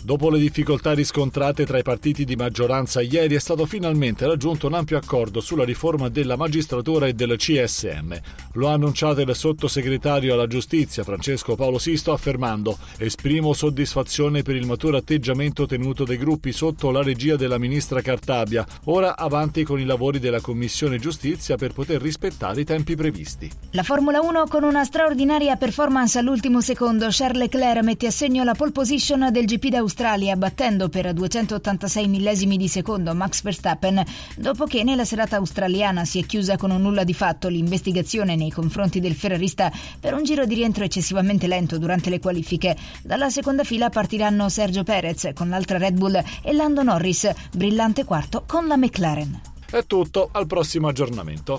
Dopo le difficoltà riscontrate tra i partiti di maggioranza, ieri è stato finalmente raggiunto un ampio accordo sulla riforma della magistratura e del CSM. Lo ha annunciato il sottosegretario alla giustizia Francesco Paolo Sisto, affermando: esprimo soddisfazione per il maturo atteggiamento tenuto dai gruppi sotto la regia della ministra Cartabia. Ora avanti con i lavori della Commissione Giustizia per poter rispettare i tempi previsti. La Formula 1 con una straordinaria performance all'ultimo secondo. Charles Leclerc mette a segno la pole position del GP d'Australia, battendo per 286 millesimi di secondo Max Verstappen, dopo che nella serata australiana si è chiusa con un nulla di fatto l'investigazione nei confronti del ferrarista per un giro di rientro eccessivamente lento durante le qualifiche. Dalla seconda fila partiranno Sergio Perez con l'altra Red Bull e Lando Norris, brillante quarto con la McLaren. È tutto, al prossimo aggiornamento.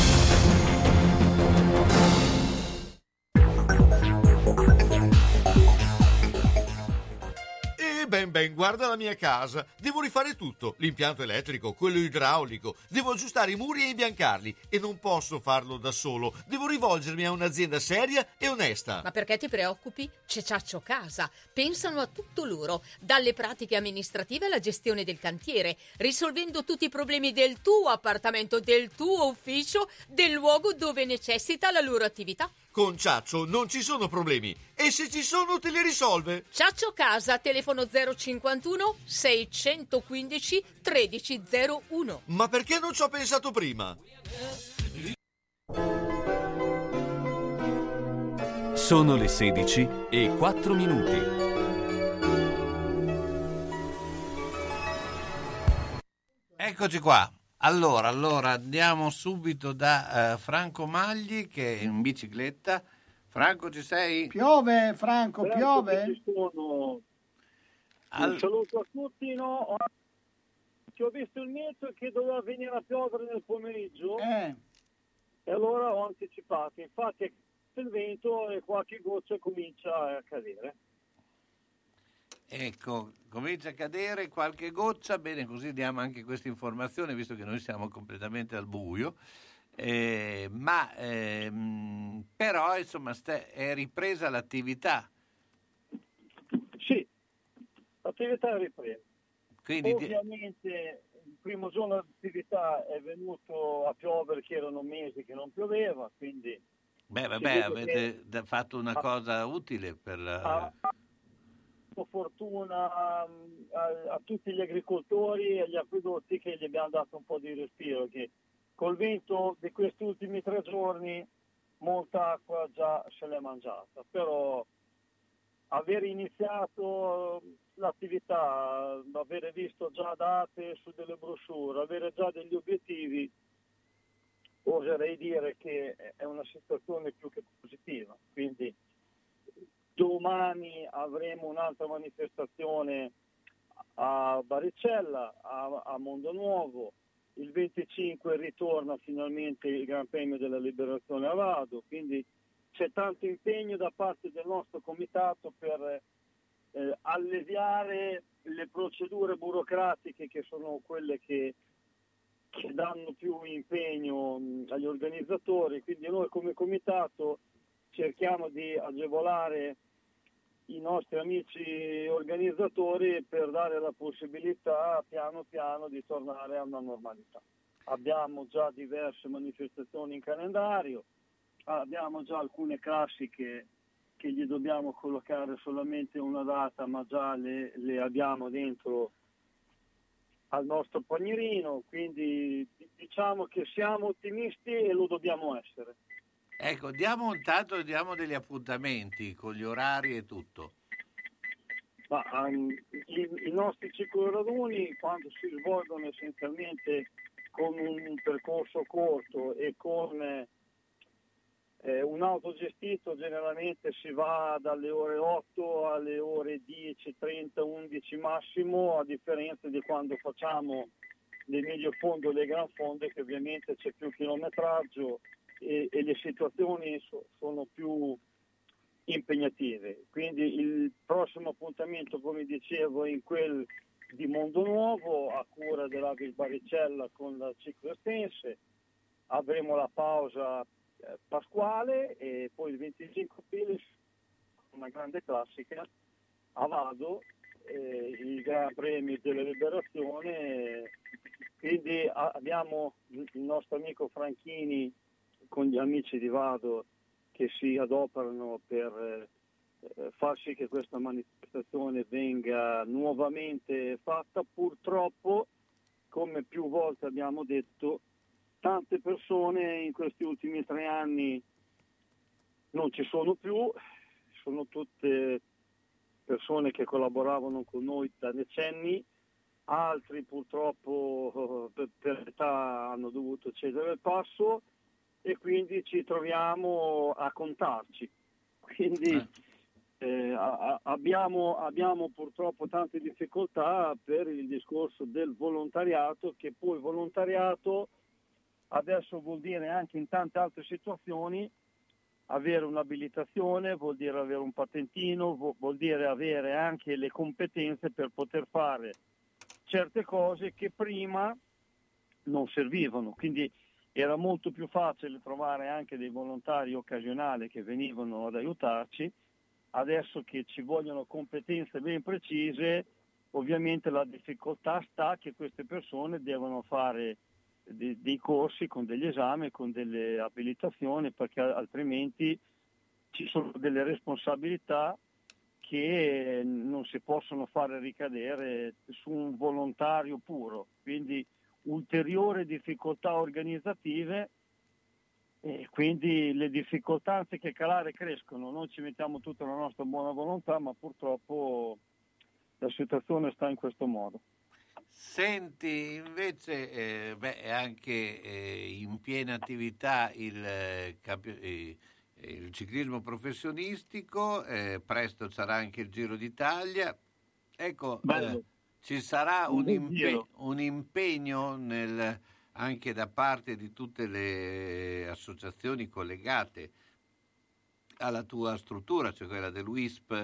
Ben, guarda la mia casa. Devo rifare tutto, l'impianto elettrico, quello idraulico. Devo aggiustare i muri e imbiancarli e non posso farlo da solo. Devo rivolgermi a un'azienda seria e onesta. Ma perché ti preoccupi? C'è Ciaccio Casa. Pensano a tutto loro, dalle pratiche amministrative alla gestione del cantiere, risolvendo tutti i problemi del tuo appartamento, del tuo ufficio, del luogo dove necessita la loro attività. Con Ciaccio non ci sono problemi e se ci sono te li risolve. Ciaccio Casa, telefono 051 615 1301. Ma perché non ci ho pensato prima? Sono le 16:04. Eccoci qua. Allora andiamo subito da Franco Magli che è in bicicletta. Franco, ci sei? Piove, Franco, piove? Ci sono. Un saluto a tutti. No, ho visto il meteo che doveva venire a piovere nel pomeriggio e allora ho anticipato. Infatti il vento e qualche goccia comincia a cadere. Ecco, comincia a cadere qualche goccia, bene, così diamo anche questa informazione, visto che noi siamo completamente al buio, però insomma è ripresa l'attività. Sì, l'attività è ripresa. Quindi ovviamente il primo giorno l'attività è venuto a piovere, che erano mesi che non pioveva, quindi... avete fatto una cosa utile per... fortuna a tutti gli agricoltori e agli acquedotti che gli abbiamo dato un po' di respiro, che col vento di questi ultimi 3 giorni molta acqua già se l'è mangiata, però aver iniziato l'attività, avere visto già date su delle brochure, avere già degli obiettivi, oserei dire che è una situazione più che positiva. Quindi domani avremo un'altra manifestazione a Baricella, a Mondonuovo. Il 25 ritorna finalmente il Gran Premio della Liberazione a Vado, quindi c'è tanto impegno da parte del nostro comitato per alleviare le procedure burocratiche che sono quelle che danno più impegno agli organizzatori. Quindi noi come comitato cerchiamo di agevolare i nostri amici organizzatori per dare la possibilità piano piano di tornare a una normalità. Abbiamo già diverse manifestazioni in calendario, abbiamo già alcune classiche che gli dobbiamo collocare solamente una data, ma già le abbiamo dentro al nostro panierino, quindi diciamo che siamo ottimisti e lo dobbiamo essere. Ecco, diamo degli appuntamenti con gli orari e tutto. Ma, i nostri cicloraduni, quando si svolgono essenzialmente con un percorso corto e con un autogestito, generalmente si va dalle ore 8 alle ore 10, 30, 11 massimo, a differenza di quando facciamo le medio fondo e le gran fonde, che ovviamente c'è più chilometraggio e le situazioni sono più impegnative. Quindi il prossimo appuntamento, come dicevo, è in quel di Mondonuovo a cura dell'Avis Baricella con la Ciclo Estense. Avremo la pausa pasquale e poi il 25 aprile una grande classica a Vado Gran Premio della Liberazione, quindi abbiamo il nostro amico Franchini con gli amici di Vado che si adoperano per far sì che questa manifestazione venga nuovamente fatta. Purtroppo, come più volte abbiamo detto, tante persone in questi ultimi 3 anni non ci sono più, sono tutte persone che collaboravano con noi da decenni, altri purtroppo per età hanno dovuto cedere il passo e quindi ci troviamo a contarci. Quindi abbiamo purtroppo tante difficoltà per il discorso del volontariato, che poi volontariato adesso vuol dire anche in tante altre situazioni avere un'abilitazione, vuol dire avere un patentino, vuol dire avere anche le competenze per poter fare certe cose che prima non servivano. Quindi era molto più facile trovare anche dei volontari occasionali che venivano ad aiutarci. Adesso che ci vogliono competenze ben precise, ovviamente la difficoltà sta che queste persone devono fare dei corsi con degli esami, con delle abilitazioni, perché altrimenti ci sono delle responsabilità che non si possono fare ricadere su un volontario puro. Quindi ulteriori difficoltà organizzative. E quindi le difficoltà anziché calare crescono. Noi ci mettiamo tutta la nostra buona volontà, ma purtroppo la situazione sta in questo modo. Senti, invece è anche in piena attività il ciclismo professionistico, presto sarà anche il Giro d'Italia. Ecco, ci sarà un impegno anche da parte di tutte le associazioni collegate alla tua struttura, cioè quella dell'UISP,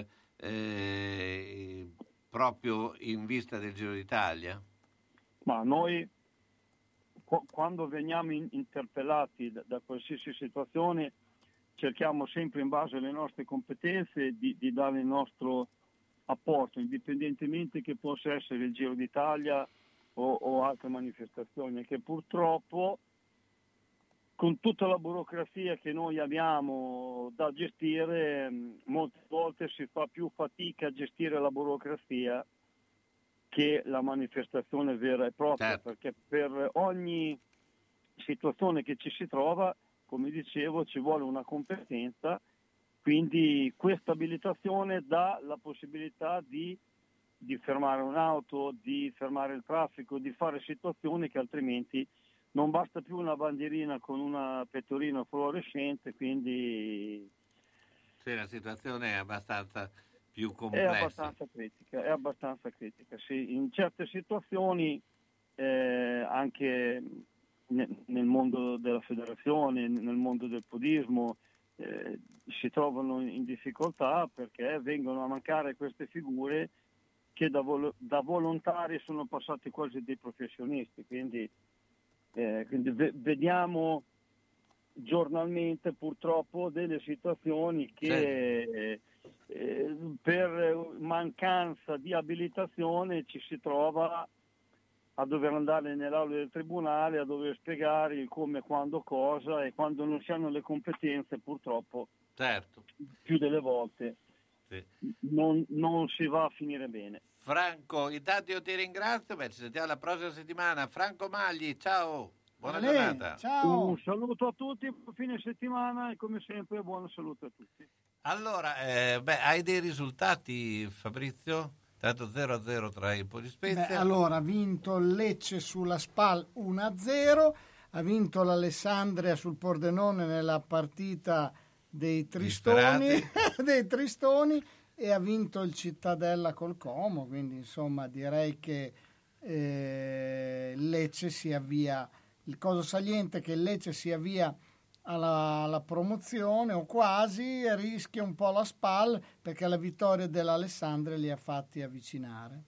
proprio in vista del Giro d'Italia? Ma noi quando veniamo interpellati da qualsiasi situazione cerchiamo sempre, in base alle nostre competenze, di dare il nostro apporto, indipendentemente che possa essere il Giro d'Italia o altre manifestazioni, che purtroppo con tutta la burocrazia che noi abbiamo da gestire, molte volte si fa più fatica a gestire la burocrazia che la manifestazione vera e propria, certo. Perché per ogni situazione che ci si trova, come dicevo, ci vuole una competenza, quindi questa abilitazione dà la possibilità di fermare un'auto, di fermare il traffico, di fare situazioni che altrimenti non basta più una bandierina con una pettorina fluorescente, quindi sì, la situazione è abbastanza più complessa. È abbastanza critica, sì. In certe situazioni anche nel mondo della federazione, nel mondo del podismo si trovano in difficoltà perché vengono a mancare queste figure che da volontari sono passati quasi dei professionisti, quindi vediamo giornalmente purtroppo delle situazioni che per mancanza di abilitazione ci si trova a dover andare nell'aula del tribunale a dover spiegare il come, quando, cosa, e quando non si hanno le competenze purtroppo certo. Più delle volte non si va a finire bene. Franco, intanto io ti ringrazio, ci sentiamo la prossima settimana. Franco Magli, ciao, buona giornata. Ciao. Un saluto a tutti, buon fine settimana e come sempre buona salute a tutti. Allora, hai dei risultati, Fabrizio? Tanto 0-0 tra Empoli e Spezia. Allora, ha vinto il Lecce sulla Spal 1-0, ha vinto l'Alessandria sul Pordenone nella partita dei Tristoni, e ha vinto il Cittadella col Como, quindi insomma direi che Lecce si avvia, il coso saliente è che il Lecce si avvia alla promozione o quasi, rischia un po' la Spal perché la vittoria dell'Alessandria li ha fatti avvicinare.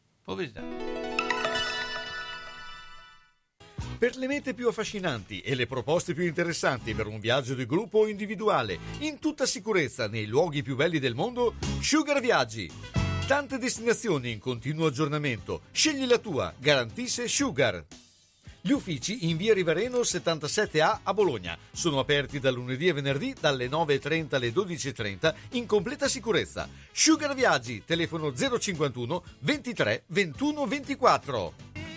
Per le mete più affascinanti e le proposte più interessanti per un viaggio di gruppo o individuale, in tutta sicurezza nei luoghi più belli del mondo, Sugar Viaggi. Tante destinazioni in continuo aggiornamento. Scegli la tua, garantisce Sugar. Gli uffici in via Rivareno 77A a Bologna sono aperti da lunedì e venerdì dalle 9.30 alle 12.30 in completa sicurezza. Sugar Viaggi, telefono 051 23 21 24.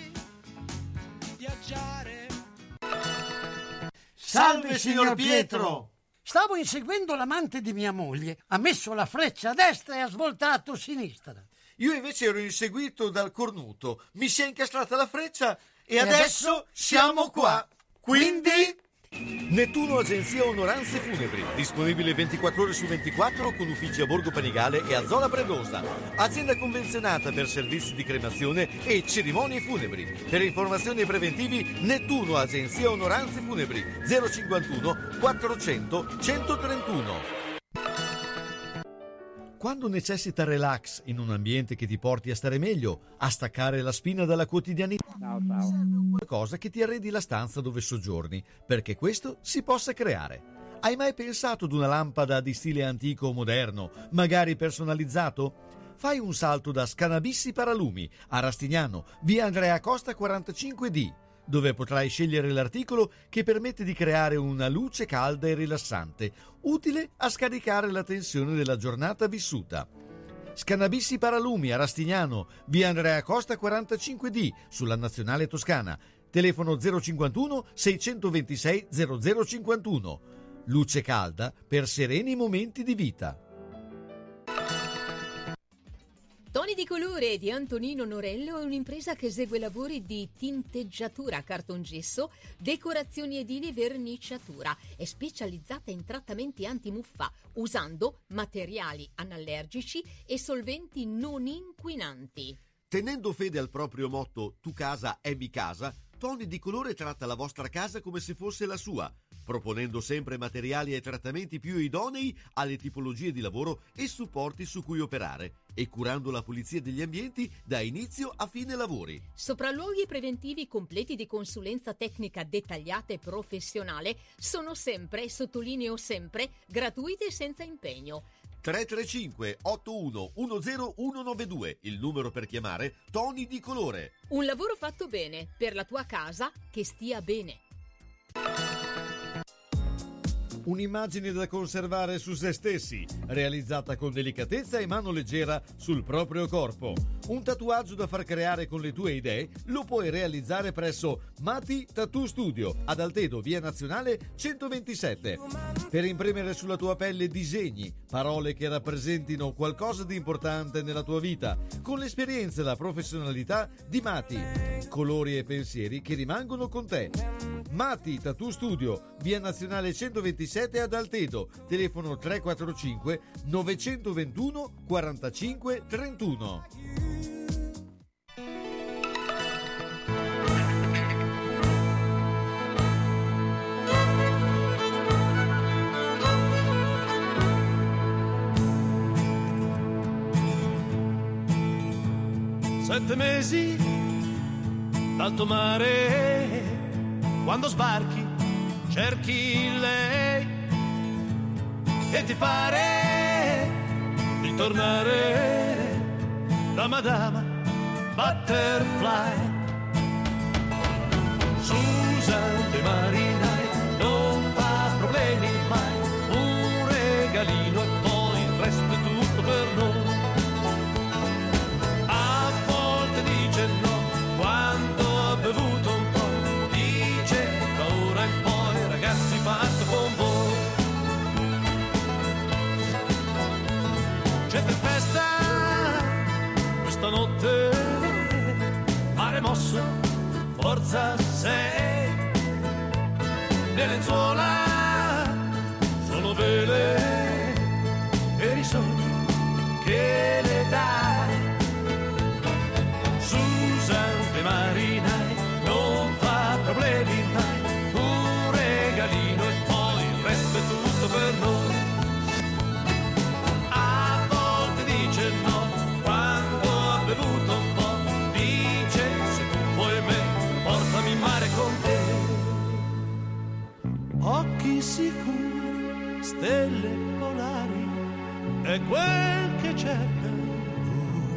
Salve signor Pietro! Stavo inseguendo l'amante di mia moglie, ha messo la freccia a destra e ha svoltato a sinistra. Io invece ero inseguito dal cornuto, mi si è incastrata la freccia e adesso siamo qua. Quindi... Nettuno Agenzia Onoranze Funebri, disponibile 24 ore su 24 con uffici a Borgo Panigale e a Zola Predosa. Azienda convenzionata per servizi di cremazione e cerimonie funebri. Per informazioni e preventivi Nettuno Agenzia Onoranze Funebri 051 400 131. Quando necessita relax in un ambiente che ti porti a stare meglio, a staccare la spina dalla quotidianità, qualcosa che ti arredi la stanza dove soggiorni, perché questo si possa creare. Hai mai pensato ad una lampada di stile antico o moderno, magari personalizzato? Fai un salto da Scanabissi Paralumi a Rastignano, via Andrea Costa 45D, dove potrai scegliere l'articolo che permette di creare una luce calda e rilassante, utile a scaricare la tensione della giornata vissuta. Scanabissi Paralumi a Rastignano, via Andrea Costa 45D, sulla Nazionale Toscana. Telefono 051 626 0051. Luce calda per sereni momenti di vita. Toni di colore di Antonino Norello è un'impresa che esegue lavori di tinteggiatura, cartongesso, decorazioni edili e verniciatura. È specializzata in trattamenti antimuffa usando materiali anallergici e solventi non inquinanti. Tenendo fede al proprio motto "Tu casa è mi casa", Toni di colore tratta la vostra casa come se fosse la sua, proponendo sempre materiali e trattamenti più idonei alle tipologie di lavoro e supporti su cui operare e curando la pulizia degli ambienti da inizio a fine lavori. Sopralluoghi preventivi completi di consulenza tecnica dettagliata e professionale sono sempre, sottolineo sempre, gratuiti e senza impegno. 335 81 10192, il numero per chiamare Toni di colore. Un lavoro fatto bene per la tua casa che stia bene. Un'immagine da conservare su se stessi, realizzata con delicatezza e mano leggera sul proprio corpo. Un tatuaggio da far creare con le tue idee lo puoi realizzare presso Mati Tattoo Studio ad Altedo, via Nazionale 127. Per imprimere sulla tua pelle disegni, parole che rappresentino qualcosa di importante nella tua vita, con l'esperienza e la professionalità di Mati. Colori e pensieri che rimangono con te. Mati Tattoo Studio, via Nazionale 127 ad Altedo, telefono 345 921 45 31. Sette mesi d'alto mare, quando sbarchi cerchi lei e ti pare di tornare da Madama Butterfly. Susan de Marinai non fa problemi mai, un regalino e poi il resto è tutto per noi. A volte dice no quando ha bevuto un po', dice da ora in poi ragazzi parto con voi. C'è tempesta questa notte, mare mosso, forza 6, le lenzuola sono vele per i sogni che le dai. Susan de Marinai non fa problemi mai, un regalino e poi il resto è tutto per noi. A volte dice no quando ha bevuto un po', dice se tu vuoi me portami in mare con te. Occhi sicuri, stelle polari, è quel che cerca lui.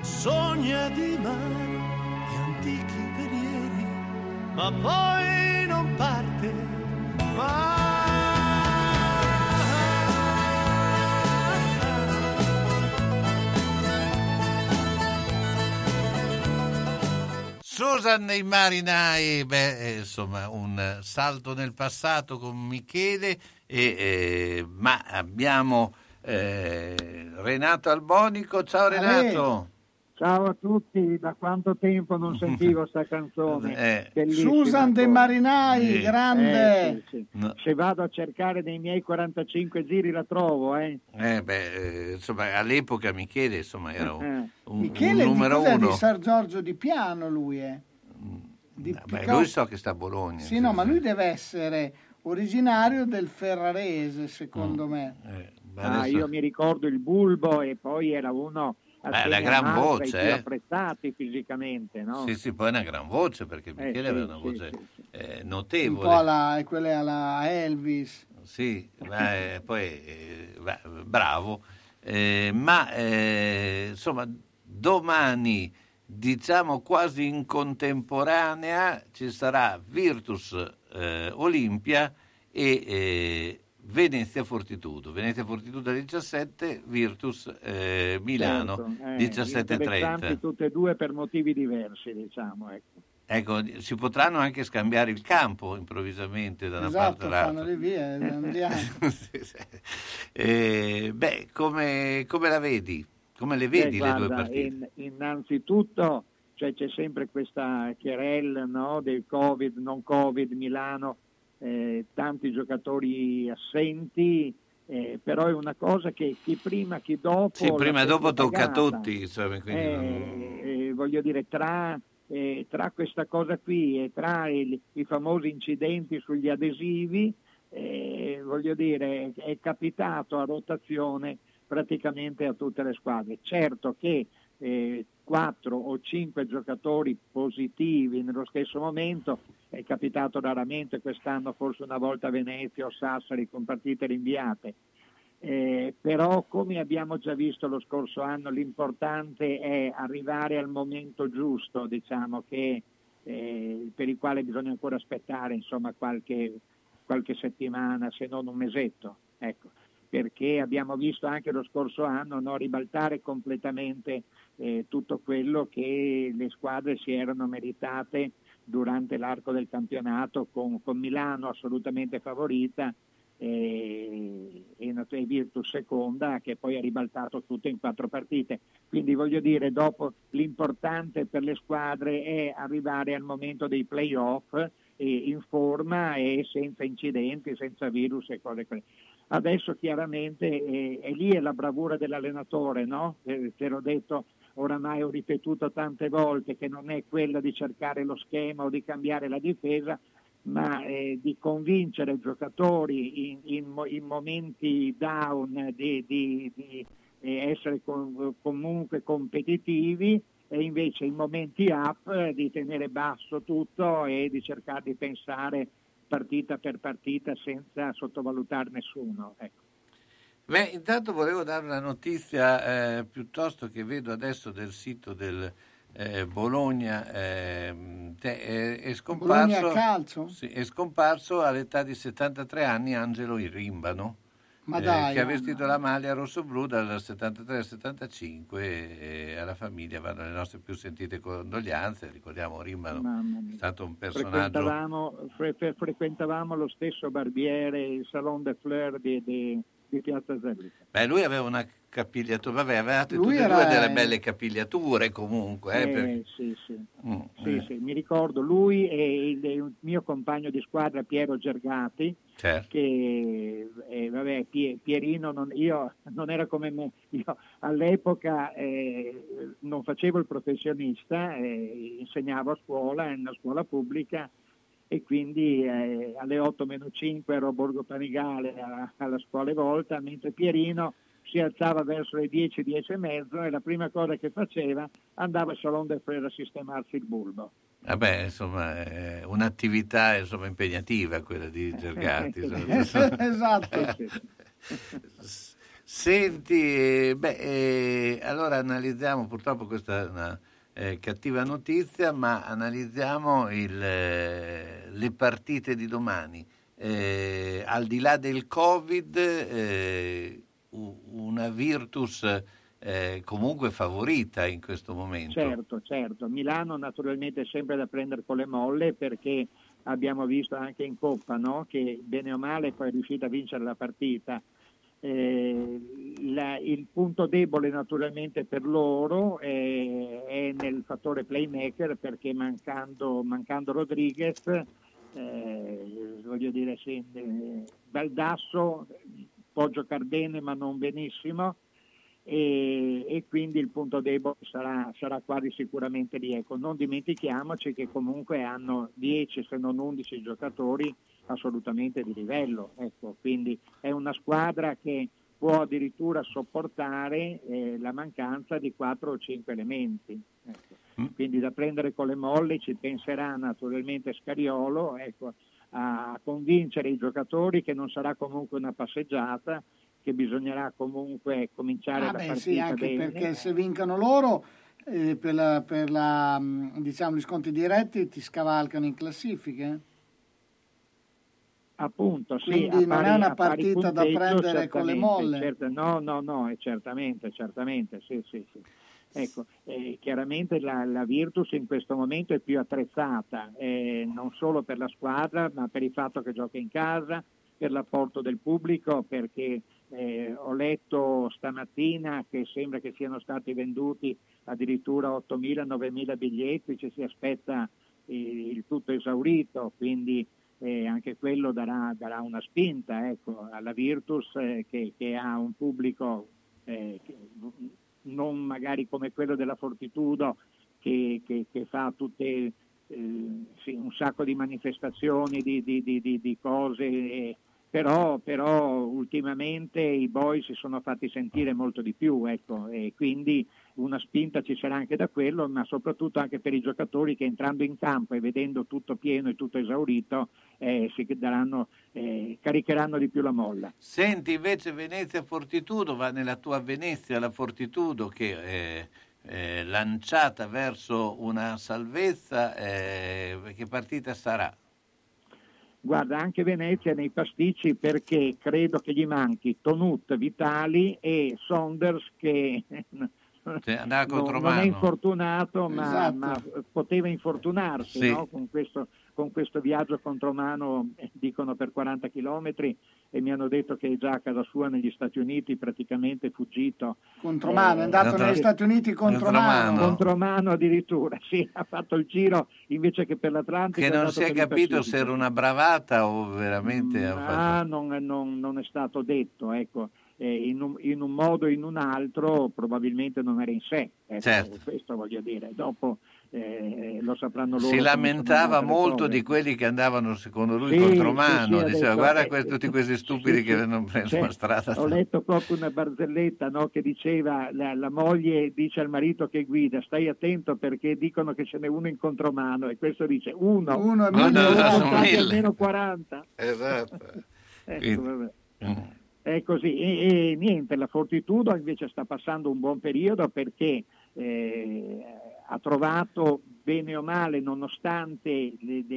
sogna di mare e antichi velieri, ma poi non parte mai. Susan e i marinai, insomma un salto nel passato con Michele, ma abbiamo Renato Albonico. Ciao Renato. Ciao a tutti, da quanto tempo non sentivo sta canzone. Susan dei marinai, grande. Sì. No. Se vado a cercare nei miei 45 giri la trovo. Insomma, all'epoca Michele era un Michele numero uno. Di San Giorgio di Piano lui è. Lui so che sta a Bologna. Sì, no, ma lui deve essere originario del Ferrarese, secondo me. Io mi ricordo il Bulbo e poi era uno... la gran voce, più apprezzati fisicamente, no? Sì, poi è una gran voce, perché Michele aveva una voce notevole. Un po' quelle alla Elvis. Sì, bravo. Insomma, domani, diciamo quasi in contemporanea, ci sarà Virtus Olimpia e Venezia Fortitudo alle 17, Virtus Milano 17:30. Tutte e due per motivi diversi, diciamo. Ecco, si potranno anche scambiare il campo improvvisamente da una parte all'altra. Fanno le vie, andiamo. Come la vedi? Come le vedi le due partite? Innanzitutto c'è sempre questa querelle, no, del Covid, non Covid, Milano. Tanti giocatori assenti, però è una cosa che chi prima chi dopo prima e dopo tocca a tutti, voglio dire, tra questa cosa qui e tra i famosi incidenti sugli adesivi, voglio dire, è capitato a rotazione praticamente a tutte le squadre. Certo che 4 o 5 giocatori positivi nello stesso momento è capitato raramente, quest'anno forse una volta a Venezia o Sassari con partite rinviate, però come abbiamo già visto lo scorso anno l'importante è arrivare al momento giusto, diciamo, che per il quale bisogna ancora aspettare insomma qualche settimana, se non un mesetto, ecco, perché abbiamo visto anche lo scorso anno ribaltare completamente tutto quello che le squadre si erano meritate durante l'arco del campionato, con Milano assolutamente favorita e Virtus seconda, che poi ha ribaltato tutto in 4 partite. Quindi voglio dire, dopo l'importante per le squadre è arrivare al momento dei play-off in forma e senza incidenti, senza virus e cose così. Adesso chiaramente è lì è la bravura dell'allenatore, no? Te l'ho detto, oramai ho ripetuto tante volte che non è quella di cercare lo schema o di cambiare la difesa, ma di convincere i giocatori in momenti down di essere comunque competitivi, e invece in momenti up di tenere basso tutto e di cercare di pensare partita per partita senza sottovalutare nessuno, ecco. Intanto volevo dare una notizia piuttosto che vedo adesso del sito del Bologna, è scomparso, Bologna Calcio? Sì, è scomparso all'età di 73 anni Angelo Irimbano, che ha vestito la maglia rossoblù dal 73 al 75 e alla famiglia vanno le nostre più sentite condoglianze. Ricordiamo Irimbano, è stato un personaggio. Frequentavamo lo stesso barbiere, il Salon de Fleur di Piazza Zellica. Lui aveva una capigliatura, aveva tutte e due delle belle capigliature comunque. Sì, mi ricordo lui e il mio compagno di squadra Piero Gergati, certo. Che Pierino io non era come me, io all'epoca non facevo il professionista, insegnavo a scuola, in una scuola pubblica, e quindi alle 8-5 ero a Borgo Panigale alla scuola Volta, mentre Pierino si alzava verso le 10-10:30 e la prima cosa che faceva andava al Salon del Frere a sistemarsi il bulbo. Insomma, è un'attività impegnativa quella di Gergati. Esatto. Senti, allora analizziamo, purtroppo questa è una cattiva notizia, ma analizziamo le partite di domani. Al di là del Covid, una Virtus comunque favorita in questo momento. Certo. Milano naturalmente è sempre da prendere con le molle, perché abbiamo visto anche in Coppa, no? Che bene o male poi è riuscita a vincere la partita. Il punto debole naturalmente per loro è nel fattore playmaker, perché mancando Rodriguez, voglio dire, Baldasso può giocare bene ma non benissimo, e quindi il punto debole sarà quasi sicuramente lì. Ecco, non dimentichiamoci che comunque hanno 10 se non 11 giocatori assolutamente di livello, ecco, quindi è una squadra che può addirittura sopportare la mancanza di 4 o 5 elementi, ecco. Quindi da prendere con le molle, ci penserà naturalmente Scariolo, ecco, a convincere i giocatori che non sarà comunque una passeggiata, che bisognerà comunque cominciare la partita sì, anche bene. Perché se vincono loro per gli scontri diretti ti scavalcano in classifiche. Appunto, sì. Quindi non è una partita da prendere con le molle. No, certamente, sì. Ecco, chiaramente la Virtus in questo momento è più attrezzata, non solo per la squadra, ma per il fatto che gioca in casa, per l'apporto del pubblico, perché ho letto stamattina che sembra che siano stati venduti addirittura 8.000-9.000 biglietti, ci si aspetta il tutto esaurito, quindi anche quello darà una spinta, ecco, alla Virtus, che ha un pubblico non magari come quello della Fortitudo, che fa tutte un sacco di manifestazioni, di cose, però ultimamente i boys si sono fatti sentire molto di più, ecco, e quindi una spinta ci sarà anche da quello, ma soprattutto anche per i giocatori che entrando in campo e vedendo tutto pieno e tutto esaurito caricheranno di più la molla. Senti, invece Venezia Fortitudo, va nella tua Venezia la Fortitudo che lanciata verso una salvezza, che partita sarà? Guarda, anche Venezia nei pasticci, perché credo che gli manchi Tonut, Vitali e Saunders, che non è infortunato, ma poteva infortunarsi, sì, no? Con questo viaggio contromano, dicono per 40 chilometri, e mi hanno detto che è già a casa sua negli Stati Uniti, praticamente fuggito. Contromano, è andato negli Stati Uniti contromano addirittura, sì, ha fatto il giro invece che per l'Atlantico. Che non si è capito se era una bravata o veramente... non è stato detto, ecco. In un modo o in un altro probabilmente non era in sé, certo. Questo voglio dire, dopo lo sapranno loro. Si lamentava molto di quelli che andavano secondo lui contromano, diceva guarda tutti questi stupidi che hanno preso la strada. Ho letto proprio una barzelletta, no, che diceva la moglie dice al marito che guida stai attento perché dicono che ce n'è uno in contromano, e questo dice uno almeno 40. Esatto. Ecco, vabbè. È così, e niente, la Fortitudo invece sta passando un buon periodo, perché ha trovato bene o male, nonostante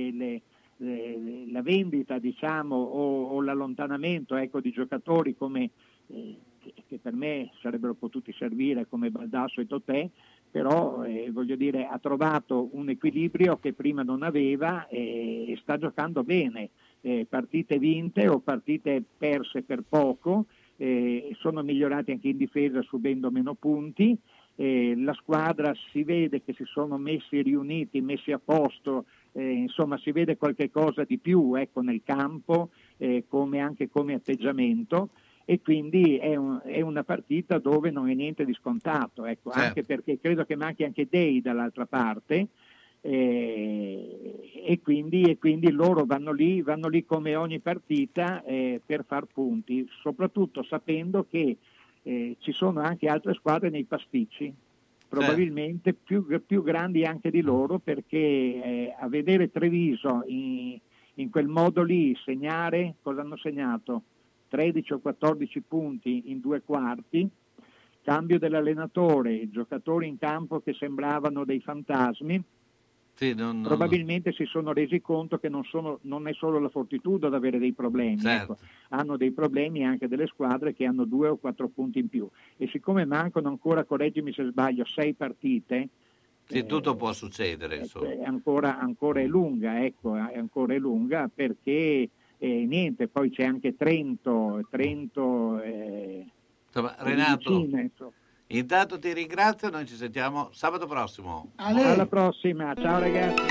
la vendita, diciamo, o l'allontanamento, ecco, di giocatori come che per me sarebbero potuti servire, come Baldasso e Totè, però voglio dire, ha trovato un equilibrio che prima non aveva e sta giocando bene. Partite vinte o partite perse per poco, sono migliorati anche in difesa subendo meno punti, la squadra si vede che si sono riuniti, messi a posto, insomma si vede qualche cosa di più, ecco, nel campo, anche come atteggiamento, e quindi è una partita dove non è niente di scontato, ecco, certo. Anche perché credo che manchi anche Dei dall'altra parte, e quindi loro vanno lì come ogni partita per far punti, soprattutto sapendo che ci sono anche altre squadre nei pasticci, probabilmente più grandi anche di loro, perché a vedere Treviso in quel modo lì segnare, cosa hanno segnato? 13 o 14 punti in 2 quarti, cambio dell'allenatore, giocatori in campo che sembravano dei fantasmi. Sì, probabilmente si sono resi conto che non è solo la Fortitudo ad avere dei problemi, certo. Ecco, hanno dei problemi anche delle squadre che hanno 2 o 4 punti in più, e siccome mancano ancora, correggimi se sbaglio, 6 partite, sì, tutto può succedere, insomma. È ancora è lunga, ecco, è ancora lunga, perché niente, poi c'è anche Trento insomma, Renato, vicina, insomma. Intanto ti ringrazio, noi ci sentiamo sabato prossimo. Alla prossima, ciao ragazzi.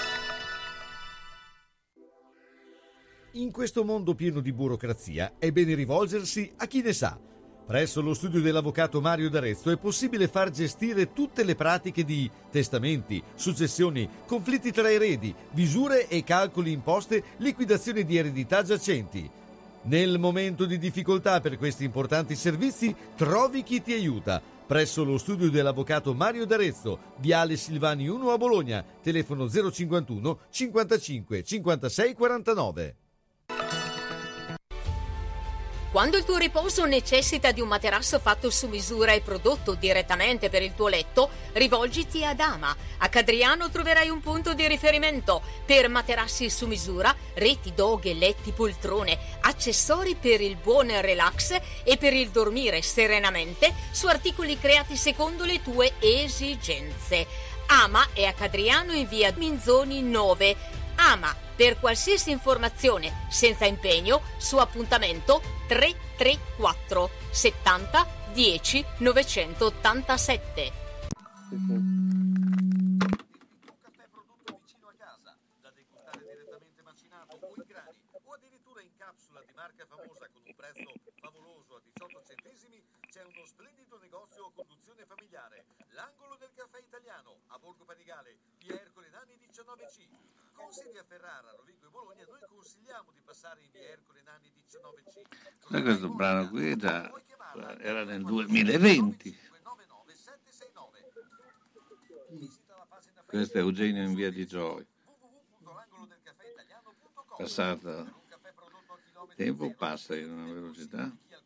In questo mondo pieno di burocrazia è bene rivolgersi a chi ne sa. Presso lo studio dell'avvocato Mario D'Arezzo è possibile far gestire tutte le pratiche di testamenti, successioni, conflitti tra eredi, visure e calcoli imposte, liquidazione di eredità giacenti. Nel momento di difficoltà per questi importanti servizi, trovi chi ti aiuta. Presso lo studio dell'avvocato Mario D'Arezzo, Viale Silvani 1 a Bologna, telefono 051 55 56 49. Quando il tuo riposo necessita di un materasso fatto su misura e prodotto direttamente per il tuo letto, rivolgiti ad Ama. A Cadriano troverai un punto di riferimento per materassi su misura, reti, doghe, letti, poltrone, accessori per il buon relax e per il dormire serenamente su articoli creati secondo le tue esigenze. Ama è a Cadriano in via Minzoni 9. Ama, per qualsiasi informazione senza impegno, su appuntamento 334 70 10 987. Marca famosa con un prezzo favoloso a 18 centesimi, c'è uno splendido negozio a conduzione familiare, l'angolo del caffè italiano a Borgo Panigale, via Ercole Nani 19C. Con sedi a Ferrara, Rovigo e Bologna, noi consigliamo di passare in via Ercole Nani 19C. Questo brano qui era nel 2020. Questo è Eugenio in via di Gioia. Passato tempo passa in una velocità.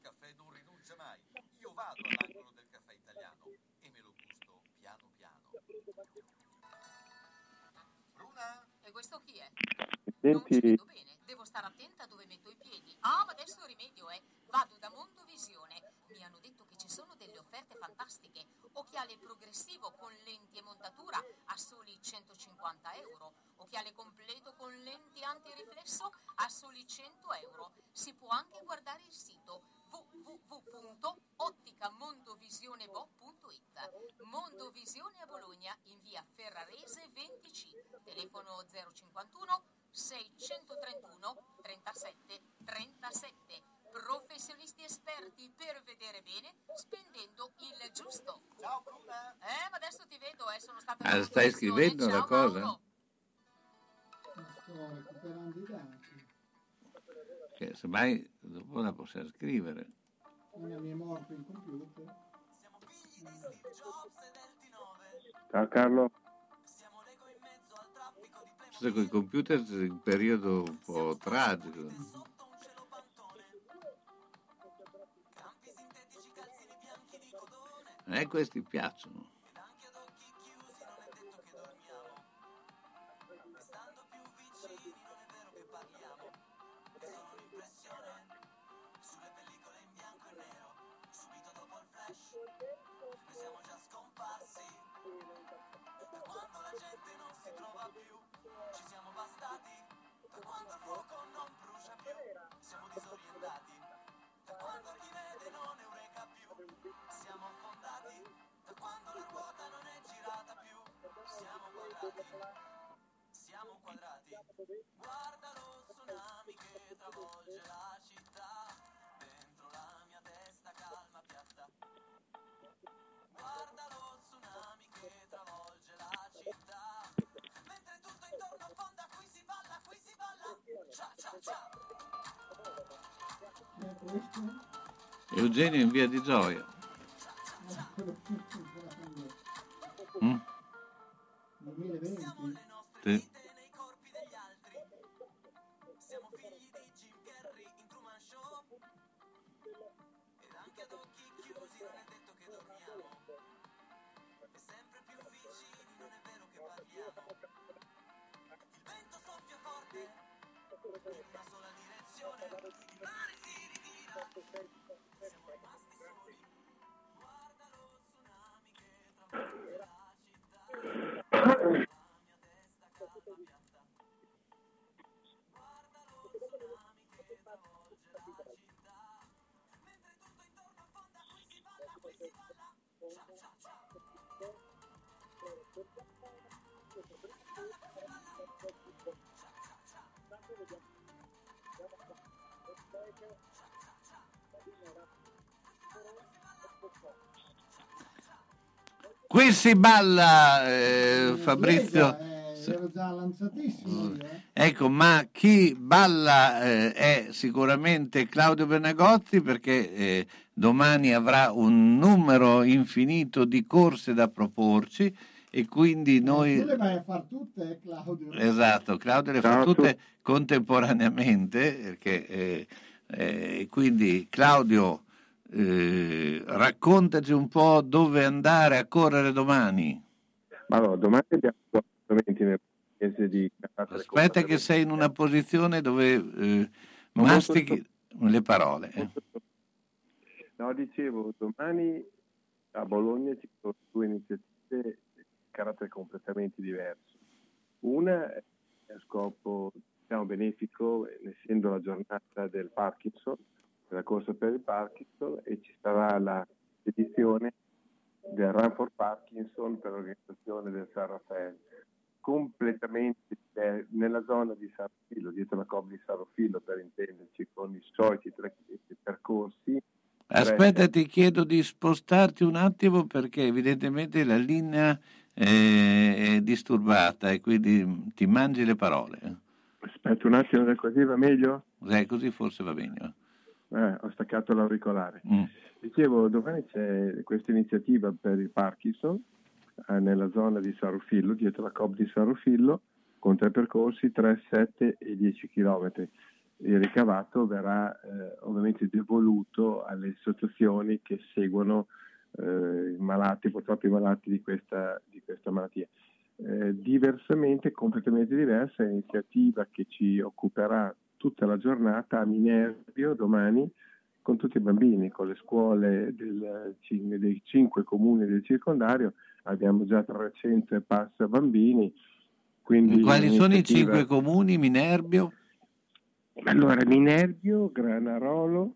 Io vado all'angolo del caffè italiano e me lo gusto piano piano. Bruna? E questo chi è? Senti... Non ci vedo bene, devo stare attenta dove metto i piedi. Ah, ma adesso rimedio, vado da Mondovisione. Mi hanno detto che ci sono delle offerte fantastiche. Occhiale progressivo con lenti e montatura a soli 150 euro. Occhiale completo con lenti antiriflesso a soli 100 euro. Si può anche guardare il sito www.otticamondovisionebo.it. Mondovisione a Bologna in via Ferrarese 20C. Telefono 051 631 37 37. Professionisti esperti per vedere bene spendendo il giusto. Ciao Bruna. Ma adesso ti vedo, sono stata stai scrivendo una cosa? Mauro. Sto recuperando i dati. Che semmai dopo la possiamo scrivere. Non mi è morto il computer. Ciao Carlo. Con i computer è un periodo un po' tragico. Questi piacciono. Siamo quadrati, guarda lo tsunami che travolge la città, dentro la mia testa calma piatta. Guarda lo tsunami che travolge la città, mentre tutto intorno affonda, qui si balla, cia cia cia. Eugenio in via di Gioia. Mm? 2020? Sì. Qui si balla, Fabrizio. Ero già lanciatissimo. Ecco, ma chi balla è sicuramente Claudio Bernagotti, perché domani avrà un numero infinito di corse da proporci e quindi noi... Tu le vai a far tutte, Claudio? Esatto, Claudio le fa tutte contemporaneamente, perché quindi Claudio... raccontaci un po' dove andare a correre domani. Allora, domani abbiamo appuntamenti nel paese di carattere. Aspetta che sei in una posizione dove mastichi le parole. No, dicevo, domani a Bologna ci sono due iniziative di carattere completamente diverso. Una è a scopo benefico, essendo la giornata del Parkinson, della corsa per il Parkinson, e ci sarà la edizione del Run for Parkinson per l'organizzazione del San Raffaele, completamente nella zona di San Raffaele, dietro la Coop di San Raffaele, per intenderci, con i soliti percorsi. Aspetta, ti chiedo di spostarti un attimo, perché evidentemente la linea è disturbata e quindi ti mangi le parole. Aspetta un attimo, così va meglio? Così forse va bene. Ho staccato l'auricolare. Dicevo, domani c'è questa iniziativa per il Parkinson nella zona di San Rufillo, dietro la Coop di San Rufillo, con 3 percorsi, 3, 7 e 10 chilometri. Il ricavato verrà ovviamente devoluto alle associazioni che seguono i malati, purtroppo i malati di questa malattia. Diversamente, completamente diversa, è un'iniziativa che ci occuperà tutta la giornata a Minerbio domani, con tutti i bambini, con le scuole dei 5 comuni del circondario. Abbiamo già 300 e passa bambini. Quindi quali sono i 5 comuni? Minerbio? Allora, Minerbio, Granarolo,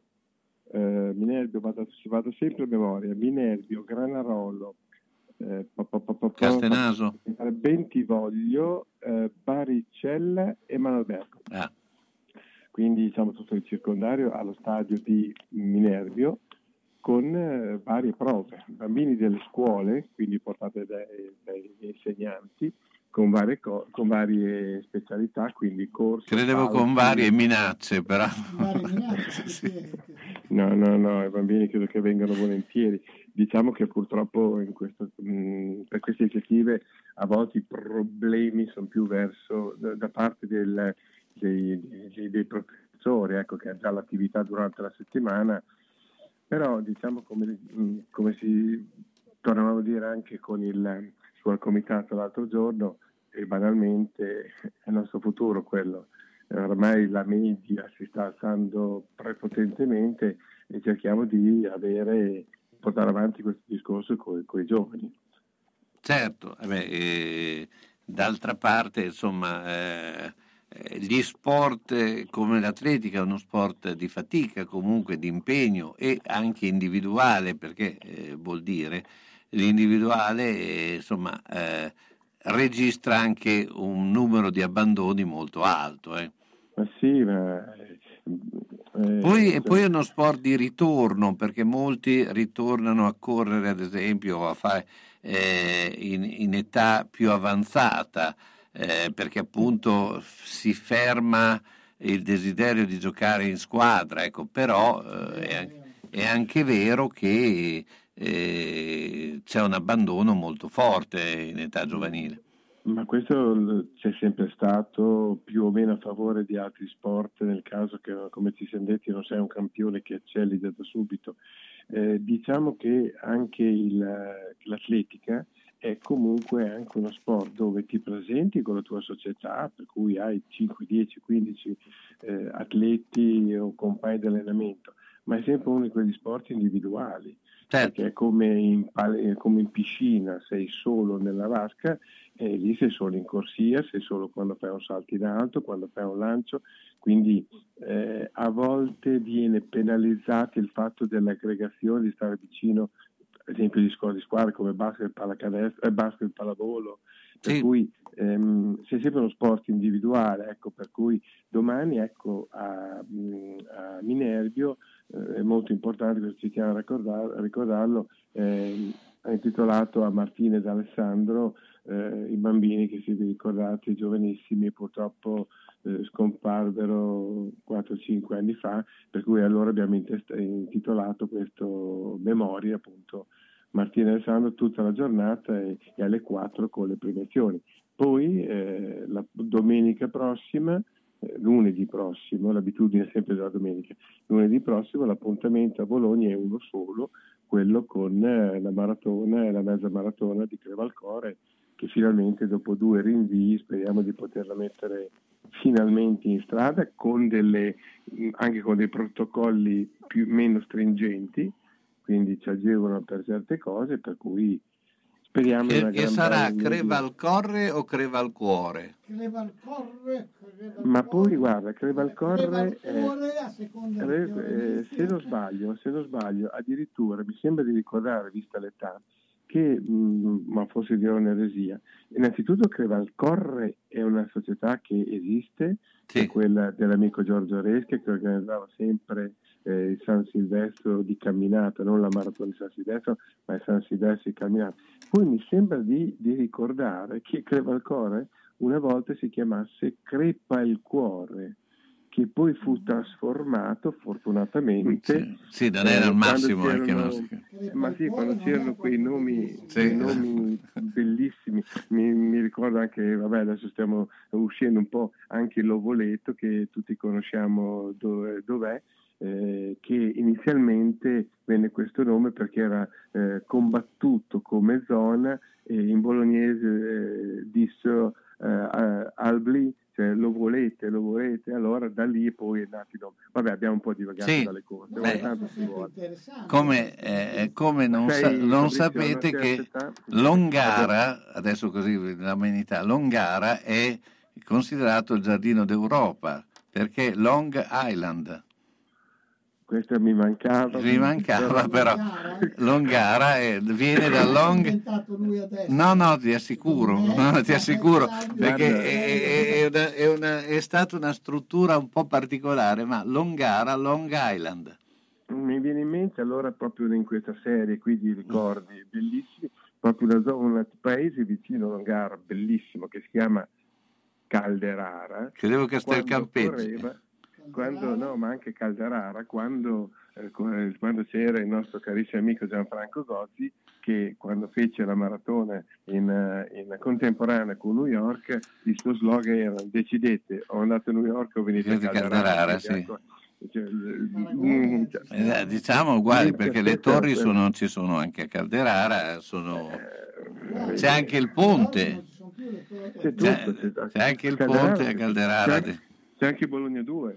vado sempre a memoria, Minerbio, Granarolo, Castenaso, Bentivoglio, Baricella e Manalbergo. Quindi diciamo tutto il circondario allo stadio di Minerbio, con varie prove, bambini delle scuole, quindi portate dai insegnanti, con varie specialità, quindi corsi. Credevo con varie minacce, però. No, i bambini credo che vengano volentieri. Diciamo che purtroppo per queste iniziative a volte i problemi sono più verso da parte dei professori, ecco, che ha già l'attività durante la settimana, però diciamo come si tornavamo a dire anche sul comitato l'altro giorno, e banalmente è il nostro futuro quello. Ormai la media si sta alzando prepotentemente e cerchiamo di portare avanti questo discorso con i giovani. Certo, d'altra parte, insomma, gli sport come l'atletica è uno sport di fatica, comunque di impegno e anche individuale, perché vuol dire l'individuale insomma registra anche un numero di abbandoni molto alto. Ma sì, poi è uno sport di ritorno, perché molti ritornano a correre, ad esempio, a fare in età più avanzata, perché appunto si ferma il desiderio di giocare in squadra, ecco. Però è anche vero che c'è un abbandono molto forte in età giovanile. Ma questo c'è sempre stato più o meno a favore di altri sport, nel caso che, come ci siamo detti, non sei un campione che eccelli da subito. Diciamo che anche l'atletica è comunque anche uno sport dove ti presenti con la tua società, per cui hai 5, 10, 15 atleti o compagni di allenamento, ma è sempre uno di quegli sport individuali, perché è come in piscina, sei solo nella vasca, e lì sei solo in corsia, sei solo quando fai un salto in alto, quando fai un lancio, quindi a volte viene penalizzato il fatto dell'aggregazione, di stare vicino, ad esempio di squadre come basket, pallacanestro, basket, pallavolo, per cui sei sempre uno sport individuale, ecco, per cui domani, ecco, a Minerbio è molto importante, questo ci tiene a ricordarlo, ha intitolato a Martina ed Alessandro, i bambini che, se vi ricordate, giovanissimi, purtroppo scomparvero 4-5 anni fa, per cui allora abbiamo intitolato questo memoria, appunto, Martina e Alessandro, tutta la giornata e alle 4 con le premiazioni. Poi la domenica prossima, lunedì prossimo, l'abitudine è sempre della domenica, lunedì prossimo l'appuntamento a Bologna è uno solo, quello con la maratona e la mezza maratona di Crevalcore, che finalmente dopo 2 rinvii speriamo di poterla mettere finalmente in strada anche con dei protocolli meno stringenti, quindi ci agevolano per certe cose, per cui speriamo che sarà Crevalcorre o Crevalcuore? Crevalcorre. Ma poi guarda, Crevalcorre se non sbaglio addirittura mi sembra di ricordare, vista l'età, che ma forse dirò un'eresia, innanzitutto Crevalcorre è una società che esiste, è quella dell'amico Giorgio Resche, che organizzava sempre il San Silvestro di camminata, non la maratona di San Silvestro, ma il San Silvestro di camminata. Poi mi sembra di ricordare che Crevalcore una volta si chiamasse Crepa il Cuore, che poi fu trasformato fortunatamente. Sì, non era il massimo. Ma sì, quando c'erano quei nomi bellissimi, mi ricordo anche, vabbè, adesso stiamo uscendo un po' anche l'Ovoletto, che tutti conosciamo dov'è, che inizialmente venne questo nome perché era combattuto come zona, in bolognese dissero Albli, cioè lo volete, allora da lì poi è nato il nome. Vabbè, abbiamo un po' divagato dalle cose. Come non sapete che Longara, adesso così l'amenità, Longara è considerato il giardino d'Europa perché Long Island. Questo mi mancava però Longara viene da Long. No, ti assicuro perché è stata una struttura un po' particolare, ma Longara, Long Island. Mi viene in mente allora, proprio in questa serie qui di ricordi bellissimi, proprio un paese vicino a Longara bellissimo che si chiama Calderara. Credevo che stai il Campeggi. Ma anche Calderara, quando c'era il nostro carissimo amico Gianfranco Gozzi, che quando fece la maratona in contemporanea con New York, il suo slogan era: decidete, o andate a New York o venite a Calderara. Sì. Diciamo uguali, perché le torri ci sono anche a Calderara, c'è anche il ponte, c'è anche il ponte a Calderara, c'è anche Bologna 2.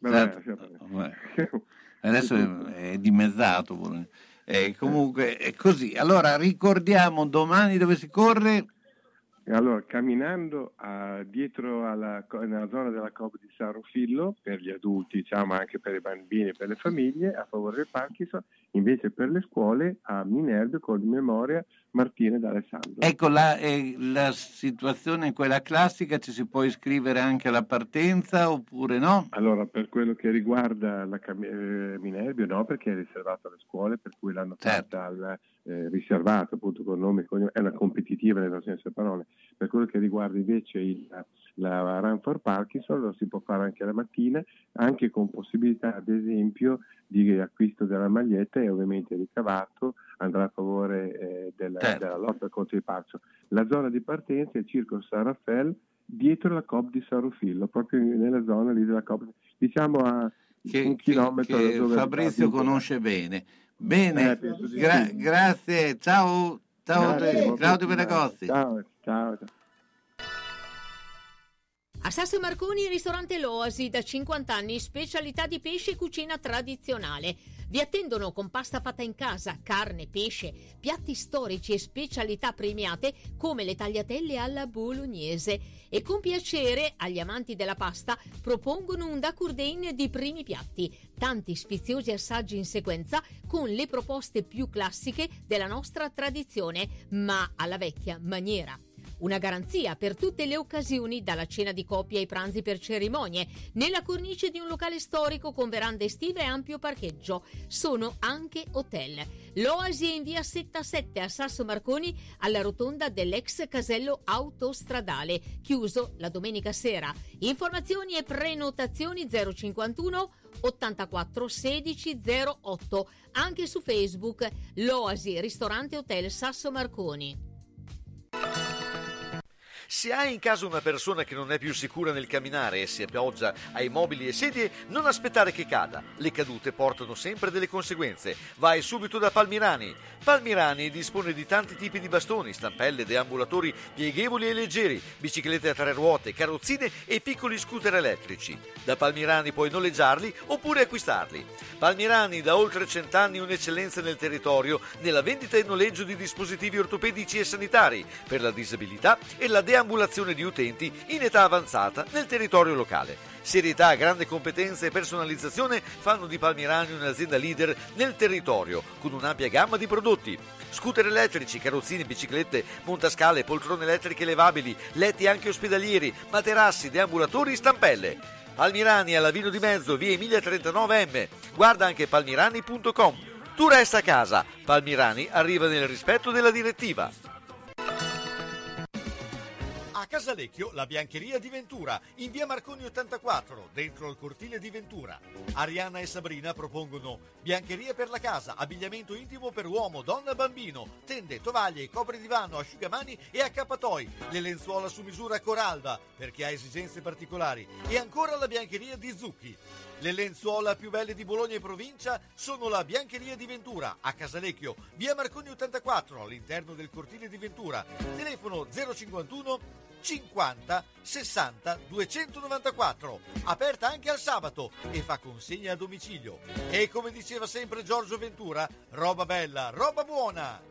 Adesso è dimezzato Bologna. Comunque è così. Allora ricordiamo domani dove si corre. Allora, camminando dietro nella zona della Coop di San Rufillo, per gli adulti, diciamo, anche per i bambini e per le famiglie, a favore del Parkinson, invece per le scuole a Minerbio con in memoria Martina ed Alessandro. Ecco, la situazione è quella classica, ci si può iscrivere anche alla partenza oppure no? Allora, per quello che riguarda Minerbio no, perché è riservato alle scuole, per cui l'hanno fatta riservato appunto con nome, è una competitiva nel senso parole. Per quello che riguarda invece la Run for Parkinson lo si può fare anche la mattina, anche con possibilità ad esempio di acquisto della maglietta, e ovviamente ricavato andrà a favore della lotta contro il Parkinson. La zona di partenza è il Circo San Raffaele, dietro la Coop di San Rufillo, proprio nella zona lì della Coop, diciamo a un chilometro che Fabrizio conosce bene. Bene, grazie, ciao Claudio Benagozzi. Ciao. A Sasso Marconi, ristorante L'Oasi, da 50 anni, specialità di pesce e cucina tradizionale. Vi attendono con pasta fatta in casa, carne, pesce, piatti storici e specialità premiate come le tagliatelle alla bolognese. E con piacere, agli amanti della pasta, propongono un dacurdain di primi piatti. Tanti sfiziosi assaggi in sequenza con le proposte più classiche della nostra tradizione, ma alla vecchia maniera. Una garanzia per tutte le occasioni, dalla cena di coppia ai pranzi per cerimonie, nella cornice di un locale storico con verande estive e ampio parcheggio. Sono anche hotel. L'Oasi è in via 77 a Sasso Marconi, alla rotonda dell'ex casello autostradale, chiuso la domenica sera. Informazioni e prenotazioni 051 84 16 08, anche su Facebook. L'Oasi, ristorante hotel Sasso Marconi. Se hai in casa una persona che non è più sicura nel camminare e si appoggia ai mobili e sedie, non aspettare che cada. Le cadute portano sempre delle conseguenze. Vai subito da Palmirani. Palmirani dispone di tanti tipi di bastoni, stampelle, deambulatori pieghevoli e leggeri, biciclette a 3 ruote, carrozzine e piccoli scooter elettrici. Da Palmirani puoi noleggiarli oppure acquistarli. Palmirani, da oltre 100 anni, un'eccellenza nel territorio nella vendita e noleggio di dispositivi ortopedici e sanitari per la disabilità e la deambulazione di utenti in età avanzata nel territorio locale. Serietà, grande competenza e personalizzazione fanno di Palmirani un'azienda leader nel territorio, con un'ampia gamma di prodotti. Scooter elettrici, carrozzine, biciclette, montascale, poltrone elettriche levabili, letti anche ospedalieri, materassi, deambulatori, stampelle. Palmirani alla Vino di Mezzo, via Emilia 39M. Guarda anche palmirani.com. Tu resta a casa. Palmirani arriva nel rispetto della direttiva. A Casalecchio, la Biancheria di Ventura, in via Marconi 84, dentro il cortile di Ventura. Arianna e Sabrina propongono biancherie per la casa, abbigliamento intimo per uomo, donna, bambino, tende, tovaglie, copridivano, asciugamani e accappatoi, le lenzuola su misura Coralba per chi ha esigenze particolari, e ancora la Biancheria di Zucchi. Le lenzuola più belle di Bologna e provincia sono la Biancheria di Ventura, a Casalecchio, via Marconi 84, all'interno del cortile di Ventura. Telefono 051 50 60 294, aperta anche al sabato e fa consegna a domicilio. E come diceva sempre Giorgio Ventura, roba bella, roba buona.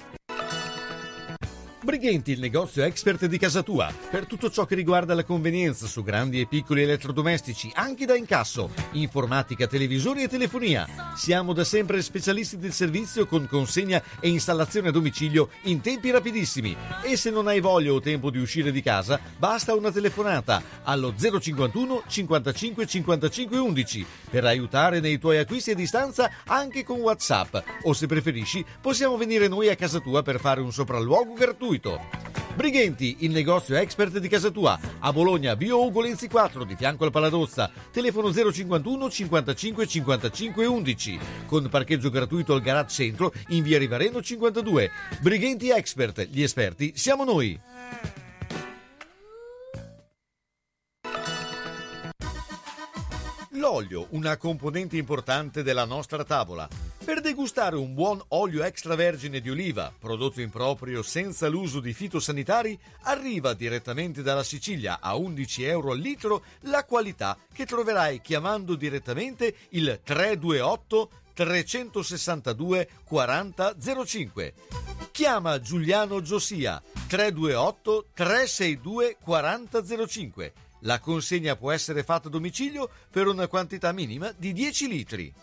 Brighenti, il negozio expert di casa tua, per tutto ciò che riguarda la convenienza su grandi e piccoli elettrodomestici, anche da incasso, informatica, televisori e telefonia. Siamo da sempre specialisti del servizio con consegna e installazione a domicilio in tempi rapidissimi. E se non hai voglia o tempo di uscire di casa, basta una telefonata allo 051 55 55 11 per aiutare nei tuoi acquisti a distanza anche con WhatsApp. O se preferisci, possiamo venire noi a casa tua per fare un sopralluogo gratuito. Brighenti, il negozio expert di casa tua, a Bologna, via Ugo Lenzi 4, di fianco al Paladozza, telefono 051 55 55 11, con parcheggio gratuito al garage centro in via Rivareno 52. Brighenti Expert, gli esperti siamo noi. L'olio, una componente importante della nostra tavola. Per degustare un buon olio extravergine di oliva, prodotto in proprio senza l'uso di fitosanitari, arriva direttamente dalla Sicilia a 11 euro al litro la qualità che troverai chiamando direttamente il 328 362 40 05. Chiama Giuliano Giosia 328 362 40 05. La consegna può essere fatta a domicilio per una quantità minima di 10 litri.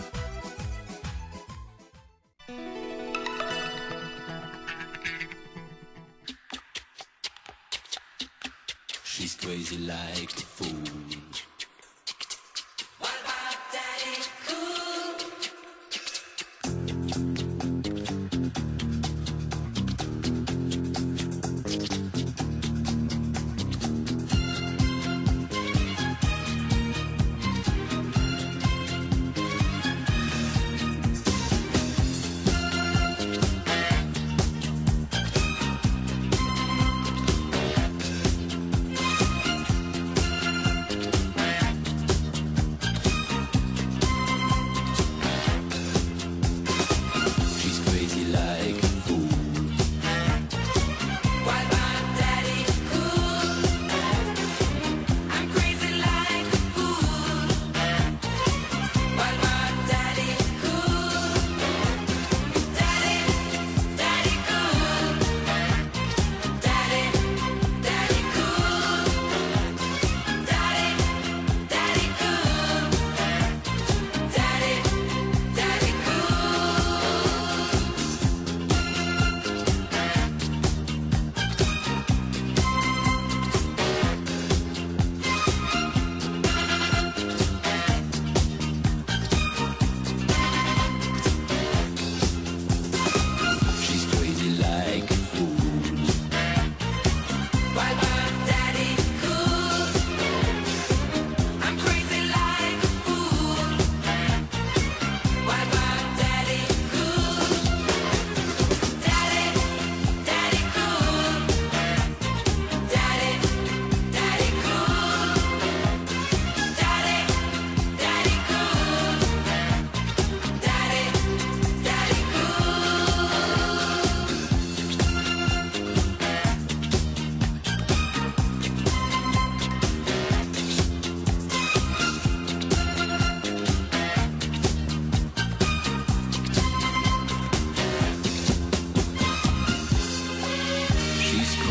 She's crazy like a fool.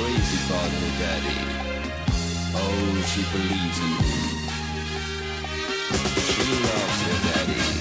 crazy about her daddy. Oh, she believes in him. She loves her daddy.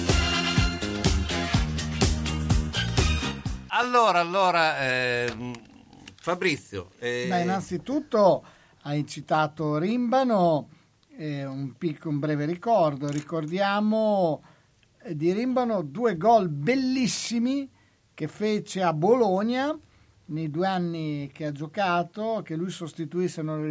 Allora, Fabrizio. Beh, innanzitutto hai citato Rimbano, un breve ricordo. Ricordiamo di Rimbano 2 gol bellissimi che fece a Bologna nei 2 anni che ha giocato, che lui sostituì, se non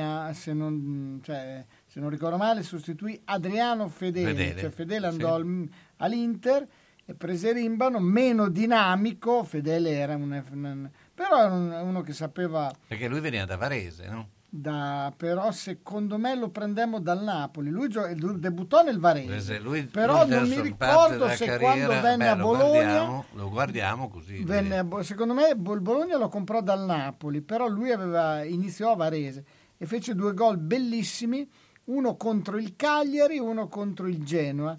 ricordo male, sostituì Adriano Fedele. Cioè Fedele andò all'Inter e prese Rimbano, meno dinamico. Fedele era però era uno che sapeva, perché lui veniva da Varese, no? Però secondo me lo prendemmo dal Napoli. Lui debuttò nel Varese, però non mi ricordo se quando venne a Bologna lo guardiamo così. Secondo me il Bologna lo comprò dal Napoli, però lui iniziò a Varese e fece 2 gol bellissimi, uno contro il Cagliari, uno contro il Genoa.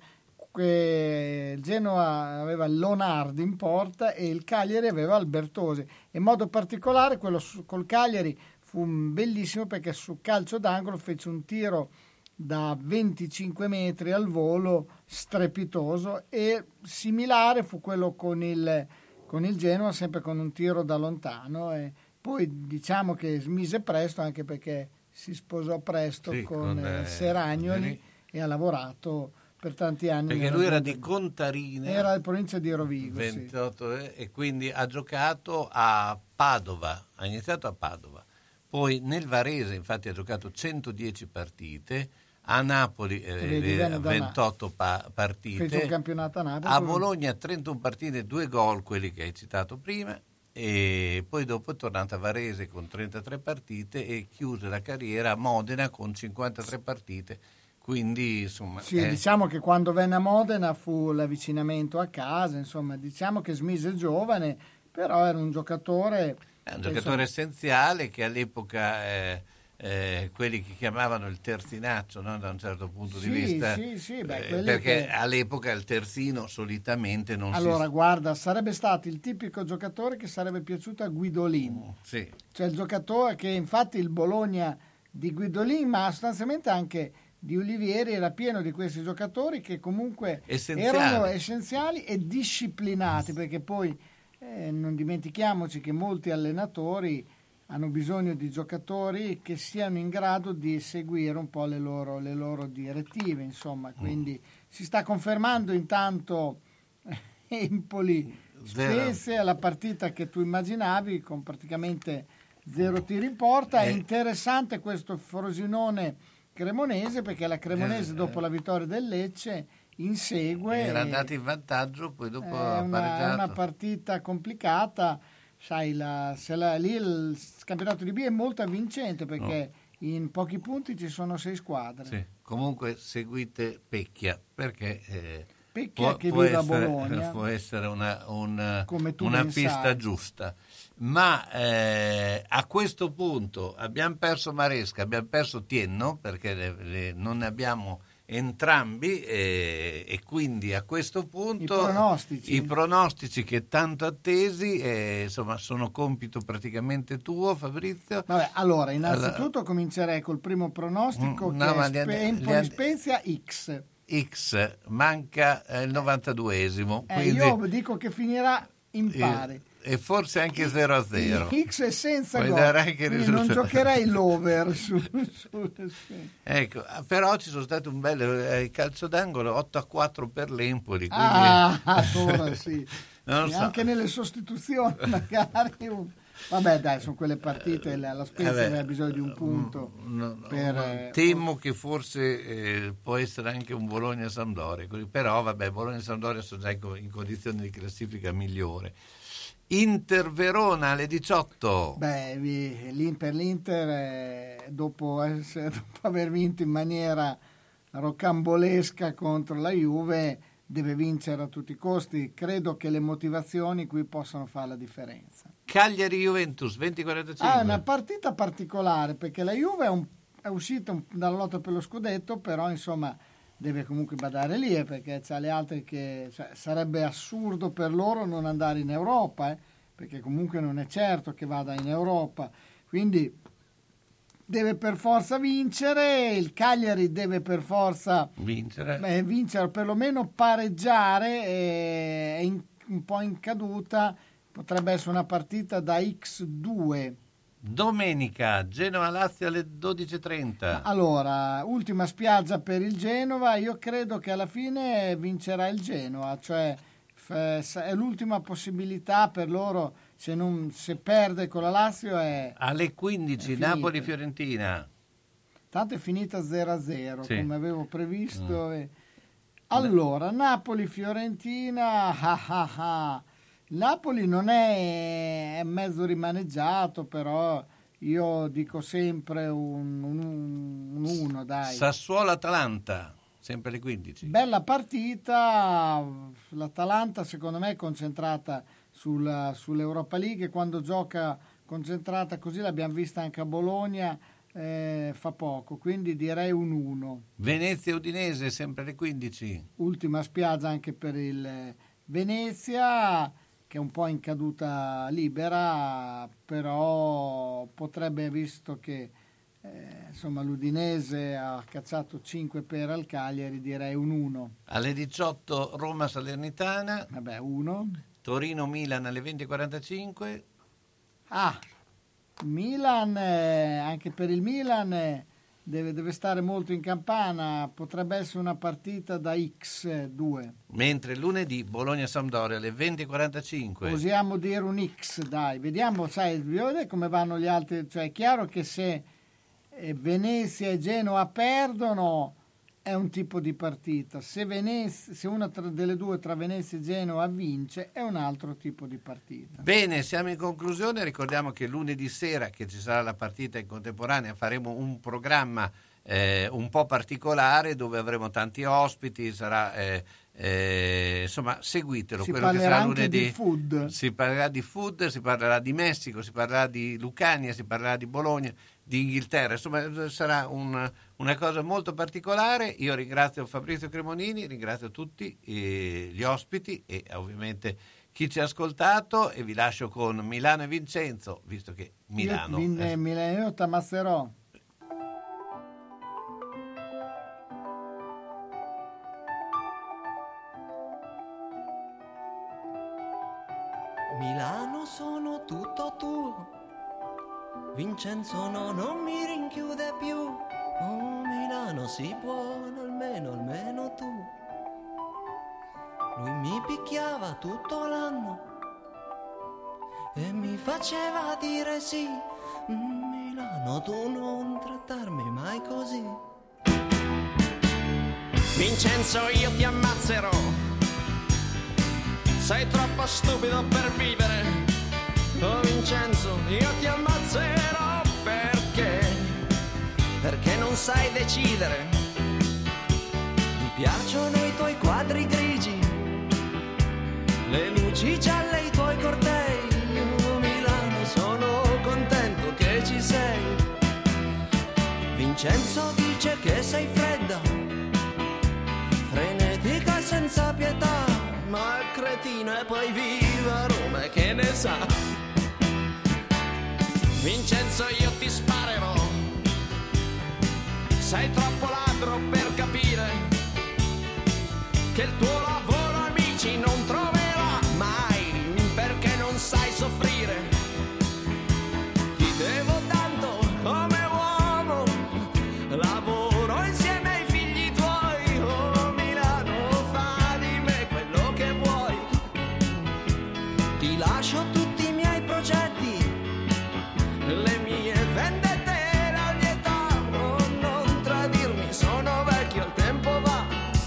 Il Genoa aveva Lonardi in porta e il Cagliari aveva Albertosi. In modo particolare quello col Cagliari fu bellissimo perché su calcio d'angolo fece un tiro da 25 metri al volo strepitoso, e similare fu quello con il Genoa, sempre con un tiro da lontano. E poi diciamo che smise presto, anche perché si sposò presto con Seragnoli e ha lavorato per tanti anni. Perché lui era di Contarina. Era di provincia di Rovigo. 28, e quindi ha giocato a Padova, ha iniziato a Padova. Poi nel Varese, infatti, ha giocato 110 partite, a Napoli 28 partite, fece un campionato a Napoli. A Bologna 31 partite, 2 gol, quelli che hai citato prima, e poi dopo è tornato a Varese con 33 partite e chiuse la carriera a Modena con 53 partite. Quindi, insomma, diciamo che quando venne a Modena fu l'avvicinamento a casa, insomma, diciamo che smise giovane, però era un giocatore... È un giocatore essenziale, che all'epoca quelli che chiamavano il terzinaccio, no? Da un certo punto di vista, perché all'epoca il terzino solitamente non guarda, sarebbe stato il tipico giocatore che sarebbe piaciuto a Guidolin, cioè il giocatore che infatti il Bologna di Guidolin, ma sostanzialmente anche di Olivieri, era pieno di questi giocatori che comunque erano essenziali e disciplinati, perché poi non dimentichiamoci che molti allenatori hanno bisogno di giocatori che siano in grado di seguire un po' le loro direttive, insomma. Quindi si sta confermando intanto Empoli Spezia, la partita che tu immaginavi, con praticamente 0 tiri in porta. È interessante questo Frosinone Cremonese, perché la Cremonese dopo la vittoria del Lecce insegue, era andato in vantaggio, poi dopo ha pareggiato. È una partita complicata, sai, lì il campionato di B è molto avvincente, perché in pochi punti ci sono 6 squadre. Comunque seguite Pecchia, perché Pecchia che vive a Bologna può essere una pista giusta, ma a questo punto abbiamo perso Maresca, abbiamo perso Tienno, perché non ne abbiamo entrambi, e quindi a questo punto i pronostici che tanto attesi, insomma, sono compito praticamente tuo, Fabrizio. Vabbè, allora innanzitutto comincerei col primo pronostico, che è Empoli Spezia X, manca il 92esimo, quindi io dico che finirà in pari. E forse anche 0-0. X è senza gol, quindi non giocherei l'over ecco, però ci sono stati un bel calcio d'angolo, 8-4 per l'Empoli, quindi... ora sì. Non so. Anche nelle sostituzioni magari vabbè, dai, sono quelle partite, la Spezia aveva bisogno di un punto. Temo che forse può essere anche un Bologna-Sampdoria, però vabbè, Bologna-Sampdoria sono già in condizioni di classifica migliore. Inter-Verona alle 18. Beh, per l'Inter, dopo aver vinto in maniera rocambolesca contro la Juve, deve vincere a tutti i costi. Credo che le motivazioni qui possano fare la differenza. Cagliari-Juventus 20-45. È una partita particolare, perché la Juve è uscita dalla lotta per lo scudetto, però insomma deve comunque badare lì, perché c'ha le altre che sarebbe assurdo per loro non andare in Europa, perché comunque non è certo che vada in Europa. quindi deve per forza vincere, il Cagliari deve per forza vincere, perlomeno pareggiare, è un po' in caduta, potrebbe essere una partita da X2. Domenica, Genova-Lazio alle 12:30. Allora, ultima spiaggia per il Genova, io credo che alla fine vincerà il Genoa, cioè è l'ultima possibilità per loro, se perde con la Lazio è alle 15 Napoli-Fiorentina. Tanto è finita 0-0 sì, come avevo previsto. Allora, Napoli-Fiorentina, Napoli non è mezzo rimaneggiato, però io dico sempre un 1, dai. Sassuolo-Atalanta, sempre alle 15. Bella partita, l'Atalanta secondo me è concentrata sull'Europa League, quando gioca concentrata così, l'abbiamo vista anche a Bologna, fa poco, quindi direi un 1. Venezia-Udinese, sempre alle 15. Ultima spiaggia anche per il Venezia, che è un po' in caduta libera, però potrebbe, visto che insomma l'Udinese ha cacciato 5 per al Cagliari, direi un 1. Alle 18 Roma-Salernitana. Vabbè, 1. Torino-Milan alle 20:45. Milan, anche per il Milan deve stare molto in campana, potrebbe essere una partita da X2. Mentre lunedì Bologna-Sampdoria alle 20:45. Osiamo dire un X, dai, vediamo, vedete come vanno gli altri, cioè è chiaro che se Venezia e Genoa perdono è un tipo di partita, se una delle due tra Venezia e Genoa vince è un altro tipo di partita. Bene, siamo in conclusione, ricordiamo che lunedì sera, che ci sarà la partita in contemporanea, faremo un programma un po' particolare dove avremo tanti ospiti, sarà insomma seguitelo, quello che sarà lunedì. Di food. Si parlerà di food, si parlerà di Messico, si parlerà di Lucania, si parlerà di Bologna, di Inghilterra, insomma sarà una cosa molto particolare. Io ringrazio Fabrizio Cremonini, ringrazio tutti gli ospiti e ovviamente chi ci ha ascoltato, e vi lascio con Milano e Vincenzo, visto che Milano io t'ammazzerò. Milano, sono tutto tuo. Vincenzo no, non mi rinchiude più. Oh Milano, si può, almeno tu. Lui mi picchiava tutto l'anno e mi faceva dire sì. Milano, tu non trattarmi mai così. Vincenzo, io ti ammazzerò. Sei troppo stupido per vivere. Oh Vincenzo, io ti ammazzerò perché non sai decidere. Mi piacciono i tuoi quadri grigi, le luci gialle, i tuoi cortei. Oh Milano, sono contento che ci sei. Vincenzo dice che sei fredda, frenetica e senza pietà, ma è cretino e poi viva Roma, che ne sa. Vincenzo, io ti sparerò. Sei troppo ladro per capire che il tuo lavoro amici non troverà mai, perché non sai soffrire. Ti devo tanto come uomo, lavoro insieme ai figli tuoi. Oh Milano, fa di me quello che vuoi. Ti lascio tutti i miei progetti, le mie vendette e la mia età. Oh, non tradirmi, sono vecchio, il tempo va.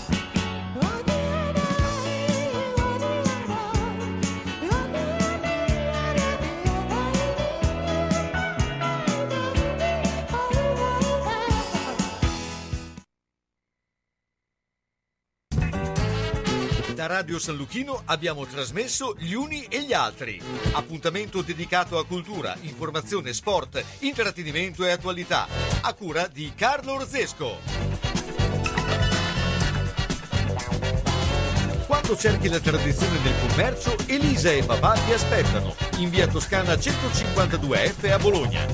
Da Radio San Luchino abbiamo trasmesso Gli Uni e gli Altri. Appuntamento dedicato a cultura, informazione, sport, intrattenimento e attualità. A cura di Carlo Orzesco. Quando cerchi la tradizione del commercio, Elisa e Babà ti aspettano. In via Toscana 152F a Bologna.